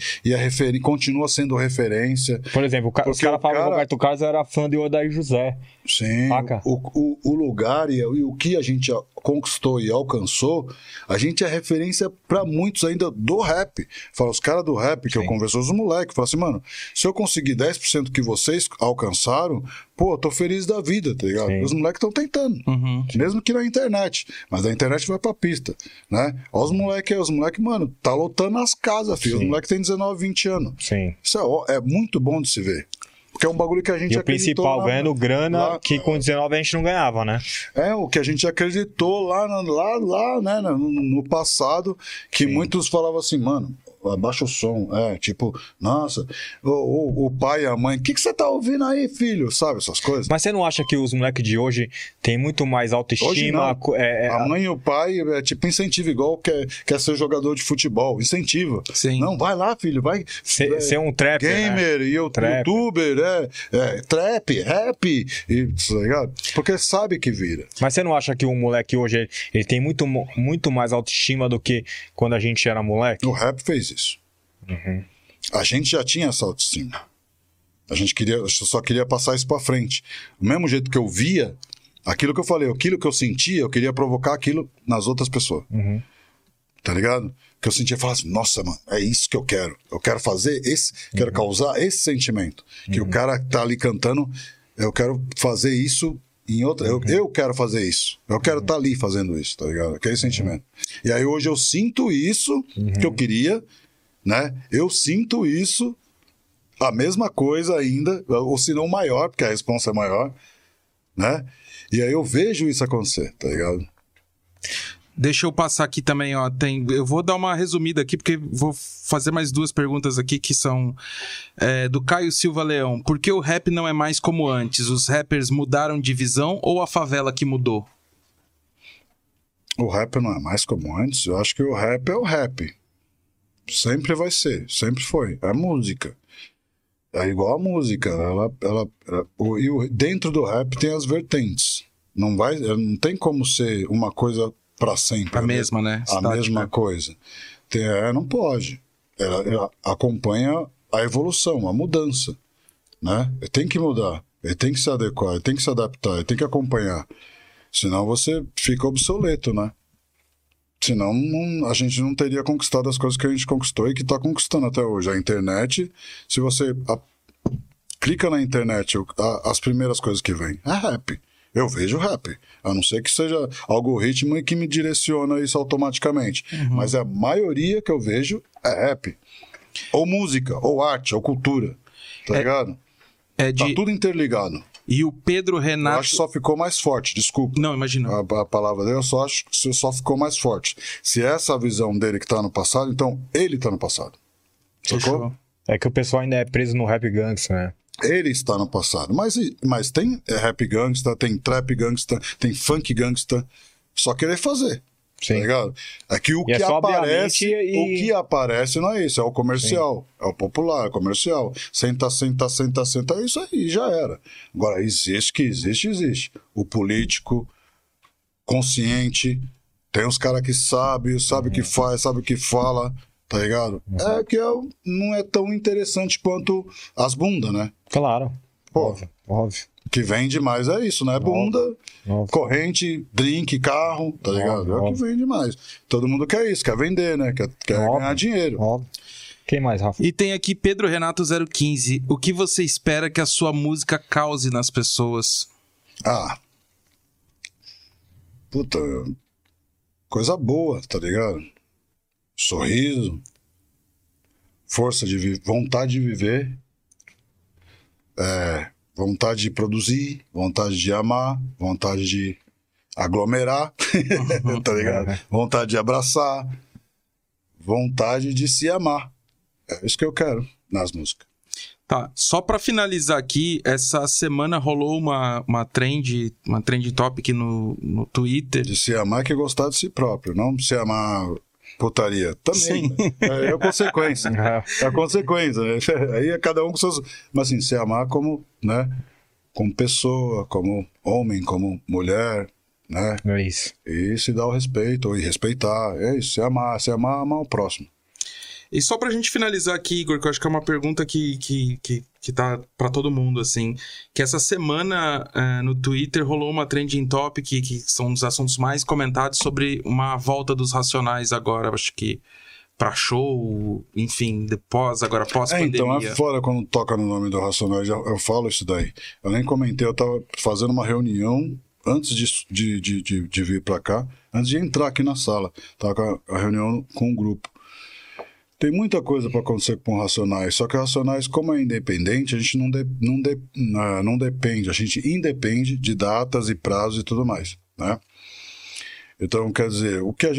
e continua sendo referência. Por exemplo, os caras falavam que o Roberto Carlos era fã de Odair José. Sim, Saca? o lugar e o que a gente conquistou e alcançou, a gente é referência pra muitos ainda do rap. Fala, os caras do rap que eu converso, os moleques, falam assim, mano, se eu conseguir 10% que vocês alcançaram, pô, eu tô feliz da vida, tá ligado? Sim. Os moleques estão tentando, mesmo que na internet, mas a internet vai pra pista, né? Olha os moleques, mano, tá lotando as casas, filho. Os Sim. moleques têm 19, 20 anos. Sim. Isso é muito bom de se ver. Porque é um bagulho que a gente E o acreditou principal, lá, ganhando grana, lá- que com 19 a gente não ganhava, né? É, o que a gente acreditou lá, né, no passado, que muitos falavam assim, mano, abaixa o som. Tipo, nossa, o pai e a mãe, o que você tá ouvindo aí, filho? Sabe, essas coisas? Mas você não acha que os moleques de hoje têm muito mais Hoje autoestima? não. A mãe e o pai é tipo incentivo, igual quer ser jogador de futebol. Incentiva. Sim. Não, vai lá, filho, vai. Ser um trapper, né? Gamer, e Trapper. youtuber, trap, rap, tá ligado? Porque sabe que vira. Mas você não acha que o moleque hoje, ele tem muito mais autoestima do que quando a gente era moleque? O rap fez isso. A gente já tinha essa autoestima. Eu só queria passar isso pra frente. Do mesmo jeito que eu via, aquilo que eu falei, aquilo que eu sentia, eu queria provocar aquilo nas outras pessoas. Tá ligado? Que eu sentia e falava assim, nossa, mano, é isso que eu quero. Eu quero fazer quero causar esse sentimento. Que o cara que tá ali cantando, eu quero fazer isso em outra. Eu quero fazer isso. Eu quero estar ali fazendo isso, tá ligado? Aquele sentimento. E aí hoje eu sinto isso que eu queria, né? Eu sinto isso, a mesma coisa ainda, ou se não maior, porque a responsa é maior, né? E aí eu vejo isso acontecer, tá ligado? Deixa eu passar aqui também, ó. Eu vou dar uma resumida aqui, porque vou fazer mais duas perguntas aqui que são do Caio Silva Leão. Por que o rap não é mais como antes? Os rappers mudaram de visão ou a favela que mudou? O rap não é mais como antes. Eu acho que o rap é o rap. Sempre vai ser, sempre foi. É a música. É igual a música. Dentro do rap tem as vertentes. Não tem como ser uma coisa pra sempre. A mesma, né? A Estática. mesma coisa. Não pode. Ela acompanha a evolução, a mudança, né? Ele tem que mudar, ele tem que se adequar, ele tem que se adaptar, ele tem que acompanhar. Senão você fica obsoleto, né? Senão a gente não teria conquistado as coisas que a gente conquistou e que está conquistando até hoje. A internet, se você clica na internet, as primeiras coisas que vem é rap. Eu vejo rap. A não ser que seja algoritmo e que me direciona isso automaticamente. Mas a maioria que eu vejo é rap. Ou música, ou arte, ou cultura. Tá ligado? Tá tudo interligado. E o Pedro Eu Renato... acho que só ficou mais forte, desculpa. Não, imagina. A palavra dele, eu só acho que só ficou mais forte. Se é essa a visão dele que tá no passado, então ele tá no passado. Sacou? Fechou. É que o pessoal ainda é preso no rap gangsta, né? Ele está no passado. Mas tem rap gangsta, tem trap gangsta, tem funk gangsta. Só querer fazer. Tá Sim. ligado? É que o E é que só aparece, obviamente o que aparece não é isso, é o comercial, é o popular, é o comercial. Senta, é isso aí, já era. Agora, existe. O político consciente, tem os caras que sabe o que faz, sabe o que fala, tá ligado? É que não é tão interessante quanto as bundas, né? Claro. Pô, Óbvio. que vende mais é isso, né? Bunda, Óbvio. corrente, drink, carro, tá ligado? É o que vende mais. Todo mundo quer isso, quer vender, né? Quer Óbvio. ganhar dinheiro. Óbvio. Quem mais, Rafa? E tem aqui Pedro Renato 015. O que você espera que a sua música cause nas pessoas? Puta, coisa boa, tá ligado? Sorriso, força de viver, vontade de viver, vontade de produzir, vontade de amar, vontade de aglomerar, tá ligado? Vontade de abraçar, vontade de se amar. É isso que eu quero nas músicas. Tá, só pra finalizar aqui, essa semana rolou uma trend topic no Twitter. De se amar que gostar de si próprio, não se amar putaria. Também. É consequência. É a consequência. Aí é cada um com seus... Mas assim, se amar como, né? Como pessoa, como homem, como mulher, né? É isso. E se dar o respeito, e respeitar. É isso, se amar, amar o próximo. E só pra gente finalizar aqui, Igor, que eu acho que é uma pergunta que tá pra todo mundo, assim, que essa semana no Twitter rolou uma trending topic, que são um dos assuntos mais comentados, sobre uma volta dos Racionais agora, acho que pra show, enfim, pós-pandemia. Então é foda quando toca no nome do Racionais, eu falo isso daí. Eu nem comentei, eu tava fazendo uma reunião antes de vir pra cá, antes de entrar aqui na sala. Tava com a reunião com o grupo. Tem muita coisa para acontecer com Racionais, só que Racionais, como é independente, a gente não depende, a gente independe de datas e prazos e tudo mais, né? Então, quer dizer, o que a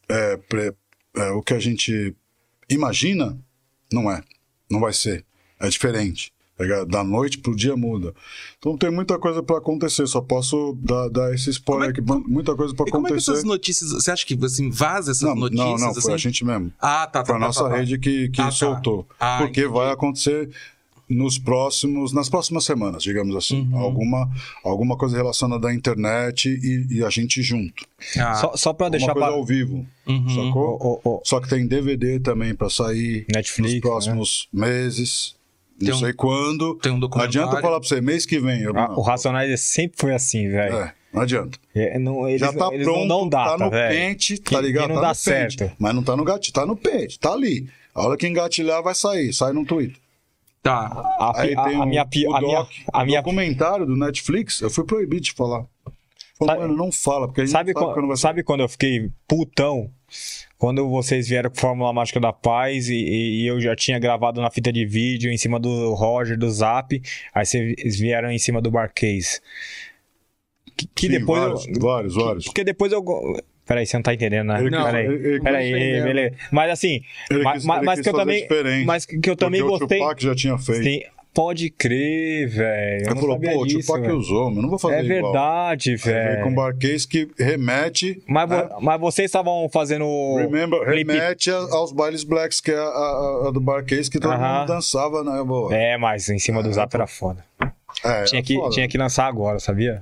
gente imagina, não vai ser, é diferente. Da noite pro dia muda. Então tem muita coisa pra acontecer. Só posso dar esse spoiler aqui. Muita coisa pra E como é que acontecer. essas notícias... Você acha que assim, vaza essas notícias? Não, foi assim? a gente mesmo. Tá. Foi a nossa rede que soltou. Porque entendi. vai acontecer nas próximas semanas, digamos assim. Alguma coisa relacionada à internet e a gente junto. Só pra deixar... Uma coisa ao vivo, sacou? Só que tem DVD também pra sair Netflix, nos próximos meses. Não sei quando. Tem um Não documentário. adianta falar pra você, mês que vem. O Racionais sempre foi assim, velho. Não adianta. Eles Já tá eles pronto, não dão data, tá no velho. pente, tá ligado? E não tá dá no pente, certo. mas não tá no gatilho, tá no pente, tá ali. A hora que engatilhar vai sai no Twitter. Tá. Aí tem A minha documentário do Netflix, eu fui proibido de falar. Falei, mano, não fala, porque a gente sabe quando eu fiquei putão? Quando vocês vieram com Fórmula Mágica da Paz e eu já tinha gravado na fita de vídeo em cima do Roger, do Zap, aí vocês vieram em cima do Barcase. Que Sim, depois vários. Porque depois eu... Peraí, você não tá entendendo, né? Peraí, beleza. Mas assim, mas que eu também... Mas que eu também gostei... O Tupac já tinha feito. Sim, pode crer, velho. Ele falou, pô, o Tupac usou, mas não vou fazer igual. É verdade, velho. Com Barcase que remete... Mas vocês estavam fazendo... Remete aos bailes blacks, que é a do Barcase, que todo mundo dançava, né, boa? Mas em cima do Zap era foda. Foda. Tinha que lançar agora, sabia?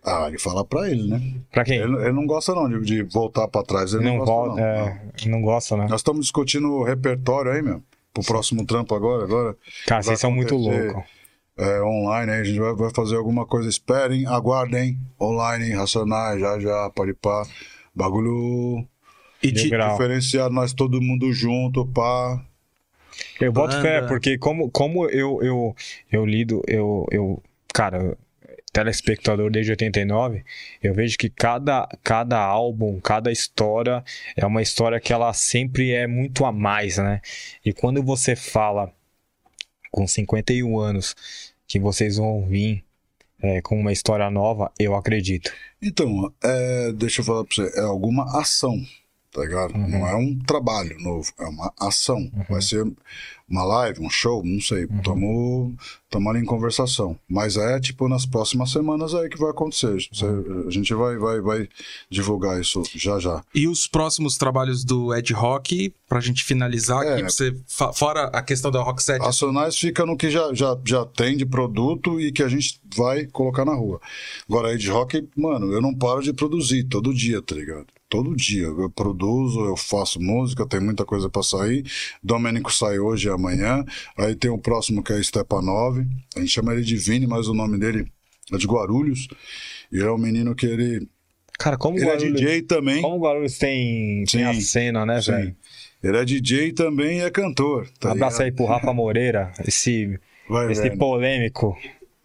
Ah, ele fala pra ele, né? Pra quem? Ele não gosta não de voltar pra trás. Ele não gosta volta, não. não gosta, né? Nós estamos discutindo o repertório aí, meu. Pro próximo trampo agora. Cara, vai vocês são muito acontecer, loucos. online aí, a gente vai fazer alguma coisa. Esperem, aguardem. Online, Racionais, já, pode pá. Bagulho E Mil de, grau. diferenciado, nós todo mundo junto, pá. Eu boto fé, Banda. porque como eu lido, cara, telespectador desde 89, eu vejo que cada álbum, cada história é uma história que ela sempre é muito a mais, né? E quando você fala com 51 anos que vocês vão vir com uma história nova, eu acredito. Então, deixa eu falar pra você, é alguma ação, tá ligado? Não é um trabalho novo, é uma ação. Vai ser uma live, um show, não sei. Tamo ali em conversação. Mas tipo nas próximas semanas aí que vai acontecer. A gente vai divulgar isso já. e os próximos trabalhos do Ed Rock, pra gente finalizar aqui, pra você, fora a questão da Rock Set. Racionais fica no que já tem de produto e que a gente vai colocar na rua. Agora, Ed Rock, mano, eu não paro de produzir todo dia, tá ligado? Todo dia. Eu produzo, eu faço música, tem muita coisa pra sair. Domênico sai hoje e amanhã. Aí tem o próximo que é Stepanov. A gente chama ele de Vini, mas o nome dele é de Guarulhos. E é um menino que ele Cara, como é DJ também. como o Guarulhos tem a Sim, cena, né, sim. velho? Ele é DJ também e é cantor. Um Tá abraço ligado? aí pro Rafa Moreira, esse Vai, polêmico.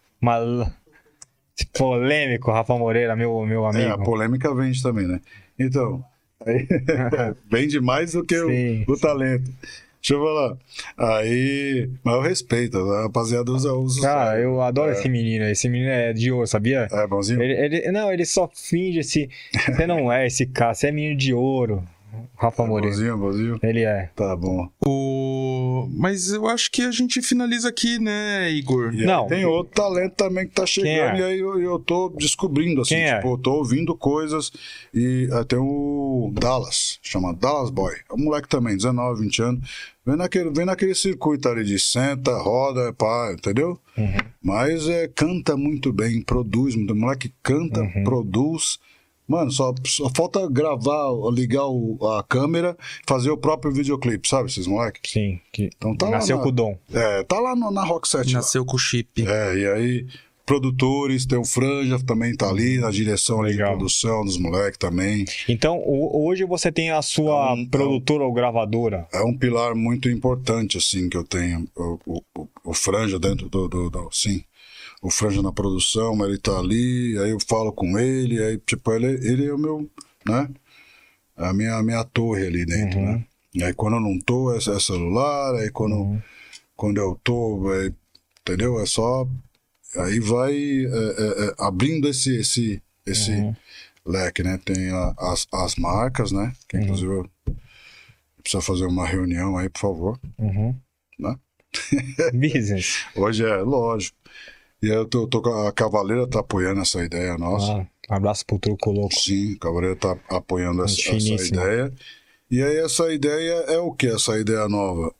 Esse polêmico Rafa Moreira, meu a amigo. polêmica vende também, né? Então, aí, vende mais do que Sim. o talento. Deixa eu falar. Aí, mas eu respeito, a rapaziada usa Cara, eu adoro esse menino. Esse menino é de ouro, sabia? É bonzinho? Ele só finge esse. Você não é esse cara, você é menino de ouro. Rafa Moreira. Bonzinho. Ele é. Tá bom. Mas eu acho que a gente finaliza aqui, né, Igor? E aí Não. tem outro talento também que tá chegando Quem é? e aí eu tô descobrindo, assim, Quem é? tipo, eu tô ouvindo coisas e tem o Dallas, chama Dallas Boy. É um moleque também, 19, 20 anos. Vem naquele circuito ali de senta, roda, pá, entendeu? Mas canta muito bem, produz muito. O moleque canta, produz. Mano, só falta gravar, ligar a câmera, fazer o próprio videoclipe, sabe? Esses moleques. Sim. Então tá Nasceu lá com o dom. tá lá na Rock 7. Nasceu com o chip. E aí, produtores, tem o Franja também tá ali, na direção ali de Legal. produção dos moleques também. Então, hoje você tem a sua produtora ou gravadora. É um pilar muito importante, assim, que eu tenho. O Franja dentro sim. O Franja na produção, mas ele tá ali, aí eu falo com ele, aí, tipo, ele é o meu, né? A minha torre ali dentro, né? E aí quando eu não tô, é celular, aí quando eu tô, entendeu? É só... Aí vai abrindo esse leque, né? Tem as marcas, né? Que inclusive precisa fazer uma reunião aí, por favor. Né? Business. Hoje lógico. E aí eu tô com a Cavaleira tá apoiando essa ideia nossa. Um abraço pro Truco Louco. Sim, a Cavaleira tá apoiando essa Finíssimo. ideia. E aí essa ideia é o que? Essa ideia nova?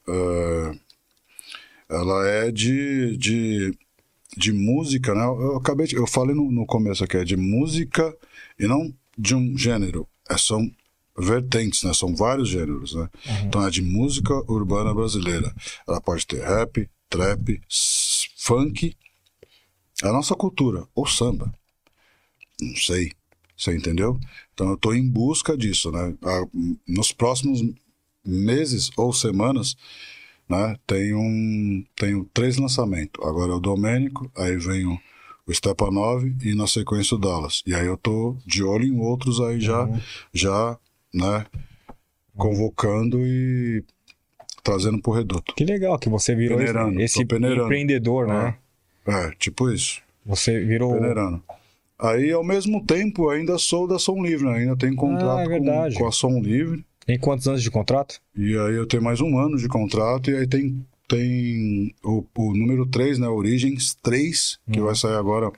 Ela é de música, né? Eu falei no começo aqui, é de música e não de um gênero. São vertentes, né? São vários gêneros, né? Então é de música urbana brasileira. Ela pode ter rap, trap, funk, a nossa cultura, ou samba. Não sei. Você entendeu? Então eu tô em busca disso, né? Nos próximos meses ou semanas, né? Tenho 3 lançamentos. Agora é o Domênico, aí vem o Stepanov e na sequência o Dallas. E aí eu tô de olho em outros aí já, né? Convocando e trazendo pro reduto. Que legal que você virou Peneirando, esse tô peneirando. empreendedor, né? Tipo isso. Você virou... Peneirando. Aí, ao mesmo tempo, ainda sou da Som Livre, né? Ainda tenho contrato verdade. com a Som Livre. Tem quantos anos de contrato? E aí eu tenho mais 1 ano de contrato. E aí tem o número 3, né? Origens 3, que vai sair agora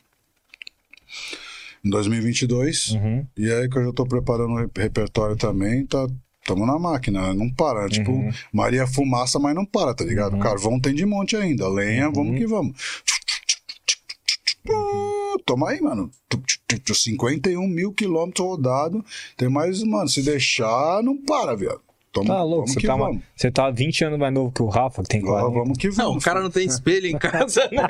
em 2022. E aí que eu já tô preparando o repertório também. Tamo na máquina, né? Não para. Tipo, Maria Fumaça, mas não para, tá ligado? Carvão tem de monte ainda. Lenha, vamos que vamos. Toma aí, mano. 51 mil quilômetros rodados. Tem mais, mano, se deixar, não para, viado. Tá louco, você tá 20 anos mais novo que o Rafa, que tem 40. Vamos que vamos. Não, o cara não tem espelho em casa, né?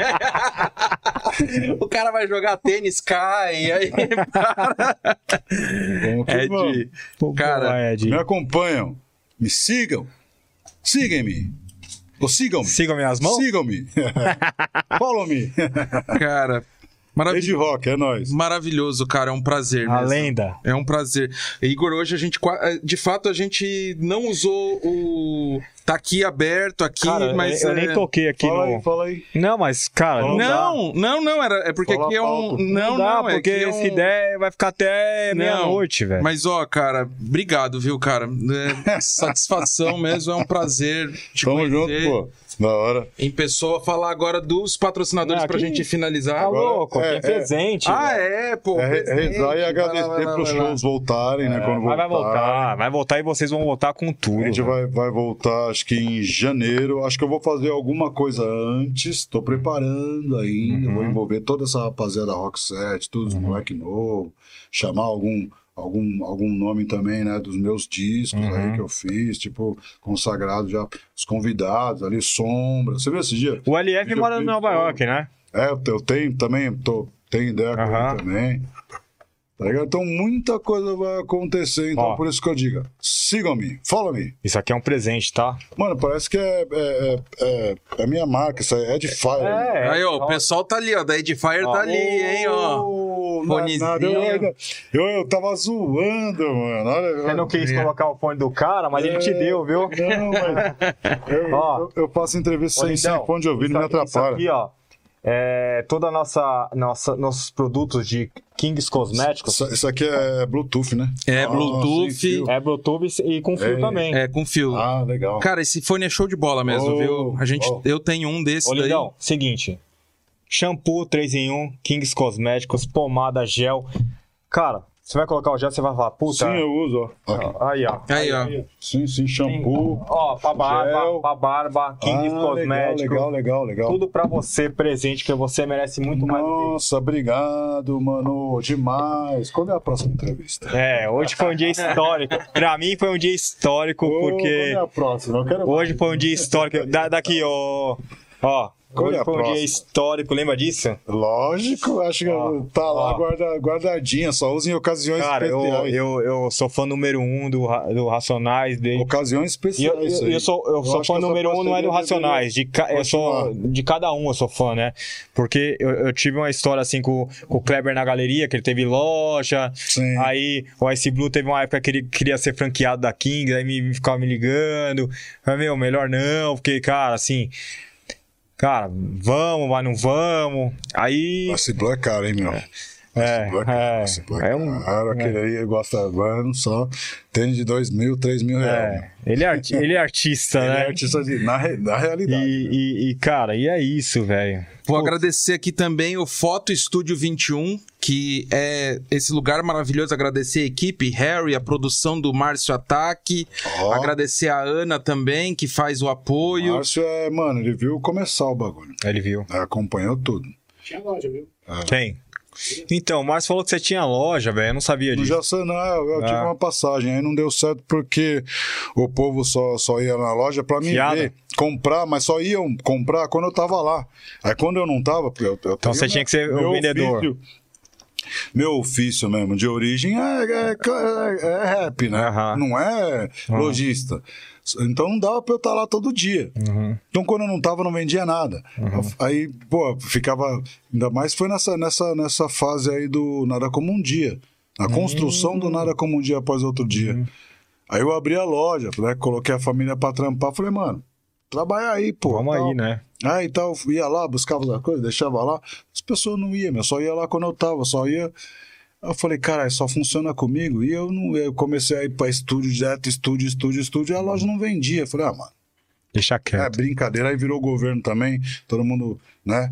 O cara vai jogar tênis, cai, aí para. Vamos que vamos. Cara, Me acompanham, me sigam, sigam-me. Ou sigam-me. Sigam minhas mãos? Sigam-me. Follow me. Cara, Ed Rock, é nóis. maravilhoso, cara, é um prazer A mesmo. lenda. É um prazer. Igor, hoje a gente, de fato, a gente não usou o... Tá aqui aberto, aqui, Cara, mas... eu nem toquei aqui Fala aí. Não, mas, cara, não dá. Não, é porque Fala aqui é um... pauta. Não dá, é porque que é se der, vai ficar até meia-noite, velho. Mas, ó, cara, obrigado, viu, cara? Satisfação mesmo, é um prazer te Tamo conhecer. junto, pô. Da hora. Em pessoa, falar agora dos patrocinadores Não, pra aqui- gente finalizar. Tá louco, é- aqui é presente. Ah, velho. pô. presente. Rezar e agradecer Vai lá, pros vai lá. shows voltarem, né? Quando Mas voltar. vai voltar e vocês vão voltar com tudo. A gente velho. vai voltar, acho que em janeiro. Acho que eu vou fazer alguma coisa antes. Tô preparando ainda. Vou envolver toda essa rapaziada Rock Set, todos os moleque novo. Chamar algum nome também, né? Dos meus discos aí que eu fiz. Tipo, consagrado já. Os convidados ali, Sombra. Você viu esse dia? O LF mora em Nova York, né? Eu tenho também. Tenho ideia com Aham. ele também. Tá ligado? Então muita coisa vai acontecer. Então Ó. por isso que eu digo: sigam-me, follow-me. Isso aqui é um presente, tá? Mano, parece que é a minha marca, isso aí é Edifier. Aí, ó, o pessoal tá ali, ó. Da Edifier tá ali, hein, ó. Fonezinho. Eu tava zoando, mano. Olha, Você não quis colocar o fone do cara, mas ele te deu, viu? Não, mas Ó. eu faço entrevista sem Lindão, fone de ouvido, não me Isso atrapalha. aqui, ó, é toda nossos produtos de Kings Cosméticos. Isso aqui é Bluetooth, né? É, Ah, Bluetooth. sem fio. É Bluetooth e com fio também. É, com fio. Ah, legal. Cara, esse fone é show de bola mesmo, Oh, viu? oh. Eu tenho um desse Ô, daí. Lindão, seguinte. Shampoo 3 em 1, Kings Cosméticos, pomada, gel. Cara, você vai colocar o gel, você vai falar, puta. Sim, eu uso, ó. Aqui. Aí, ó. Aí, ó. Sim, shampoo. Ó, Gel. pra barba, Kings Cosméticos. Legal. Tudo pra você, presente, que você merece muito mais do que Nossa, obrigado, mano. Demais. Quando é a próxima entrevista? hoje foi um dia histórico. Pra mim foi um dia histórico, Quando porque é a próxima? Eu quero hoje foi um dia histórico. Daqui, ó. Qual é Hoje a foi um dia próxima? histórico, lembra disso? Lógico, acho que tá lá guardadinha, só usa em ocasiões Cara, especiais. eu sou fã número 1 do Racionais. Ocasiões E especiais. isso aí. eu sou acho fã que essa número 1, não é do parceria Racionais. Eu sou de cada um, eu sou fã, né? Porque eu tive uma história assim com o Kleber na galeria, que ele teve loja. Sim. Aí o Ice Blue teve uma época que ele queria ser franqueado da King, aí ficava me ligando. Falei, melhor não, porque, cara, assim. Cara, vamos, mas não vamos. Aí. Ice Blue é caro, hein, meu? Ice Blue é caro. Aquele aí gosta, mano, só tem de 2 mil, 3 mil reais. Ele é artista, Ele né? é artista na realidade. E, cara, e é isso, velho. Vou agradecer aqui também o Foto Estúdio 21, que é esse lugar maravilhoso. Agradecer a equipe, Harry, a produção do Márcio Ataque. Ó. Agradecer a Ana também, que faz o apoio. Márcio mano, ele viu começar o bagulho. Ele viu. Acompanhou tudo. Tinha loja, viu? Tem. Então, o Márcio falou que você tinha loja, velho. Eu não sabia No disso. Jaçanã, eu tive uma passagem, aí não deu certo porque o povo só ia na loja pra mim Fiada. ver, comprar, mas só iam comprar quando eu tava lá. Aí quando eu não tava, porque eu Então você tinha que ser o vendedor. Meu ofício mesmo, de origem, é rap, né? Aham. Não é lojista. Então não dava pra eu estar lá todo dia. Então quando eu não tava, eu não vendia nada. Aí, pô, ficava... Ainda mais foi nessa fase aí do Nada Como Um Dia. Na construção do Nada Como Um Dia após outro dia. Aí eu abri a loja, né? Coloquei a família pra trampar. Falei, mano, trabalha aí, pô. Vamos tal. aí, né? Aí tal, ia lá, buscava as coisas, deixava lá. As pessoas não iam, eu só ia lá quando eu tava, só ia... Eu falei, cara, só funciona comigo. E eu comecei a ir pra estúdio direto, estúdio, e a loja não vendia. Eu falei, mano, Deixa é quieto. brincadeira. Aí virou governo também, todo mundo, né?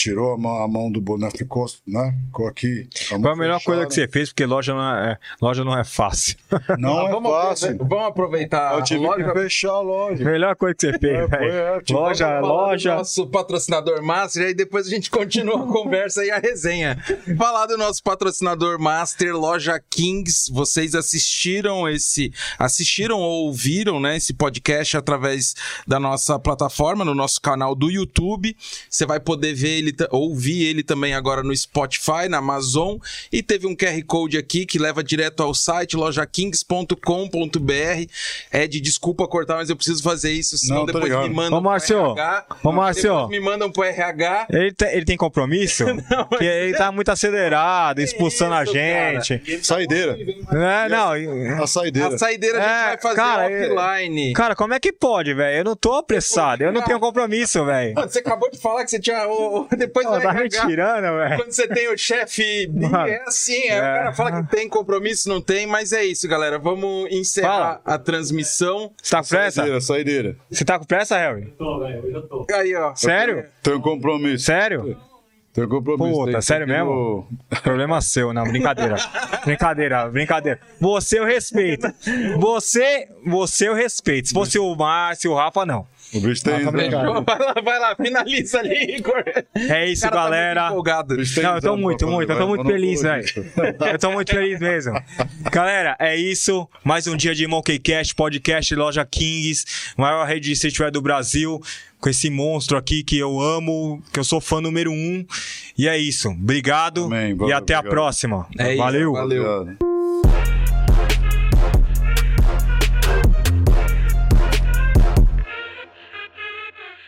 tirou a mão do boné, ficou, né? Ficou aqui. Foi a melhor coisa que você fez, porque loja não é fácil. Não é fácil. Vamos aproveitar. Eu tive que fechar a loja. Melhor coisa que você fez, velho. Loja. Nosso patrocinador Master, e aí depois a gente continua a conversa e a resenha. Falar do nosso patrocinador Master, Loja Kings. Vocês assistiram ou ouviram, né, esse podcast através da nossa plataforma, no nosso canal do YouTube. Você vai poder ver ele, ouvir ele também agora no Spotify, na Amazon. E teve um QR Code aqui que leva direto ao site lojakings.com.br. Ed, desculpa cortar, mas eu preciso fazer isso, senão Não, depois ligado. me mandam Ô, Márcio, depois me mandam pro RH. Ele tem compromisso? Porque ele tá muito acelerado, expulsando a gente. Saideira. Não, A saideira. A saideira a gente vai fazer offline. Cara, como é que pode, velho? Eu não tô apressado, eu não tenho compromisso, velho. Mano, você acabou de falar que você tinha. Depois do Tá me RH, tirando, velho. quando você tem o chefe, Mano, é assim. O cara fala que tem compromisso, não tem, mas é isso, galera. Vamos encerrar a transmissão. Você tá com pressa? Saideira. Você tá com pressa, Harry? Tô, velho, hoje eu tô. Aí, ó. Sério? Tenho compromisso. Sério? Tenho compromisso. Puta, sério mesmo? Problema seu, não, brincadeira. Brincadeira. Você eu respeito. Você eu respeito. Se fosse o Márcio, o Rafa, não. O bicho tem. Vai lá, finaliza ali, Igor. É isso, O cara tá galera. muito empolgado. Não, eu tô muito feliz, velho. Eu tô muito feliz mesmo. Galera, é isso. Mais um dia de Monkeycast, podcast Loja Kings, maior rede de streetwear do Brasil, com esse monstro aqui que eu amo, que eu sou fã número 1. E é isso. Obrigado. Amém, e até a obrigado. próxima. É isso, Valeu. valeu. Obrigado.